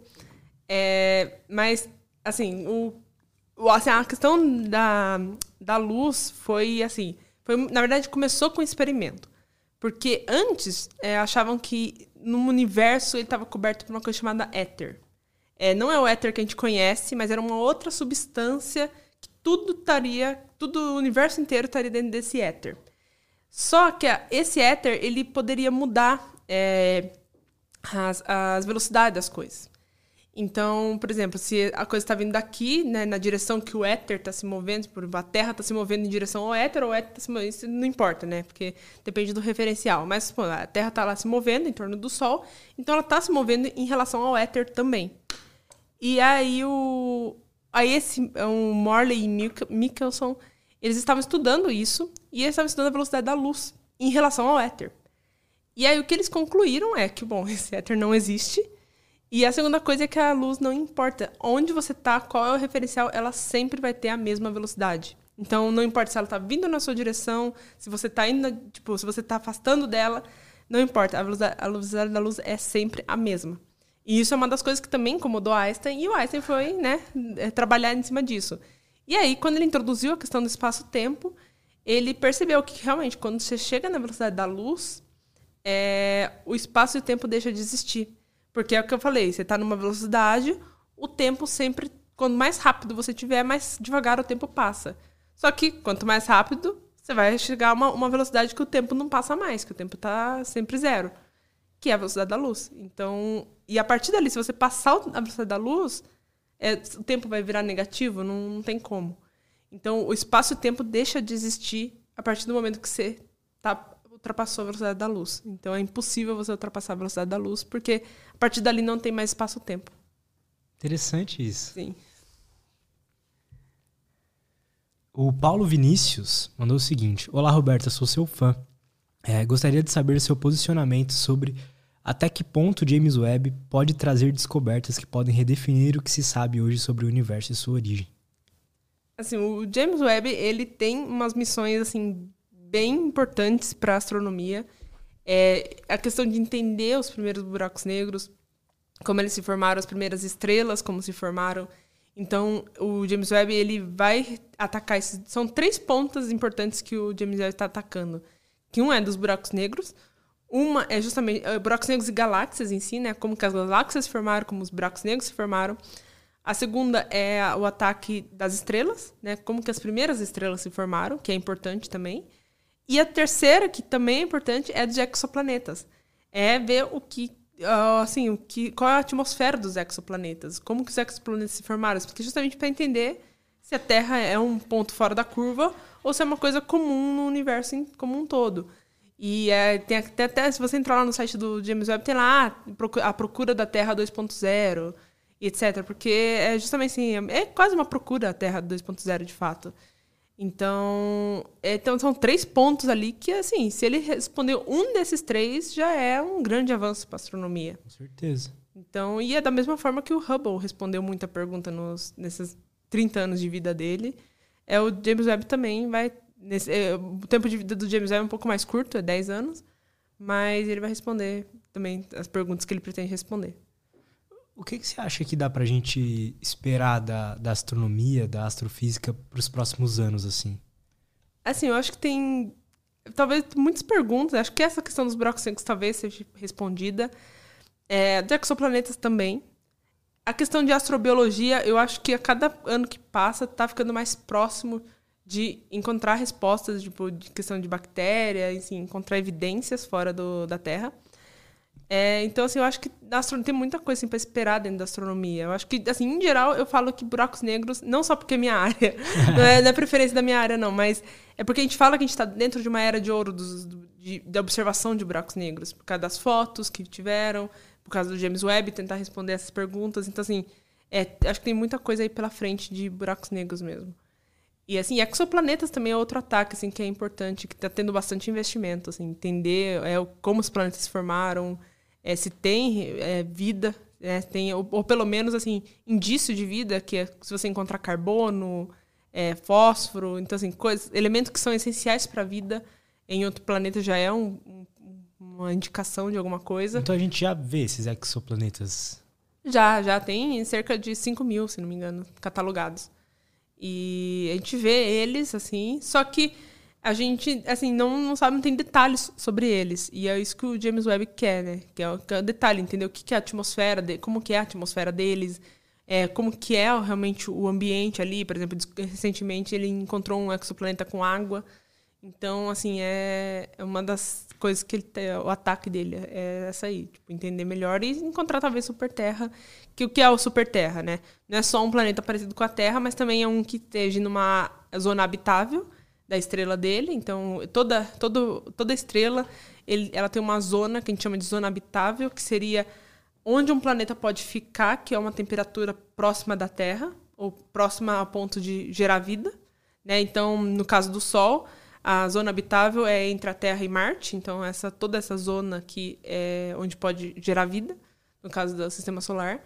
É, mas, assim, o, o, assim, a questão da, da luz foi, assim... Foi, na verdade, começou com um experimento. Porque antes, é, achavam que no universo ele estava coberto por uma coisa chamada éter. É, não é o éter que a gente conhece, mas era uma outra substância que tudo estaria... Tudo, o universo inteiro estaria dentro desse éter. Só que esse éter, ele poderia mudar é, as, as velocidades das coisas. Então, por exemplo, se a coisa está vindo daqui, né, na direção que o éter está se movendo, por a Terra está se movendo em direção ao éter, ou o éter está se movendo, isso não importa, né? Porque depende do referencial. Mas pô, a Terra está lá se movendo em torno do Sol, então ela está se movendo em relação ao éter também. E aí, o, aí esse, o Morley e Michelson, eles estavam estudando isso, e eles estavam estudando a velocidade da luz em relação ao éter. E aí o que eles concluíram é que, bom, esse éter não existe. E a segunda coisa é que a luz não importa. Onde você está, qual é o referencial, ela sempre vai ter a mesma velocidade. Então, não importa se ela está vindo na sua direção, se você está indo, tipo, se você está afastando dela, não importa. A velocidade, a velocidade da luz é sempre a mesma. E isso é uma das coisas que também incomodou Einstein, e o Einstein foi, né, trabalhar em cima disso. E aí, quando ele introduziu a questão do espaço-tempo, ele percebeu que, realmente, quando você chega na velocidade da luz, é, o espaço e o tempo deixam de existir. Porque é o que eu falei, você está numa velocidade, o tempo sempre, quanto mais rápido você tiver, mais devagar o tempo passa. Só que, quanto mais rápido, você vai chegar a uma, uma velocidade que o tempo não passa mais, que o tempo está sempre zero, que é a velocidade da luz. Então, e a partir dali, se você passar a velocidade da luz, é, o tempo vai virar negativo, não, não tem como. Então, o espaço e o tempo deixa de existir a partir do momento que você está... ultrapassou a velocidade da luz. Então, é impossível você ultrapassar a velocidade da luz, porque a partir dali não tem mais espaço-tempo. Interessante isso. Sim. O Paulo Vinícius mandou o seguinte. Olá, Roberta, sou seu fã. É, gostaria de saber seu posicionamento sobre até que ponto James Webb pode trazer descobertas que podem redefinir o que se sabe hoje sobre o universo e sua origem. Assim, o James Webb, ele tem umas missões, assim, bem importantes para a astronomia. É a questão de entender os primeiros buracos negros, como eles se formaram, as primeiras estrelas, como se formaram. Então, o James Webb, ele vai atacar esses... São três pontas importantes que o James Webb está atacando. Que um é dos buracos negros, uma é justamente é, buracos negros e galáxias em si, né? Como que as galáxias se formaram, como os buracos negros se formaram. A segunda é o ataque das estrelas, né? Como que as primeiras estrelas se formaram, que é importante também. E a terceira, que também é importante, é dos exoplanetas. É ver o que, uh, assim, o que, qual é a atmosfera dos exoplanetas, como que os exoplanetas se formaram, porque justamente para entender se a Terra é um ponto fora da curva ou se é uma coisa comum no universo em, como um todo. E é, tem até, até, se você entrar lá no site do James Webb, tem lá a procura da Terra dois ponto zero, etcétera. Porque é justamente assim, é quase uma procura da Terra dois ponto zero, de fato. Então, então, são três pontos ali que, assim, se ele responder um desses três, já é um grande avanço para a astronomia. Com certeza. Então, e é da mesma forma que o Hubble respondeu muita pergunta nos, nesses trinta anos de vida dele. É, o James Webb também vai... Nesse, é, o tempo de vida do James Webb é um pouco mais curto, é dez anos, mas ele vai responder também as perguntas que ele pretende responder. O que, que você acha que dá pra gente esperar da, da astronomia, da astrofísica, pros próximos anos, assim? Assim, eu acho que tem, talvez, muitas perguntas. Acho que essa questão dos buracos negros talvez seja respondida. É, de exoplanetas também. A questão de astrobiologia, eu acho que a cada ano que passa tá ficando mais próximo de encontrar respostas, tipo, de questão de bactéria, enfim, encontrar evidências fora do, da Terra. É, então, assim, eu acho que na astronomia tem muita coisa assim, para esperar dentro da astronomia. Eu acho que, assim, em geral, eu falo que buracos negros, não só porque é minha área, não, é, não é preferência da minha área, não, mas é porque a gente fala que a gente está dentro de uma era de ouro dos, de, de observação de buracos negros, por causa das fotos que tiveram, por causa do James Webb tentar responder essas perguntas. Então, assim, é, acho que tem muita coisa aí pela frente de buracos negros mesmo. E, assim, exoplanetas também é outro ataque, assim, que é importante, que está tendo bastante investimento, assim, entender é, como os planetas se formaram, É, se tem é, vida, é, tem, ou, ou pelo menos assim, indício de vida, que é se você encontrar carbono, é, fósforo. Então, assim, coisas, elementos que são essenciais para a vida em outro planeta já é um, um, uma indicação de alguma coisa. Então a gente já vê esses exoplanetas? Já, já tem cerca de cinco mil, se não me engano, catalogados. E a gente vê eles, assim, só que a gente, assim, não, não sabe, não tem detalhes sobre eles. E é isso que o James Webb quer, né? Que é o, que é o detalhe, entender o que, que é a atmosfera, de, como que é a atmosfera deles, é, como que é realmente o ambiente ali. Por exemplo, recentemente ele encontrou um exoplaneta com água. Então, assim, é uma das coisas que ele tem, o ataque dele é essa aí, tipo, entender melhor e encontrar talvez Superterra, que o que é o Superterra, né? Não é só um planeta parecido com a Terra, mas também é um que esteja numa zona habitável da estrela dele. Então, toda, todo, toda estrela, ele, ela tem uma zona que a gente chama de zona habitável, que seria onde um planeta pode ficar, que é uma temperatura próxima da Terra, ou próxima a ponto de gerar vida, né? Então, no caso do Sol, a zona habitável é entre a Terra e Marte, então essa, toda essa zona aqui é onde pode gerar vida, no caso do Sistema Solar.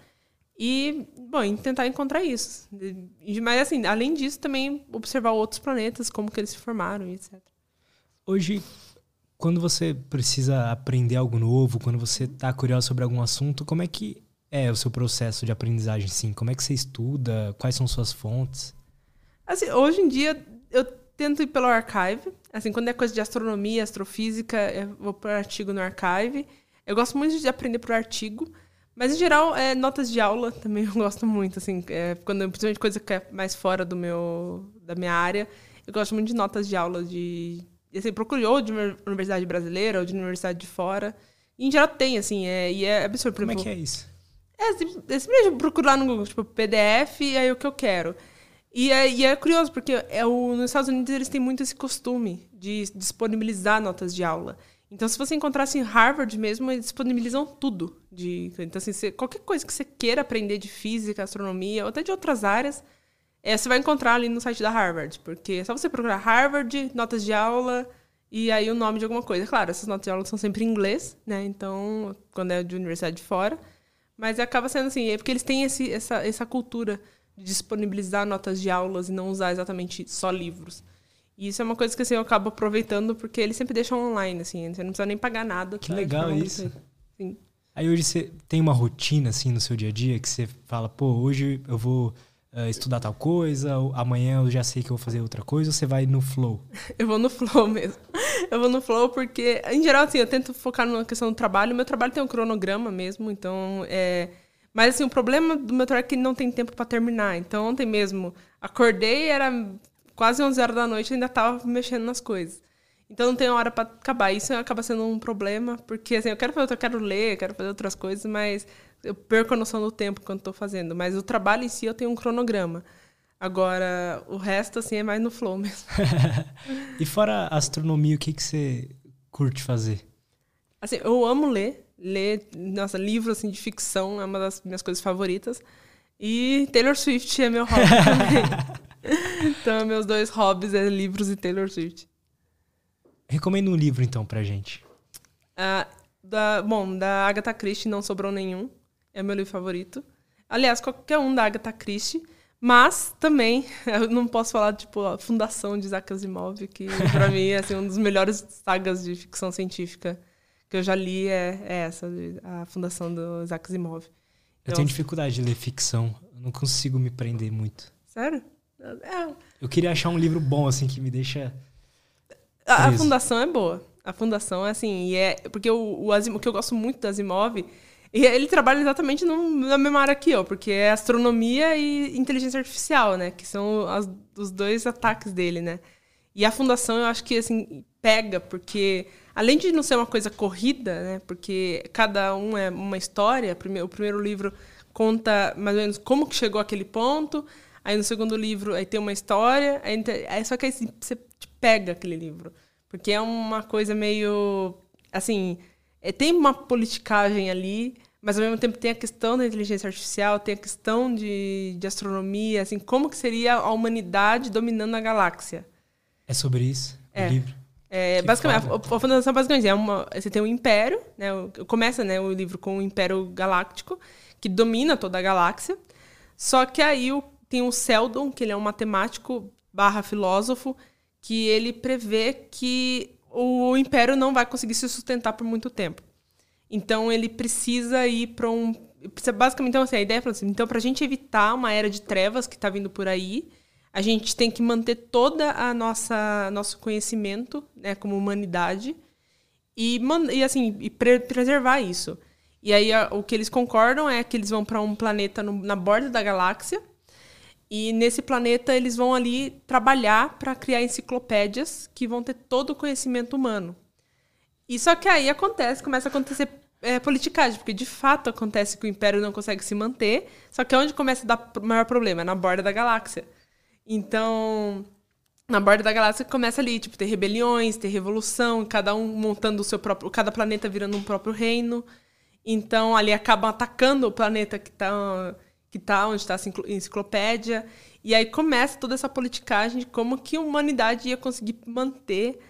E, bom, tentar encontrar isso. Mas, assim, além disso, também observar outros planetas, como que eles se formaram e etcétera. Hoje, quando você precisa aprender algo novo, quando você está curioso sobre algum assunto, como é que é o seu processo de aprendizagem, sim? Como é que você estuda? Quais são suas fontes? Assim, hoje em dia, eu tento ir pelo Archive. Assim, quando é coisa de astronomia, astrofísica, eu vou para artigo no Archive. Eu gosto muito de aprender por artigo. Mas, em geral, é, notas de aula também eu gosto muito. Assim, é, quando, principalmente coisa que é mais fora do meu, da minha área, eu gosto muito de notas de aula. De, assim, procuro ou de universidade brasileira ou de universidade de fora. E, em geral, tem, assim, é, e é absurdo. Como exemplo, é que é isso? É, é simplesmente procurar no Google, tipo, P D F, e aí o que eu quero. E é, e é curioso, porque é o, nos Estados Unidos eles têm muito esse costume de disponibilizar notas de aula. Então, se você encontrasse em Harvard mesmo, eles disponibilizam tudo. De, então, assim, você, qualquer coisa que você queira aprender de física, astronomia, ou até de outras áreas, é, você vai encontrar ali no site da Harvard. Porque é só você procurar Harvard, notas de aula, e aí o nome de alguma coisa. Claro, essas notas de aula são sempre em inglês, né? Então, quando é de universidade de fora. Mas acaba sendo assim, é porque eles têm esse, essa, essa cultura de disponibilizar notas de aulas e não usar exatamente só livros. E isso é uma coisa que assim, eu acabo aproveitando porque eles sempre deixam online, assim, você não precisa nem pagar nada. Que legal isso. Sim. Aí hoje você tem uma rotina assim no seu dia a dia que você fala, pô, hoje eu vou uh, estudar tal coisa, ou amanhã eu já sei que eu vou fazer outra coisa, ou você vai no flow? Eu vou no flow mesmo. Eu vou no flow porque, em geral, assim, eu tento focar na questão do trabalho. O meu trabalho tem um cronograma mesmo, então é... Mas, assim, o problema do meu trabalho é que não tem tempo para terminar. Então, ontem mesmo, acordei, era quase onze horas da noite e ainda estava mexendo nas coisas. Então, não tem hora para acabar. Isso acaba sendo um problema, porque, assim, eu quero fazer, eu quero ler, quero fazer outras coisas, mas eu perco a noção do tempo quando estou fazendo. Mas o trabalho em si, eu tenho um cronograma. Agora, o resto, assim, é mais no flow mesmo. E fora a astronomia, o que, que você curte fazer? Assim, eu amo ler. Ler, nossa, livro assim, de ficção é uma das minhas coisas favoritas. E Taylor Swift é meu hobby também. Então, meus dois hobbies é livros e Taylor Swift. Recomenda um livro, então, pra gente. Ah, da, bom, da Agatha Christie, Não Sobrou Nenhum. É o meu livro favorito. Aliás, qualquer um da Agatha Christie. Mas, também, eu não posso falar, tipo, a Fundação de Isaac Asimov, que, pra mim, é assim, uma das melhores sagas de ficção científica que eu já li é, é essa, a Fundação do Isaac Asimov. Eu então, tenho dificuldade de ler ficção. Eu não consigo me prender muito. Sério? É. Eu queria achar um livro bom, assim, que me deixa... A, a Fundação é boa. A Fundação é assim... E é, porque o, o, Asimov, o que eu gosto muito do Asimov... E ele trabalha exatamente no, na mesma área que eu. Porque é astronomia e inteligência artificial, né? Que são as, os dois ataques dele, né? E a Fundação, eu acho que, assim, pega, porque... Além de não ser uma coisa corrida, né? Porque cada um é uma história. O primeiro livro conta mais ou menos como que chegou àquele ponto. Aí no segundo livro aí tem uma história. Aí, só que aí você pega aquele livro. Porque é uma coisa meio... Assim, é, tem uma politicagem ali, mas ao mesmo tempo tem a questão da inteligência artificial, tem a questão de, de astronomia. Assim, como que seria a humanidade dominando a galáxia? É sobre isso, é. o livro? É, basicamente, a, a Fundação basicamente é uma... Você tem um império, né? Começa, né, o livro com o Império Galáctico, que domina toda a galáxia. Só que aí o, tem o Seldon, que ele é um matemático barra filósofo, que ele prevê que o Império não vai conseguir se sustentar por muito tempo. Então, ele precisa ir para um... Basicamente, então, assim, a ideia é assim, então, para a gente evitar uma era de trevas que está vindo por aí, a gente tem que manter toda a nossa nosso conhecimento, né, como humanidade, e, e assim, e pre preservar isso. E aí, a, o que eles concordam é que eles vão para um planeta no, na borda da galáxia, e nesse planeta eles vão ali trabalhar para criar enciclopédias que vão ter todo o conhecimento humano. E só que aí acontece, começa a acontecer é, politicagem, porque de fato acontece que o Império não consegue se manter, só que é onde começa a dar o maior problema, é na borda da galáxia. Então, na borda da galáxia começa ali, tipo, ter rebeliões, ter revolução, cada um montando o seu próprio... Cada planeta virando um próprio reino. Então, ali acabam atacando o planeta que está que tá onde está a enciclopédia. E aí começa toda essa politicagem de como que a humanidade ia conseguir manter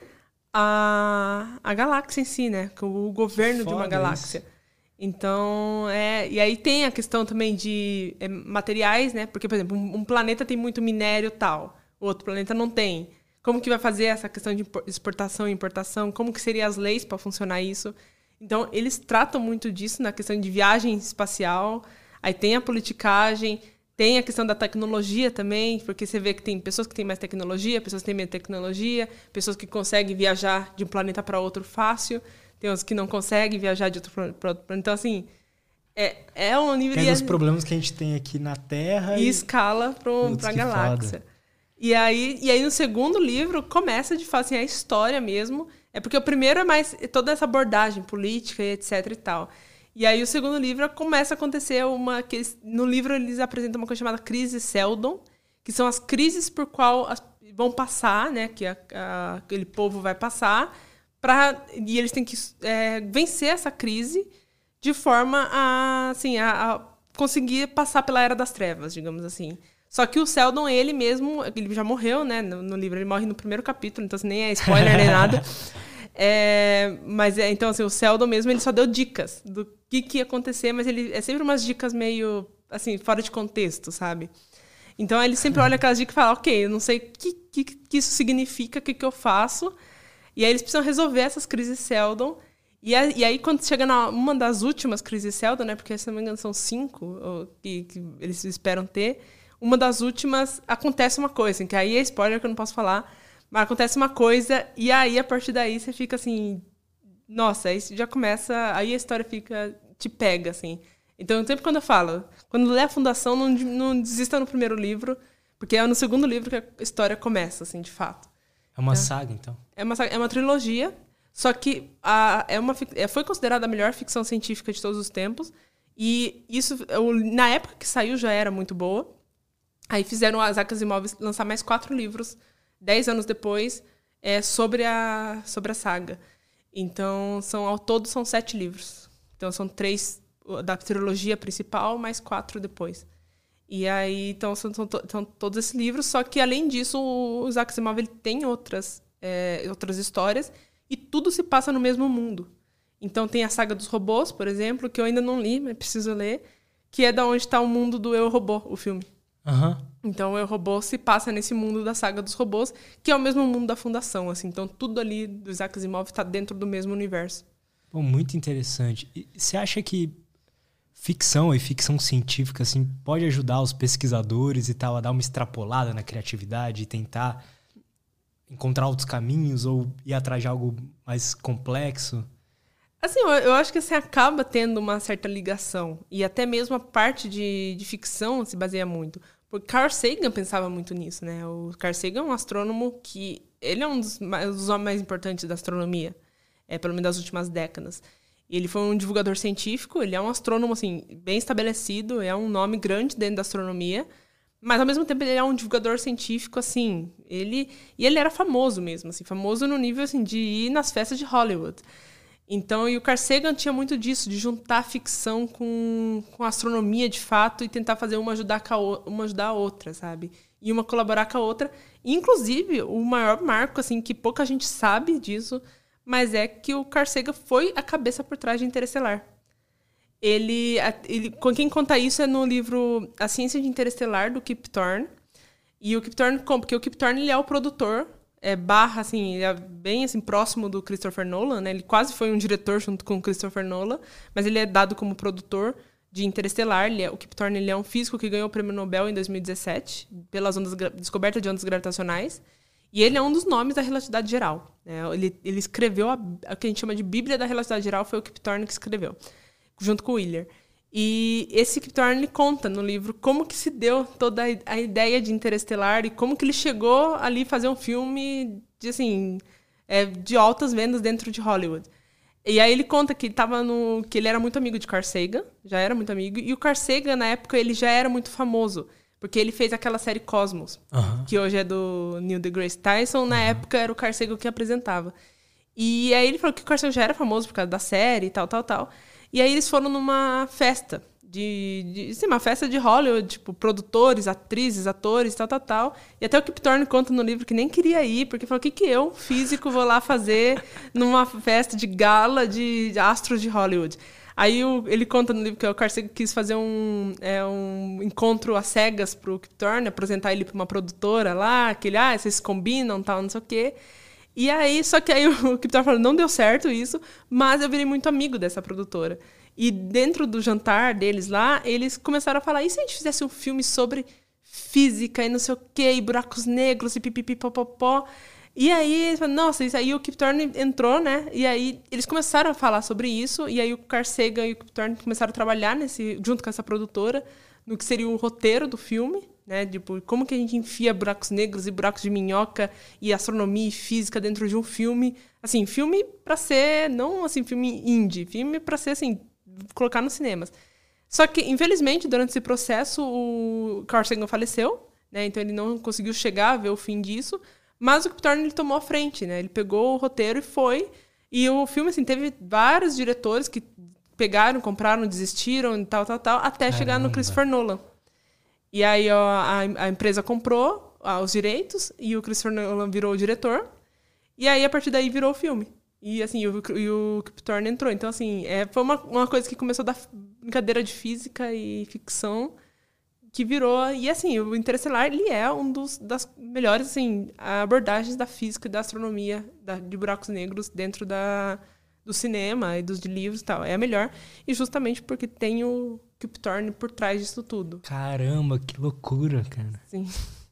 a, a galáxia em si, né? O governo Foda de uma galáxia. Isso. Então, é... E aí tem a questão também de é, materiais, né? Porque, por exemplo, um, um planeta tem muito minério e tal, o outro planeta não tem. Como que vai fazer essa questão de exportação e importação? Como que seriam as leis para funcionar isso? Então, eles tratam muito disso na questão de viagem espacial. Aí tem a politicagem, tem a questão da tecnologia também, porque você vê que tem pessoas que têm mais tecnologia, pessoas que têm menos tecnologia, pessoas que conseguem viajar de um planeta para outro fácil, tem uns que não conseguem viajar de outro planeta para outro planeta. Então, assim, é, é um nível... Tem os problemas que a gente tem aqui na Terra e... E escala para a galáxia. E aí, e aí, no segundo livro, começa, de fato, assim, a história mesmo. É porque o primeiro é mais toda essa abordagem política e etc e tal. E aí o segundo livro começa a acontecer uma... Que eles, no livro eles apresentam uma coisa chamada crise Seldon, que são as crises por qual as, vão passar, né? Que a, a, aquele povo vai passar, pra, e eles têm que é, vencer essa crise de forma a, assim, a, a conseguir passar pela Era das Trevas, digamos assim. Só que o Seldon, ele mesmo, ele já morreu, né? No, no livro, ele morre no primeiro capítulo, então assim, nem é spoiler nem nada. É, mas, é, então, assim, o Seldon mesmo, ele só deu dicas do que, que ia acontecer, mas ele é sempre umas dicas meio, assim, fora de contexto, sabe? Então, ele sempre olha aquelas dicas e fala, ok, eu não sei o que, que, que isso significa, o que, que eu faço. E aí eles precisam resolver essas crises Seldon. E, a, e aí, quando chega na uma das últimas crises Seldon, né? Porque, se não me engano, são cinco ou, que, que eles esperam ter. Uma das últimas, acontece uma coisa, assim, que aí é spoiler que eu não posso falar, mas acontece uma coisa, e aí, a partir daí, você fica assim... Nossa, aí já começa... Aí a história fica... Te pega, assim. Então, sempre quando eu falo... Quando lê a Fundação, não, não desista no primeiro livro, porque é no segundo livro que a história começa, assim, de fato. É uma é. saga, então? É uma, é uma trilogia, só que a, é uma, foi considerada a melhor ficção científica de todos os tempos, e isso, na época que saiu, já era muito boa. Aí fizeram as Isaac Asimov lançar mais quatro livros, dez anos depois, é, sobre, a, sobre a saga. Então, são, ao todo, são sete livros. Então, são três da trilogia principal, mais quatro depois. E aí, então, são, são, to, são todos esses livros, só que, além disso, o Isaac Asimov ele tem outras, é, outras histórias, e tudo se passa no mesmo mundo. Então, tem a Saga dos Robôs, por exemplo, que eu ainda não li, mas preciso ler, que é da onde está o mundo do Eu, Robô, o filme. Uhum. Então, o Eu, Robô se passa nesse mundo da Saga dos Robôs, que é o mesmo mundo da Fundação. Assim. Então, tudo ali do Isaac Asimov está dentro do mesmo universo. Pô, muito interessante. E você acha que ficção e ficção científica assim, pode ajudar os pesquisadores e tal a dar uma extrapolada na criatividade e tentar encontrar outros caminhos ou ir atrás de algo mais complexo? Assim, eu, eu acho que assim, acaba tendo uma certa ligação. E até mesmo a parte de, de ficção se baseia muito. Porque Carl Sagan pensava muito nisso, né? O Carl Sagan é um astrônomo que... Ele é um dos, mais, dos homens mais importantes da astronomia. É, pelo menos das últimas décadas. Ele foi um divulgador científico. Ele é um astrônomo, assim, bem estabelecido. É um nome grande dentro da astronomia. Mas, ao mesmo tempo, ele é um divulgador científico, assim... Ele, e ele era famoso mesmo, assim. Famoso no nível, assim, de ir nas festas de Hollywood. Então, e o Carl Sagan tinha muito disso, de juntar a ficção com, com a astronomia, de fato, e tentar fazer uma ajudar, a, uma ajudar a outra, sabe? E uma colaborar com a outra. Inclusive, o maior marco, assim, que pouca gente sabe disso, mas é que o Carl Sagan foi a cabeça por trás de Interestelar. Ele, ele, quem conta isso é no livro A Ciência de Interestelar, do Kip Thorne. E o Kip Thorne, como? Porque o Kip Thorne, ele é o produtor, é, barra, assim, ele é bem, assim, próximo do Christopher Nolan, né? Ele quase foi um diretor junto com o Christopher Nolan, mas ele é dado como produtor de Interestelar. Ele é, o Kip Thorne, ele é um físico que ganhou o prêmio Nobel em dois mil e dezessete, pelas ondas, descoberta de ondas gravitacionais. E ele é um dos nomes da relatividade geral, né? Ele, ele escreveu a, a que a gente chama de Bíblia da Relatividade Geral, foi o Kip Thorne que escreveu, junto com o Wheeler. E esse Kip Thorne conta no livro como que se deu toda a ideia de Interestelar e como que ele chegou ali a fazer um filme de, assim, é, de altas vendas dentro de Hollywood. E aí ele conta que, tava no, que ele era muito amigo de Carl Sagan, já era muito amigo, e o Carl Sagan, na época, ele já era muito famoso, porque ele fez aquela série Cosmos, uh-huh. que hoje é do Neil deGrasse Tyson, na uh-huh. época era o Carl Sagan que apresentava. E aí ele falou que o Carl Sagan já era famoso por causa da série e tal, tal, tal. E aí eles foram numa festa, de, de sim, uma festa de Hollywood, tipo, produtores, atrizes, atores, tal, tal, tal. E até o Kip Thorne conta no livro que nem queria ir, porque falou, o que que eu, físico, vou lá fazer numa festa de gala de astros de Hollywood? Aí o, ele conta no livro que o Carl Sagan quis fazer um, é, um encontro às cegas pro Kip Thorne, apresentar ele para uma produtora lá, que ele, ah, vocês se combinam, tal, não sei o quê. E aí, só que aí o Kip Thorne falou, não deu certo isso, mas eu virei muito amigo dessa produtora. E dentro do jantar deles lá, eles começaram a falar, e se a gente fizesse um filme sobre física e não sei o quê, e buracos negros e pipipipopopó? E aí, eles falaram, nossa, isso aí o Kip Thorne entrou, né? E aí eles começaram a falar sobre isso, e aí o Carl Sagan e o Kip Thorne começaram a trabalhar nesse, junto com essa produtora, no que seria o roteiro do filme, né? Tipo, como que a gente enfia buracos negros e buracos de minhoca e astronomia e física dentro de um filme. Assim, filme pra ser, não assim, filme indie, filme pra ser, assim, colocar nos cinemas. Só que, infelizmente, durante esse processo, o Carl Sagan faleceu, né? Então ele não conseguiu chegar a ver o fim disso, mas o Kip Thorne, ele tomou a frente, né? Ele pegou o roteiro e foi. E o filme, assim, teve vários diretores que pegaram, compraram, desistiram e tal, tal, tal, até Caramba. chegar no Christopher Nolan. E aí ó, a, a empresa comprou ó, os direitos e o Christopher Nolan virou o diretor. E aí, a partir daí, virou o filme. E, assim, o, e o Kip Thorne entrou. Então, assim, é, foi uma, uma coisa que começou da brincadeira de física e ficção que virou... E, assim, o Interestelar, ele é um dos das melhores, assim, abordagens da física e da astronomia da, de buracos negros dentro da, do cinema e dos de livros e tal. É a melhor. E justamente porque tem o Kip Thorne por trás disso tudo. Caramba, que loucura, cara. Sim.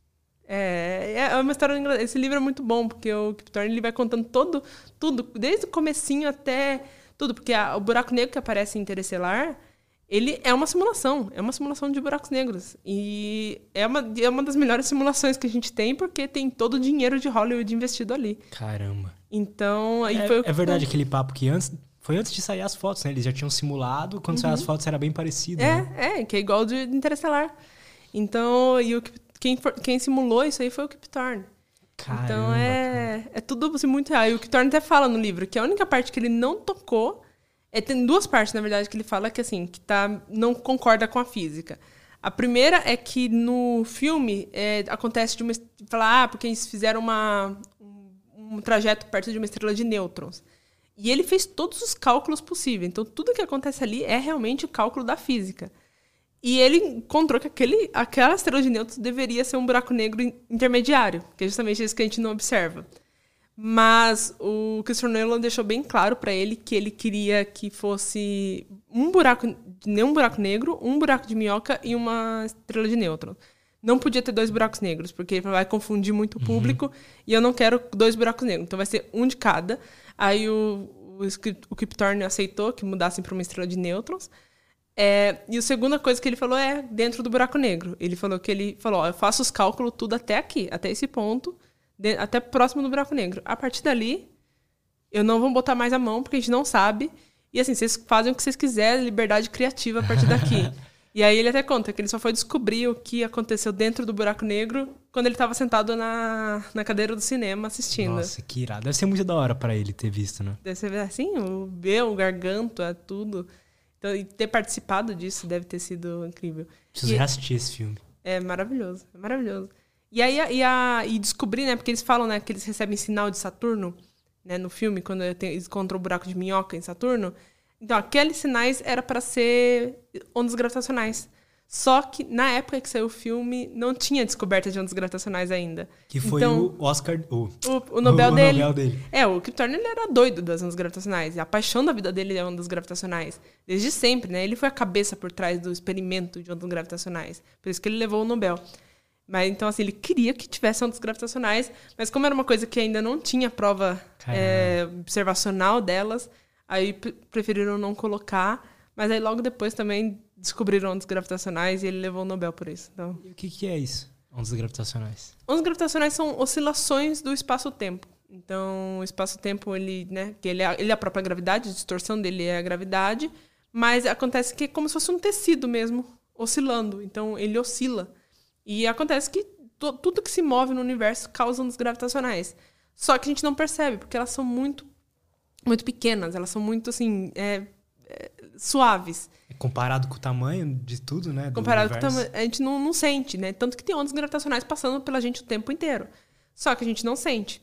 É, é uma história engraçada. Esse livro é muito bom, porque o Kip Thorne, ele vai contando todo, tudo, desde o comecinho até tudo. Porque a, o buraco negro que aparece em Interestelar, ele é uma simulação. É uma simulação de buracos negros. E é uma, é uma das melhores simulações que a gente tem, porque tem todo o dinheiro de Hollywood investido ali. Caramba. Então... Aí é foi o é verdade aquele papo que antes... Foi antes de sair as fotos, né? Eles já tinham simulado, quando uhum. saiu as fotos era bem parecido. É, né? é, que é igual de Interestelar. Então, e o, quem, for, quem simulou isso aí foi o Kip Thorne. Caramba, então, é, é tudo assim, muito real. E o Kip Thorne até fala no livro que a única parte que ele não tocou... É, tem duas partes, na verdade, que ele fala que, assim, que tá, não concorda com a física. A primeira é que no filme é, acontece de uma... Falar, ah, porque eles fizeram uma, um, um trajeto perto de uma estrela de nêutrons. E ele fez todos os cálculos possíveis. Então, tudo que acontece ali é realmente o cálculo da física. E ele encontrou que aquele, aquela estrela de nêutrons deveria ser um buraco negro intermediário, que é justamente isso que a gente não observa. Mas o Christopher Nolan deixou bem claro para ele que ele queria que fosse um buraco, nem um buraco negro, um buraco de minhoca e uma estrela de nêutrons. Não podia ter dois buracos negros, porque vai confundir muito o público, uhum. e eu não quero dois buracos negros. Então vai ser um de cada. Aí o, o, o Kip Thorne aceitou que mudassem para uma estrela de nêutrons. É, e a segunda coisa que ele falou é dentro do buraco negro. Ele falou que ele falou, ó, eu faço os cálculos tudo até aqui, até esse ponto, de, até próximo do buraco negro. A partir dali, eu não vou botar mais a mão, porque a gente não sabe. E assim, vocês fazem o que vocês quiserem, liberdade criativa a partir daqui. E aí ele até conta que ele só foi descobrir o que aconteceu dentro do buraco negro quando ele estava sentado na, na cadeira do cinema assistindo. Nossa, que irado. Deve ser muito da hora para ele ter visto, né? Deve ser assim, o B, o garganto, tudo. Então, e ter participado disso deve ter sido incrível. Preciso e, reassistir esse filme. É maravilhoso, é maravilhoso. E aí e, a, e descobrir, né? Porque eles falam, né, que eles recebem sinal de Saturno, né, no filme, quando eles encontram o buraco de minhoca em Saturno. Então, aqueles sinais era para ser ondas gravitacionais. Só que, na época que saiu o filme, não tinha descoberta de ondas gravitacionais ainda. Que foi então, o Oscar... O, o, o, Nobel, o, dele. o Nobel dele. É, o Kip Thorne, ele era doido das ondas gravitacionais. A paixão da vida dele é ondas gravitacionais. Desde sempre, né? Ele foi a cabeça por trás do experimento de ondas gravitacionais. Por isso que ele levou o Nobel. Mas, então, assim, ele queria que tivesse ondas gravitacionais, mas como era uma coisa que ainda não tinha prova é, observacional delas, aí preferiram não colocar. Mas aí, logo depois, também descobriram ondas gravitacionais e ele levou o Nobel por isso. Então... E o que, que é isso, ondas gravitacionais? Ondas gravitacionais são oscilações do espaço-tempo. Então, o espaço-tempo, ele, né, que ele, é, ele é a própria gravidade, a distorção dele é a gravidade, mas acontece que é como se fosse um tecido mesmo, oscilando. Então, ele oscila. E acontece que to, tudo que se move no universo causa ondas gravitacionais. Só que a gente não percebe, porque elas são muito, muito pequenas, elas são muito, assim, é, é, suaves. Comparado com o tamanho de tudo, né? Comparado com o tamanho, a gente não, não sente, né? Tanto que tem ondas gravitacionais passando pela gente o tempo inteiro. Só que a gente não sente.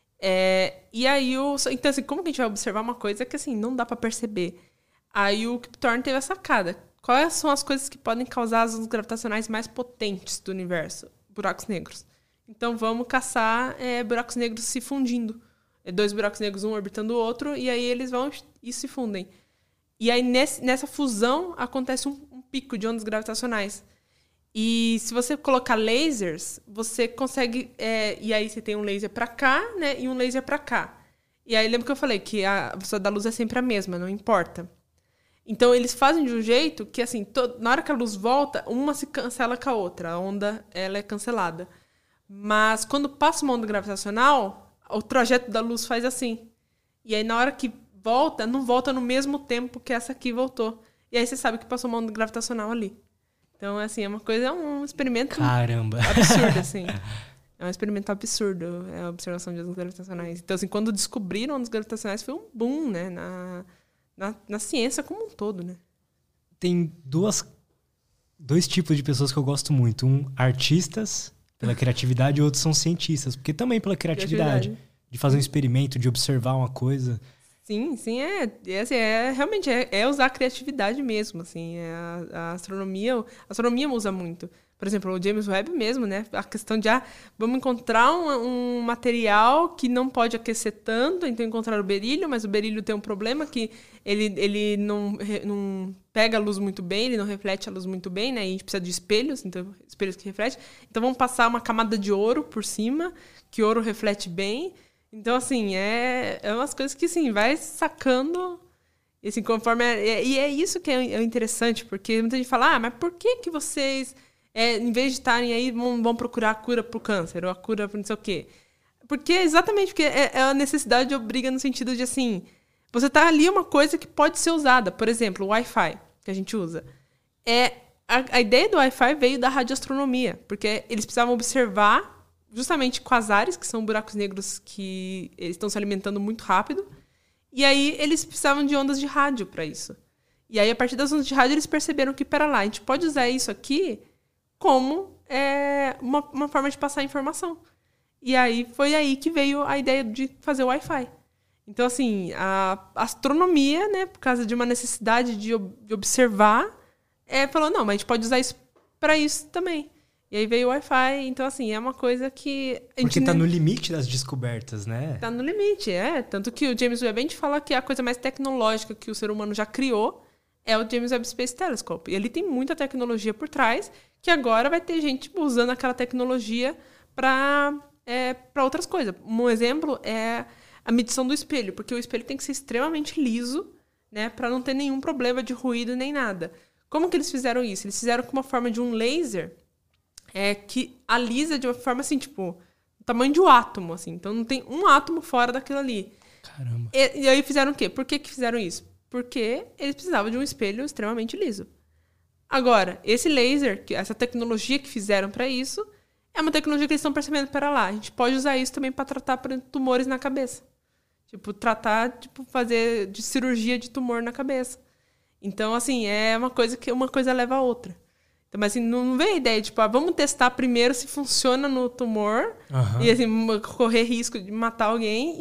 É, e aí, o, então, assim, como que a gente vai observar uma coisa que, assim, não dá pra perceber? Aí o Kip Thorne teve a sacada. Quais são as coisas que podem causar as ondas gravitacionais mais potentes do universo? Buracos negros. Então, vamos caçar é, buracos negros se fundindo. É, dois buracos negros, um orbitando o outro, e aí eles vão e se fundem. E aí, nesse, nessa fusão, acontece um, um pico de ondas gravitacionais. E se você colocar lasers, você consegue... É, e aí, você tem um laser para cá, né? E um laser para cá. E aí, lembra que eu falei que a velocidade da luz é sempre a mesma, não importa. Então, eles fazem de um jeito que, assim, to, na hora que a luz volta, uma se cancela com a outra. A onda, ela é cancelada. Mas, quando passa uma onda gravitacional, o trajeto da luz faz assim. E aí, na hora que volta, não volta no mesmo tempo que essa aqui voltou. E aí você sabe que passou uma onda gravitacional ali. Então, assim, é uma coisa, é um experimento Caramba. absurdo, assim. É um experimento absurdo, é a observação de ondas gravitacionais. Então, assim, quando descobriram ondas gravitacionais, foi um boom, né? Na, na, na ciência como um todo, né? Tem duas, dois tipos de pessoas que eu gosto muito. Um, artistas, pela criatividade, e outros são cientistas. Porque também pela criatividade. criatividade. De fazer um experimento, de observar uma coisa... Sim, sim, é, é, assim, é realmente é, é usar a criatividade mesmo, assim, é a, a astronomia, a astronomia usa muito. Por exemplo, o James Webb mesmo, né, a questão de, ah, vamos encontrar um, um material que não pode aquecer tanto, então encontrar o berílio, mas o berílio tem um problema que ele, ele não, não pega a luz muito bem, ele não reflete a luz muito bem, né, e a gente precisa de espelhos, então, espelhos que refletem. Então vamos passar uma camada de ouro por cima, que ouro reflete bem. Então, assim, é, é umas coisas que, assim, vai sacando, e, assim, conforme... É, e é isso que é, é interessante, porque muita gente fala, ah, mas por que que vocês, é, em vez de estarem aí, vão, vão procurar a cura para o câncer, ou a cura para não sei o quê? Porque, exatamente, porque é, é a necessidade obriga no sentido de, assim, você tá ali uma coisa que pode ser usada. Por exemplo, o Wi-Fi, que a gente usa. É, a, a ideia do Wi-Fi veio da radioastronomia, porque eles precisavam observar... justamente quasares, que são buracos negros que eles estão se alimentando muito rápido. E aí eles precisavam de ondas de rádio para isso. E aí, a partir das ondas de rádio, eles perceberam que, pera lá, a gente pode usar isso aqui como é, uma, uma forma de passar informação. E aí foi aí que veio a ideia de fazer o Wi-Fi. Então, assim, a astronomia, né, por causa de uma necessidade de, de observar, é, falou, não, mas a gente pode usar isso para isso também. E aí veio o Wi-Fi, então assim, é uma coisa que... A gente Porque tá no limite das descobertas, né? Tá no limite, é. Tanto que o James Webb, a gente fala que a coisa mais tecnológica que o ser humano já criou é o James Webb Space Telescope. E ele tem muita tecnologia por trás, que agora vai ter gente usando aquela tecnologia para é, para outras coisas. Um exemplo é a medição do espelho, porque o espelho tem que ser extremamente liso, né, para não ter nenhum problema de ruído nem nada. Como que eles fizeram isso? Eles fizeram com uma forma de um laser... É que alisa de uma forma assim, tipo, o tamanho de um átomo, assim. Então não tem um átomo fora daquilo ali. Caramba. E, e aí fizeram o quê? Por que que fizeram isso? Porque eles precisavam de um espelho extremamente liso. Agora, esse laser, que, essa tecnologia que fizeram para isso, é uma tecnologia que eles estão percebendo, para lá. A gente pode usar isso também para tratar por exemplo, tumores na cabeça. Tipo, tratar, tipo, fazer de cirurgia de tumor na cabeça. Então, assim, é uma coisa que uma coisa leva a outra. Então, mas assim, não vem a ideia, tipo, ah, vamos testar primeiro se funciona no tumor uhum. e assim, correr risco de matar alguém,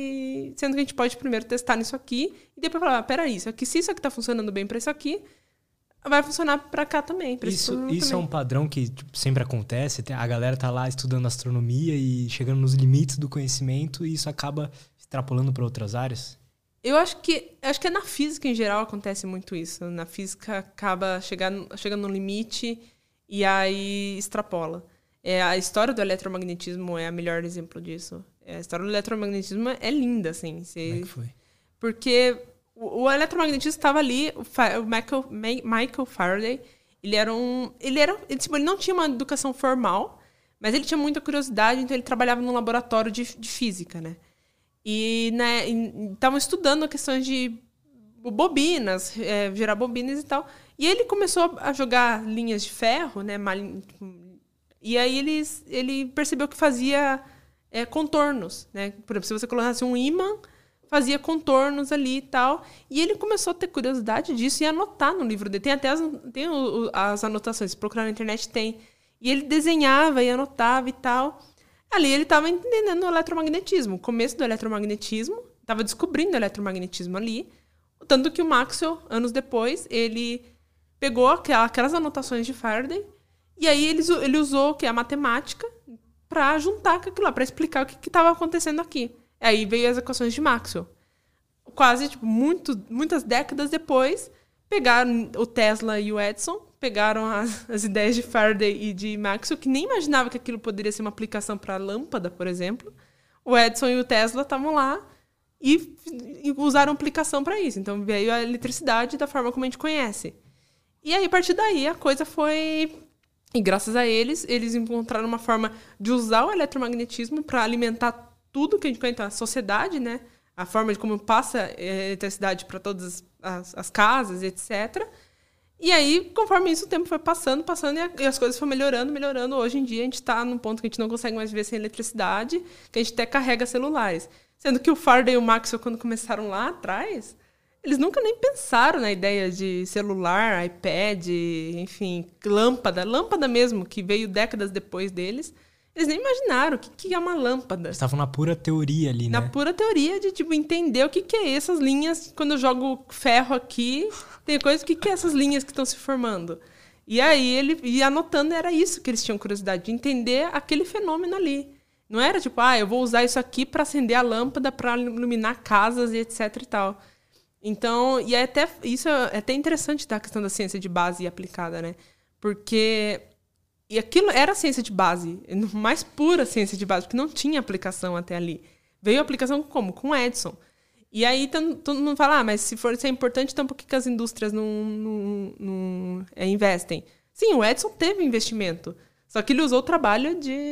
e sendo que a gente pode primeiro testar nisso aqui e depois falar, ah, peraí, isso aqui, se isso aqui tá funcionando bem para isso aqui, vai funcionar para cá também. Pra isso isso também. É um padrão que tipo, sempre acontece. A galera tá lá estudando astronomia e chegando nos limites do conhecimento e isso acaba extrapolando para outras áreas? Eu acho que, acho que é na física em geral acontece muito isso. Na física acaba chegando, chegando no limite e aí extrapola. É, a história do eletromagnetismo é o melhor exemplo disso. É, a história do eletromagnetismo é linda, assim. Você, Como é que foi? Porque o, o eletromagnetismo estava ali, o, Fa, o Michael, Michael Faraday, ele era um... Ele, era, ele, tipo, ele não tinha uma educação formal, mas ele tinha muita curiosidade, então ele trabalhava num laboratório de, de física, né? E né, estavam estudando questões de bobinas, é, gerar bobinas e tal. E ele começou a jogar linhas de ferro, né? Mal, e aí ele, ele percebeu que fazia é, contornos, né? Por exemplo, se você colocasse um ímã, fazia contornos ali e tal. E ele começou a ter curiosidade disso e anotar no livro dele. Tem até as, tem o, as anotações, se procurar na internet tem. E ele desenhava e anotava e tal. Ali ele estava entendendo o eletromagnetismo, o começo do eletromagnetismo, estava descobrindo o eletromagnetismo ali. Tanto que o Maxwell, anos depois, ele pegou aquelas anotações de Faraday e aí ele, ele usou que é a matemática para juntar com aquilo lá, para explicar o que estava acontecendo aqui. Aí veio as equações de Maxwell. Quase, tipo, muito, muitas décadas depois, pegaram o Tesla e o Edison, pegaram as, as ideias de Faraday e de Maxwell, que nem imaginava que aquilo poderia ser uma aplicação para lâmpada, por exemplo. O Edison e o Tesla estavam lá e, e usaram aplicação para isso. Então veio a eletricidade da forma como a gente conhece. E aí, a partir daí, a coisa foi... E graças a eles, eles encontraram uma forma de usar o eletromagnetismo para alimentar tudo que a gente conhece, a sociedade, né? A forma de como passa a eletricidade para todas as, as casas, etcétera. E aí, conforme isso, o tempo foi passando, passando, e as coisas foram melhorando, melhorando. Hoje em dia, a gente está num ponto que a gente não consegue mais viver sem eletricidade, que a gente até carrega celulares. Sendo que o Faraday e o Maxwell, quando começaram lá atrás, eles nunca nem pensaram na ideia de celular, iPad, enfim, lâmpada. Lâmpada mesmo, que veio décadas depois deles. Eles nem imaginaram o que, que é uma lâmpada. Eles estavam na pura teoria ali, na né? Na pura teoria de tipo, entender o que, que é essas linhas. Quando eu jogo ferro aqui, tem coisa, o que, que é essas linhas que estão se formando? E aí, ele e anotando, era isso que eles tinham curiosidade, de entender aquele fenômeno ali. Não era tipo, ah, eu vou usar isso aqui para acender a lâmpada, para iluminar casas e etc e tal. Então, e é até, isso é até interessante da questão da ciência de base e aplicada, né? Porque... E aquilo era ciência de base, mais pura ciência de base, porque não tinha aplicação até ali. Veio a aplicação como? Com o Edison. E aí todo mundo fala, ah, mas se for isso é importante, então por que, que as indústrias não, não, não é, investem? Sim, o Edison teve investimento, só que ele usou o trabalho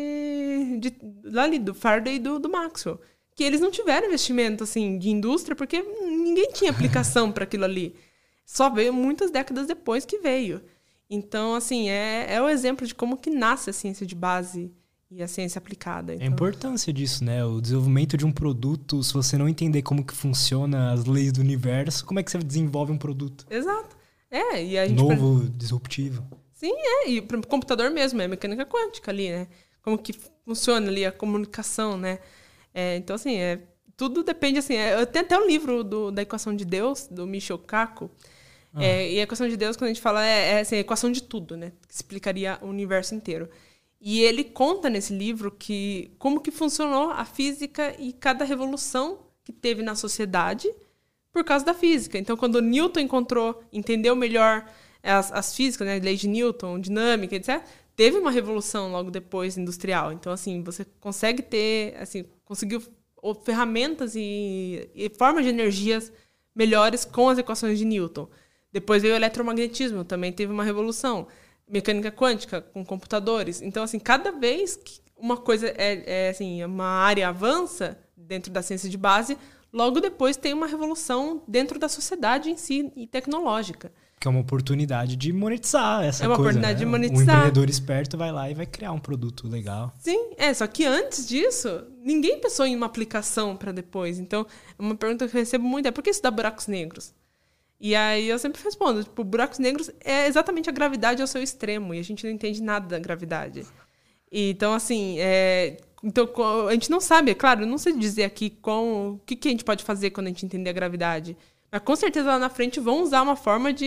de, de, ali, do Faraday e do, do Maxwell, que eles não tiveram investimento assim, de indústria, porque ninguém tinha aplicação para aquilo ali. Só veio muitas décadas depois que veio. Então, assim, é, é o exemplo de como que nasce a ciência de base e a ciência aplicada. Então... A importância disso, né? O desenvolvimento de um produto, se você não entender como que funciona as leis do universo, como é que você desenvolve um produto? Exato. É, e a gente... Novo, pre... disruptivo. Sim, é. E para o computador mesmo, é mecânica quântica ali, né? Como que funciona ali a comunicação, né? É, então, assim, é, tudo depende, assim... É, tem até o livro do, da Equação de Deus, do Michio Kaku. Ah. É, e a equação de Deus, quando a gente fala, é, é assim, a equação de tudo, né? Que explicaria o universo inteiro. E ele conta nesse livro que, como que funcionou a física e cada revolução que teve na sociedade por causa da física. Então, quando Newton encontrou, entendeu melhor as, as físicas, né? Lei de Newton, dinâmica, etcétera, teve uma revolução logo depois industrial. Então, assim, você consegue ter, assim, conseguiu ferramentas e, e formas de energias melhores com as equações de Newton. Depois veio o eletromagnetismo, também teve uma revolução. Mecânica quântica, com computadores. Então, assim, cada vez que uma coisa, é, é assim, uma área avança dentro da ciência de base, logo depois tem uma revolução dentro da sociedade em si e tecnológica. Que é uma oportunidade de monetizar essa coisa. É uma coisa, oportunidade né? de monetizar. O empreendedor esperto vai lá e vai criar um produto legal. Sim, é, só que antes disso, ninguém pensou em uma aplicação para depois. Então, uma pergunta que eu recebo muito é: por que estudar buracos negros? E aí eu sempre respondo, tipo, buracos negros é exatamente a gravidade ao seu extremo, e a gente não entende nada da gravidade. E, então, assim, é, então, a gente não sabe, é claro, eu não sei dizer aqui com, o que, que a gente pode fazer quando a gente entender a gravidade, mas com certeza lá na frente vão usar uma forma de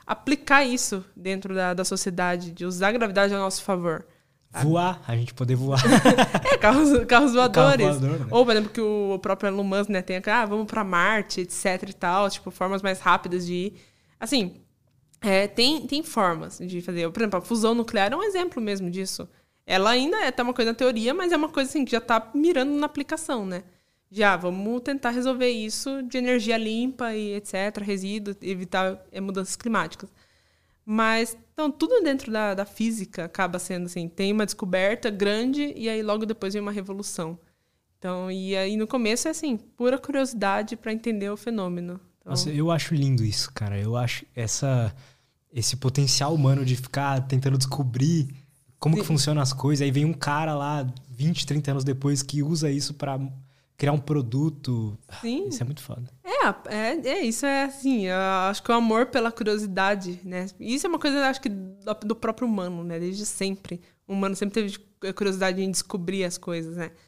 aplicar isso dentro da, da sociedade, de usar a gravidade a nosso favor. Voar, a gente poder voar. É, carros, carros voadores. Carro voador, né? Ou, por exemplo, que o próprio Elon Musk, né, tem aquela, ah, vamos pra Marte, etc e tal, tipo, formas mais rápidas de ir. Assim, é, tem, tem formas de fazer. Por exemplo, a fusão nuclear é um exemplo mesmo disso. Ela ainda é tá uma coisa na teoria, mas é uma coisa assim, que já tá mirando na aplicação, né? Já, vamos tentar resolver isso de energia limpa e etc, resíduos, evitar mudanças climáticas. Mas, então, tudo dentro da, da física acaba sendo assim, tem uma descoberta grande e aí logo depois vem uma revolução. Então, e aí no começo é assim, pura curiosidade para entender o fenômeno. Então... Nossa, eu acho lindo isso, cara. Eu acho essa, esse potencial humano de ficar tentando descobrir como Sim. que funcionam as coisas. Aí vem um cara lá, vinte, trinta anos depois, que usa isso para criar um produto. Sim. Isso é muito foda. É, é, é, isso é assim, eu acho que o amor pela curiosidade, né? Isso é uma coisa, acho que, do, do próprio humano, né? Desde sempre. O humano sempre teve curiosidade em descobrir as coisas, né?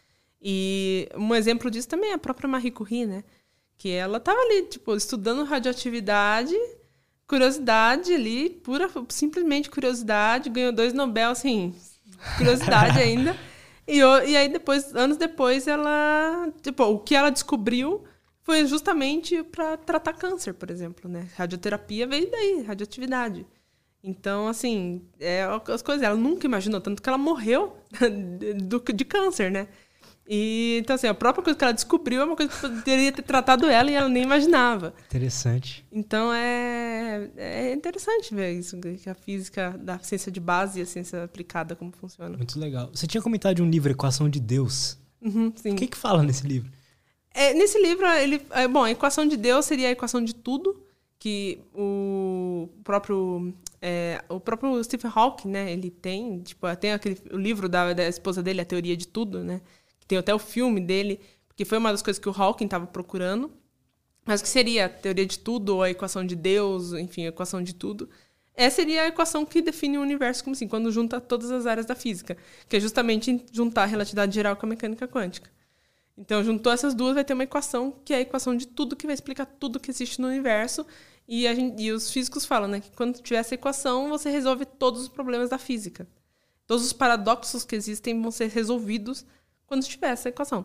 E um exemplo disso também é a própria Marie Curie, né? Que ela tava ali, tipo, estudando radioatividade, curiosidade ali, pura, simplesmente curiosidade, ganhou dois Nobel, assim, curiosidade ainda. E, e aí, depois, anos depois, ela... Tipo, o que ela descobriu foi justamente para tratar câncer, por exemplo, né? Radioterapia veio daí, radioatividade. Então, assim, é, as coisas... Ela nunca imaginou, tanto que ela morreu do, de câncer, né? E, então, assim, a própria coisa que ela descobriu é uma coisa que poderia ter tratado ela e ela nem imaginava. Interessante. Então, é, é interessante ver isso, que a física da ciência de base e a ciência aplicada, como funciona. Muito legal. Você tinha comentado de um livro, Equação de Deus. Uhum, sim. O que que fala nesse livro? É, nesse livro, ele, é, bom, a equação de Deus seria a equação de tudo, que o próprio... É, o próprio Stephen Hawking, né, ele tem, tipo, tem aquele, o livro da, da esposa dele, A Teoria de Tudo, né? Tem até o filme dele, porque foi uma das coisas que o Hawking estava procurando. Mas o que seria a teoria de tudo, ou a equação de Deus, enfim, a equação de tudo? Essa seria a equação que define o universo, como assim, quando junta todas as áreas da física, que é justamente juntar a relatividade geral com a mecânica quântica. Então, juntou essas duas, vai ter uma equação, que é a equação de tudo, que vai explicar tudo que existe no universo. E, a gente, e os físicos falam, né, que quando tiver essa equação, você resolve todos os problemas da física. Todos os paradoxos que existem vão ser resolvidos quando tiver essa equação.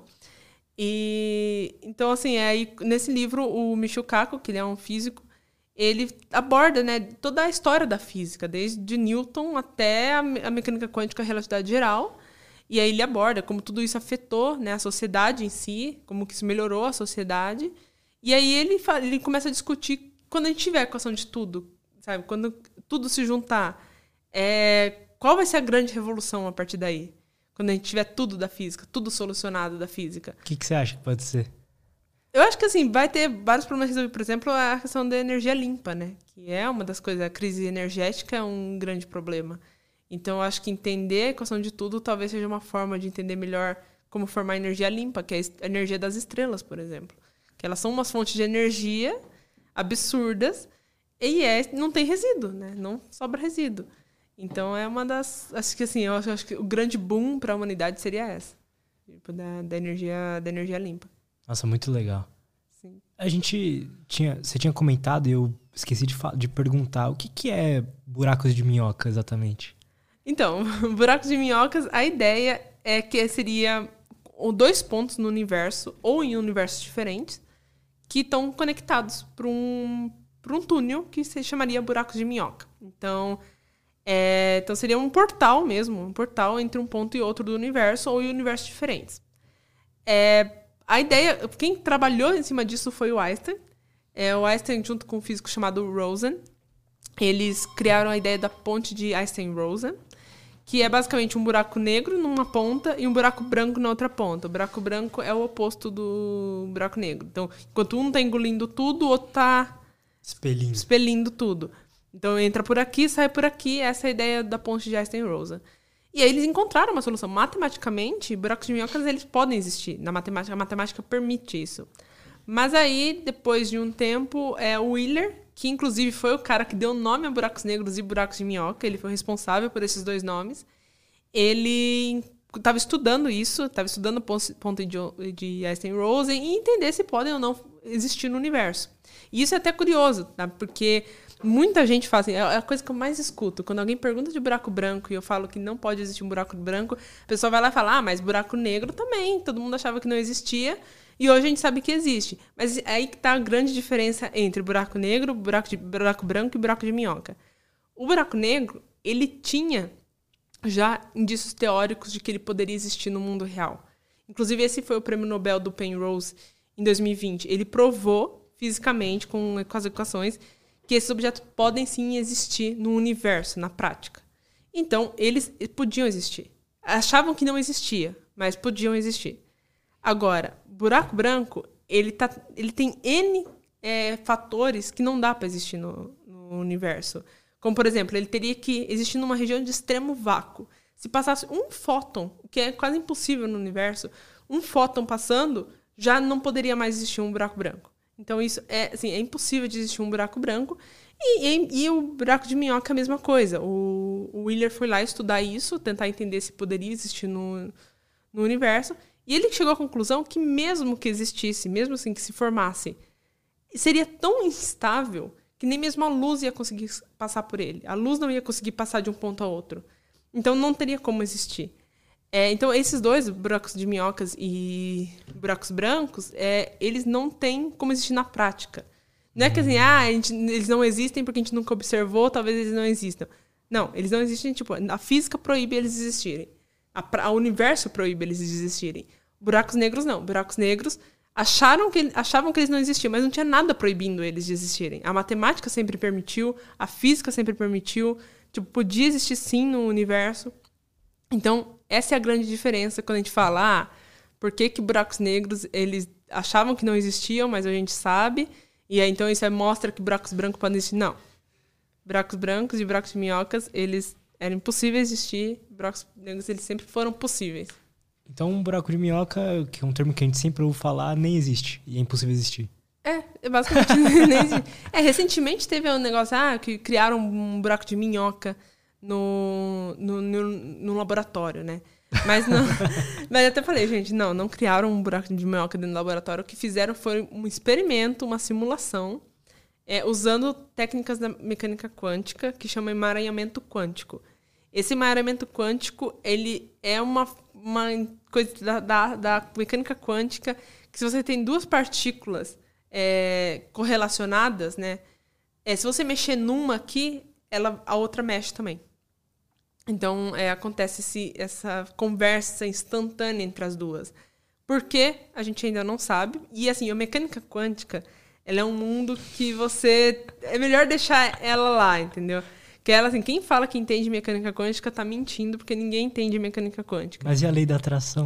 E, então, assim, aí, nesse livro, o Michio Kaku, que ele é um físico, ele aborda, né, toda a história da física, desde Newton até a, a mecânica quântica, a relatividade geral. E aí ele aborda como tudo isso afetou, né, a sociedade em si, como que isso melhorou a sociedade. E aí ele, fala, ele começa a discutir quando a gente tiver a equação de tudo, sabe? Quando tudo se juntar, é, qual vai ser a grande revolução a partir daí? Quando a gente tiver tudo da física, tudo solucionado da física. O que, que você acha que pode ser? Eu acho que, assim, vai ter vários problemas resolvidos. Por exemplo, a questão da energia limpa, né? Que é uma das coisas. A crise energética é um grande problema. Então, eu acho que entender a equação de tudo talvez seja uma forma de entender melhor como formar energia limpa, que é a energia das estrelas, por exemplo. Que elas são umas fontes de energia absurdas e é, não tem resíduo, né? Não sobra resíduo. Então, é uma das... Acho que, assim, eu acho, acho que o grande boom para a humanidade seria essa. Tipo, da, da, energia, da energia limpa. Nossa, muito legal. Sim. A gente tinha... Você tinha comentado e eu esqueci de, de perguntar. O que, que é buracos de minhoca, exatamente? Então, buracos de minhocas, a ideia é que seria dois pontos no universo, ou em universos diferentes, que estão conectados por um, por um túnel que se chamaria buracos de minhoca. Então... É, então seria um portal mesmo, um portal entre um ponto e outro do universo ou em universos diferentes. É, a ideia, quem trabalhou em cima disso foi o Einstein. É, o Einstein junto com um físico chamado Rosen, eles criaram a ideia da ponte de Einstein-Rosen, que é basicamente um buraco negro numa ponta e um buraco branco na outra ponta. O buraco branco é o oposto do buraco negro. Então, enquanto um está engolindo tudo, o outro está expelindo. expelindo tudo. Então, entra por aqui, sai por aqui. Essa é a ideia da ponte de Einstein-Rosen. E aí eles encontraram uma solução. Matematicamente, buracos de minhocas eles podem existir. Na matemática, a matemática permite isso. Mas aí, depois de um tempo, é o Wheeler, que inclusive foi o cara que deu o nome a buracos negros e buracos de minhoca. Ele foi responsável por esses dois nomes. Ele estava estudando isso, estava estudando a ponte de Einstein-Rosen e entender se podem ou não existir no universo. E isso é até curioso, tá? Porque... muita gente fala assim, é a coisa que eu mais escuto. Quando alguém pergunta de buraco branco e eu falo que não pode existir um buraco branco, a pessoa vai lá e fala, ah, mas buraco negro também. Todo mundo achava que não existia e hoje a gente sabe que existe. Mas é aí que está a grande diferença entre buraco negro, buraco, de, buraco branco e buraco de minhoca. O buraco negro, ele tinha já indícios teóricos de que ele poderia existir no mundo real. Inclusive, esse foi o prêmio Nobel do Penrose em dois mil e vinte. Ele provou fisicamente, com, com as equações, que esses objetos podem sim existir no universo, na prática. Então, eles podiam existir. Achavam que não existia, mas podiam existir. Agora, buraco branco, ele, tá, ele tem N é, fatores que não dá para existir no, no universo. Como, por exemplo, ele teria que existir numa região de extremo vácuo. Se passasse um fóton, o que é quase impossível no universo, um fóton passando, já não poderia mais existir um buraco branco. Então, isso é, assim, é impossível de existir um buraco branco. E, e, e o buraco de minhoca é a mesma coisa. O, o Wheeler foi lá estudar isso, tentar entender se poderia existir no, no universo. E ele chegou à conclusão que mesmo que existisse, mesmo assim que se formasse, seria tão instável que nem mesmo a luz ia conseguir passar por ele. A luz não ia conseguir passar de um ponto a outro. Então, não teria como existir. É, então, esses dois, buracos de minhocas e buracos brancos, é, eles não têm como existir na prática. Não é que assim, ah, a gente, eles não existem porque a gente nunca observou, talvez eles não existam. Não, eles não existem, tipo, a física proíbe eles existirem. A, o universo proíbe eles existirem. Buracos negros, não. Buracos negros acharam que, achavam que eles não existiam, mas não tinha nada proibindo eles de existirem. A matemática sempre permitiu, a física sempre permitiu. Tipo, podia existir sim no universo. Então, essa é a grande diferença quando a gente fala, ah, por que que buracos negros, eles achavam que não existiam, mas a gente sabe, e aí então isso aí mostra que buracos brancos podem existir. Não. Buracos brancos e buracos de minhocas, eles eram impossíveis de existir, buracos negros, eles sempre foram possíveis. Então, um buraco de minhoca, que é um termo que a gente sempre ouve falar, nem existe, e é impossível existir. É, basicamente nem existe. É, recentemente teve um negócio, ah, que criaram um buraco de minhoca no, no, no, no laboratório, né? Mas não. Mas eu até falei, gente, não, não criaram um buraco de minhoca dentro do laboratório. O que fizeram foi um experimento, uma simulação, é, usando técnicas da mecânica quântica, que chama emaranhamento quântico. Esse emaranhamento quântico, ele é uma, uma coisa da, da, da mecânica quântica, que se você tem duas partículas é, correlacionadas, né? É, se você mexer numa aqui, ela, a outra mexe também. Então, é, acontece esse, essa conversa instantânea entre as duas. Por quê? A gente ainda não sabe. E, assim, a mecânica quântica, ela é um mundo que você... É melhor deixar ela lá, entendeu? Que ela, assim, quem fala que entende mecânica quântica tá mentindo, porque ninguém entende mecânica quântica. Mas e a lei da atração?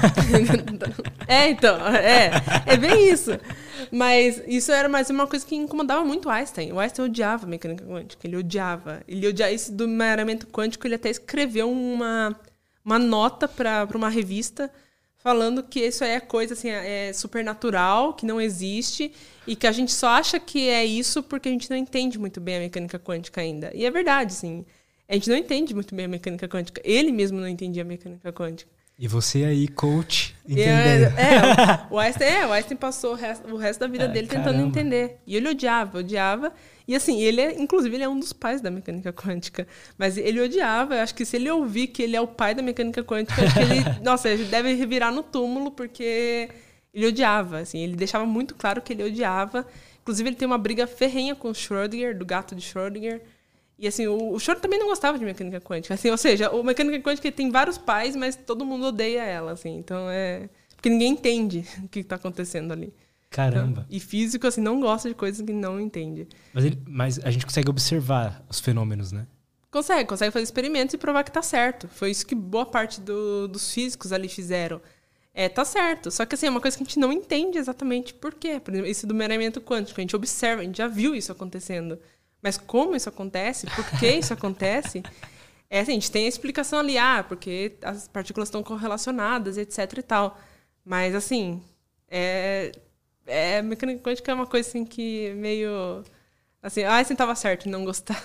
É, então, é, é bem isso. Mas isso era mais uma coisa que incomodava muito o Einstein. O Einstein odiava mecânica quântica, ele odiava. Ele odiava isso do emaranhamento quântico, ele até escreveu uma, uma nota para uma revista falando que isso é coisa assim, é supernatural, que não existe, e que a gente só acha que é isso porque a gente não entende muito bem a mecânica quântica ainda. E é verdade, sim. A gente não entende muito bem a mecânica quântica. Ele mesmo não entendia a mecânica quântica. E você aí, coach, entendendo. É, é, o, Einstein, é, o Einstein passou o resto, o resto da vida é, dele tentando caramba. entender. E ele odiava, odiava. E assim, ele é, inclusive, ele é um dos pais da mecânica quântica. Mas ele odiava. Eu acho que se ele ouvir que ele é o pai da mecânica quântica, acho que ele, nossa, ele deve revirar no túmulo, porque ele odiava. Assim, ele deixava muito claro que ele odiava. Inclusive, ele tem uma briga ferrenha com o Schrödinger, do gato de Schrödinger. E assim, o, o Schrödinger também não gostava de mecânica quântica. Assim, ou seja, a mecânica quântica tem vários pais, mas todo mundo odeia ela. Assim, então é... Porque ninguém entende o que está acontecendo ali. Caramba. Então, e físico, assim, não gosta de coisas que não entende. Mas, ele, mas a gente consegue observar os fenômenos, né? Consegue, consegue fazer experimentos e provar que tá certo. Foi isso que boa parte do, dos físicos ali fizeram. É, tá certo. Só que assim, é uma coisa que a gente não entende exatamente por quê. Por exemplo, isso do emaranhamento quântico. A gente observa, a gente já viu isso acontecendo. Mas como isso acontece? Por que isso acontece? É, assim, a gente tem a explicação ali, ah, porque as partículas estão correlacionadas, etc e tal. Mas, assim, é, é, mecânica quântica é uma coisa assim que meio... Assim, ah, você estava certo em não gostar.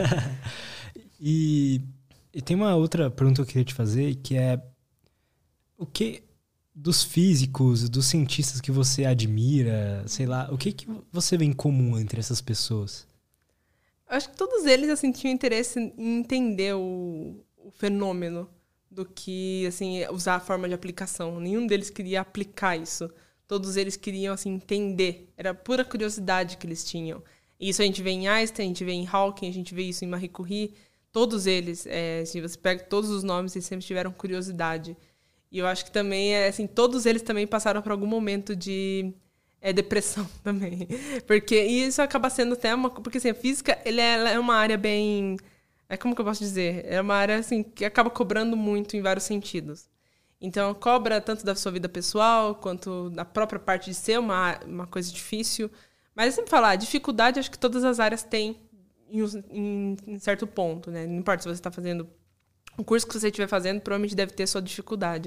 e, e tem uma outra pergunta que eu queria te fazer, que é o que dos físicos, dos cientistas que você admira, sei lá, o que, que você vê em comum entre essas pessoas? acho que todos eles, assim, tinham interesse em entender o, o fenômeno do que, assim, usar a forma de aplicação. Nenhum deles queria aplicar isso. Todos eles queriam, assim, entender. Era pura curiosidade que eles tinham. E isso a gente vê em Einstein, a gente vê em Hawking, a gente vê isso em Marie Curie. Todos eles, é, se você pega todos os nomes, eles sempre tiveram curiosidade. E eu acho que também, é, assim, todos eles também passaram por algum momento de é, depressão também. Porque isso acaba sendo até uma... Porque, assim, a física, ele é, ela é uma área bem... É, como que eu posso dizer? É uma área, assim, que acaba cobrando muito em vários sentidos. Então, cobra tanto da sua vida pessoal, quanto da própria parte de ser uma, uma coisa difícil. Mas, eu sempre falar, dificuldade, acho que todas as áreas têm em, em, em certo ponto, né? Não importa se você está fazendo... O curso que você estiver fazendo, provavelmente deve ter sua dificuldade.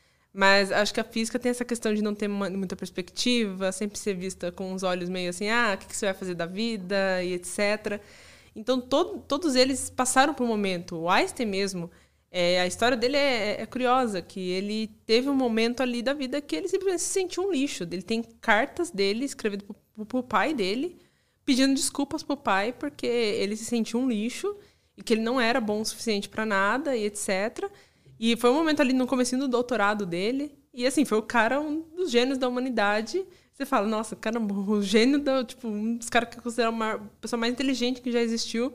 Mas acho que a física tem essa questão de não ter uma, muita perspectiva, sempre ser vista com os olhos meio assim, ah, o que, que você vai fazer da vida, e etcétera. Então, todo, todos eles passaram por um momento. O Einstein mesmo, é, a história dele é, é curiosa, que ele teve um momento ali da vida que ele simplesmente se sentiu um lixo. Ele tem cartas dele escrevidas para o pai dele, pedindo desculpas para o pai, porque ele se sentiu um lixo e que ele não era bom o suficiente para nada, e etcétera. E foi um momento ali no comecinho do doutorado dele, e assim, foi o cara, um dos gênios da humanidade. Você fala, nossa, cara, o gênio, da, tipo, um dos caras que eu considero a pessoa mais inteligente que já existiu,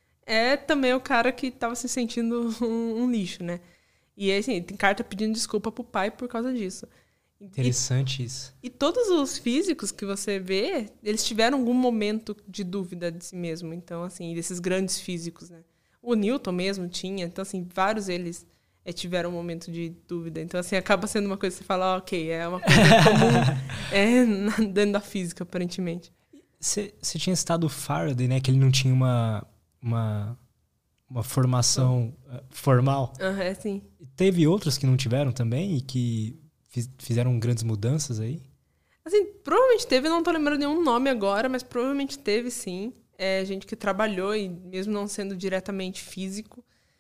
é também o cara que estava se sentindo um, um lixo, né? E assim, tem carta pedindo desculpa pro pai por causa disso. Interessante e, isso. E todos os físicos que você vê, eles tiveram algum momento de dúvida de si mesmo. Então, assim, desses grandes físicos, né? O Newton mesmo tinha. Então, assim, vários deles é, tiveram um momento de dúvida. Então, assim, acaba sendo uma coisa que você fala, ok, é uma coisa comum é, dentro da física, aparentemente. Você tinha citado o Faraday, né? Que ele não tinha uma, uma, uma formação oh. formal. Uhum, é, sim. Teve outros que não tiveram também e que fiz, fizeram grandes mudanças aí? Assim, provavelmente teve, não tô lembrando nenhum nome agora, mas provavelmente teve, sim. É, gente que trabalhou, e mesmo não sendo diretamente físico,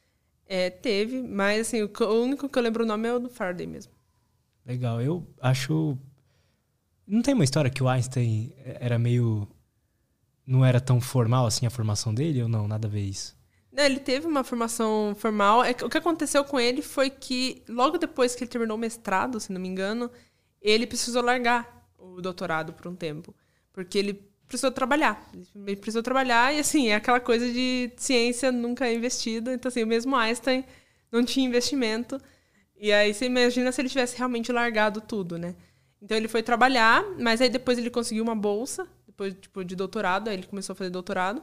é, teve. Mas, assim, o, o único que eu lembro o nome é o do Faraday mesmo. Legal. Eu acho... Não tem uma história que o Einstein era meio... Não era tão formal assim a formação dele? Ou não? Nada a ver isso? Não, ele teve uma formação formal. É, o que aconteceu com ele foi que, logo depois que ele terminou o mestrado, se não me engano, ele precisou largar o doutorado por um tempo. Porque ele precisou trabalhar. Ele precisou trabalhar e, assim, é aquela coisa de ciência nunca é investida. Então, assim, o mesmo Einstein não tinha investimento. E aí você imagina se ele tivesse realmente largado tudo, né? Então, ele foi trabalhar, mas aí depois ele conseguiu uma bolsa, depois tipo, de doutorado, aí ele começou a fazer doutorado.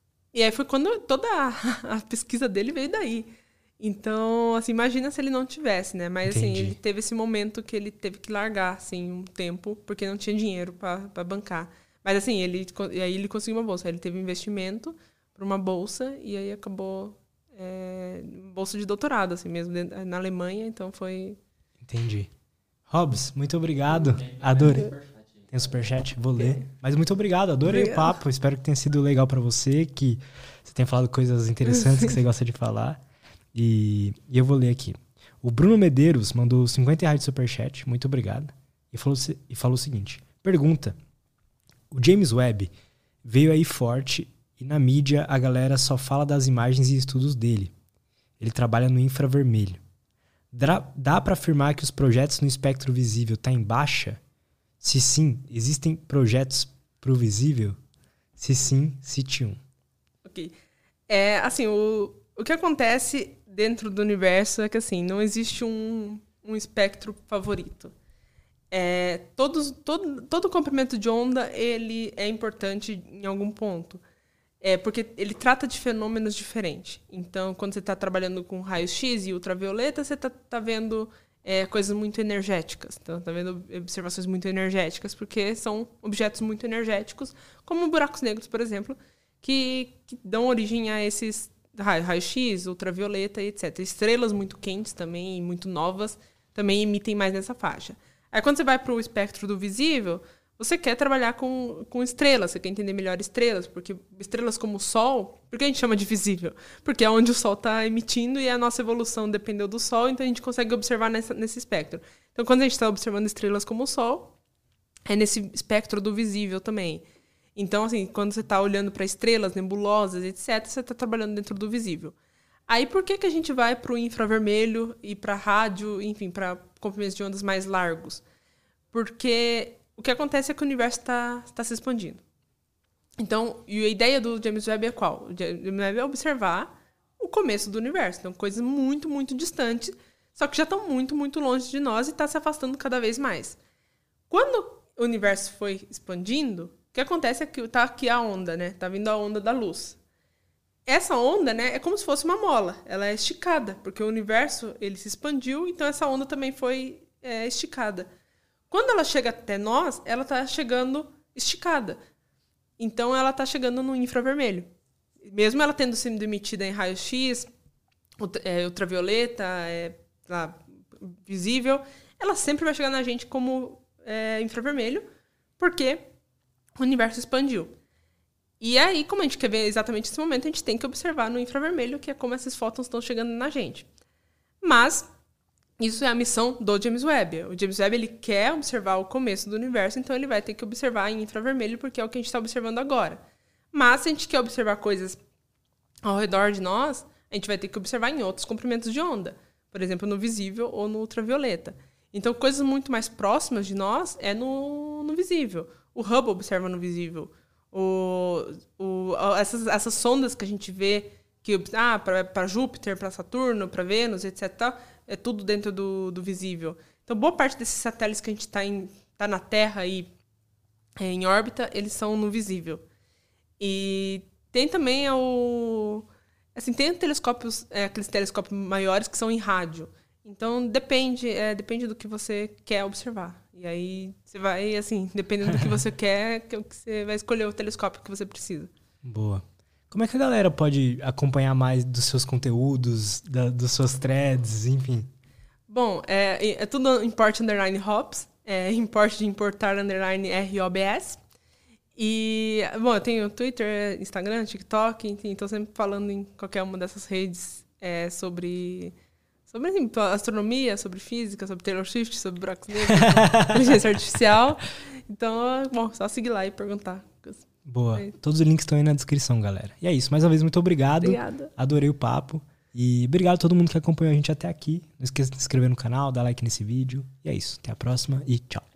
E aí foi quando toda a, a pesquisa dele veio daí. Então, assim, imagina se ele não tivesse, né? Mas, Entendi. assim, ele teve esse momento que ele teve que largar, assim, um tempo, porque não tinha dinheiro para bancar. Mas, assim, ele, e aí ele conseguiu uma bolsa. Aí ele teve investimento para uma bolsa e aí acabou é, bolsa de doutorado, assim mesmo, na Alemanha. Então, foi... Entendi. Hobbs, muito obrigado. Adorei. Tem o superchat? Vou ler. Mas muito obrigado, adorei Obrigado. o papo. Espero que tenha sido legal para você, que você tenha falado coisas interessantes que você gosta de falar. E, e eu vou ler aqui. O Bruno Medeiros mandou cinquenta reais de superchat. Muito obrigado. E falou, e falou o seguinte. Pergunta. O James Webb veio aí forte e na mídia a galera só fala das imagens e estudos dele. Ele trabalha no infravermelho. Dá, dá para afirmar que os projetos no espectro visível estão em baixa? Se sim, existem projetos pro visível? Se sim, cite um. Ok. É, assim, o, o que acontece dentro do universo é que, assim, não existe um, um espectro favorito. É, todos, todo, todo comprimento de onda, ele é importante em algum ponto. É, porque ele trata de fenômenos diferentes. Então, quando você está trabalhando com raios-x e ultravioleta, você está tá vendo... É, coisas muito energéticas. Então, tá vendo observações muito energéticas, porque são objetos muito energéticos, como buracos negros, por exemplo, que, que dão origem a esses raio-x, ultravioleta, etcétera. Estrelas muito quentes também, e muito novas, também emitem mais nessa faixa. Aí, quando você vai para o espectro do visível, você quer trabalhar com, com estrelas, você quer entender melhor estrelas, porque estrelas como o Sol, por que a gente chama de visível? Porque é onde o Sol está emitindo e a nossa evolução dependeu do Sol, então a gente consegue observar nessa, nesse espectro. Então, quando a gente está observando estrelas como o Sol, é nesse espectro do visível também. Então, assim, quando você está olhando para estrelas, nebulosas, etcétera, você está trabalhando dentro do visível. Aí, por que, que a gente vai para o infravermelho e para rádio, enfim, para comprimentos de ondas mais largos? Porque o que acontece é que o universo está tá se expandindo. Então, e a ideia do James Webb é qual? O James Webb é observar o começo do universo. Então, coisas muito, muito distantes, só que já estão muito, muito longe de nós e está se afastando cada vez mais. Quando o universo foi expandindo, o que acontece é que está aqui a onda, né? Está vindo a onda da luz. Essa onda, né, é como se fosse uma mola. Ela é esticada, porque o universo ele se expandiu, então essa onda também foi é, esticada. Quando ela chega até nós, ela está chegando esticada. Então, ela está chegando no infravermelho. Mesmo ela tendo sido emitida em raio-x, é, ultravioleta, é, lá, visível, ela sempre vai chegar na gente como é, infravermelho, porque o universo expandiu. E aí, como a gente quer ver exatamente esse momento, a gente tem que observar no infravermelho, que é como esses fótons estão chegando na gente. Mas isso é a missão do James Webb. O James Webb ele quer observar o começo do universo, então ele vai ter que observar em infravermelho, porque é o que a gente está observando agora. Mas se a gente quer observar coisas ao redor de nós, a gente vai ter que observar em outros comprimentos de onda. Por exemplo, no visível ou no ultravioleta. Então, coisas muito mais próximas de nós é no, no visível. O Hubble observa no visível. O, o, essas, essas sondas que a gente vê que, ah, para Júpiter, para Saturno, para Vênus, etcétera, é tudo dentro do, do visível. Então, boa parte desses satélites que a gente está tá na Terra e é, em órbita, eles são no visível. E tem também o... Assim, tem telescópios, é, aqueles telescópios maiores que são em rádio. Então, depende, é, depende do que você quer observar. E aí, você vai, assim, dependendo do que você quer, que você vai escolher o telescópio que você precisa. Boa. Como é que a galera pode acompanhar mais dos seus conteúdos, da, dos seus threads, enfim? Bom, é, é tudo import underline hops, é import de importar underline R O B S. E, bom, eu tenho Twitter, Instagram, TikTok, enfim, estou sempre falando em qualquer uma dessas redes é, sobre, sobre assim, astronomia, sobre física, sobre Taylor Swift, sobre buracos negros, sobre inteligência artificial. Então, bom, só seguir lá e perguntar. Boa. É. Todos os links estão aí na descrição, galera. E é isso. Mais uma vez, muito obrigado. Obrigada. Adorei o papo. E obrigado a todo mundo que acompanhou a gente até aqui. Não esqueça de se inscrever no canal, dar like nesse vídeo. E é isso. Até a próxima e tchau.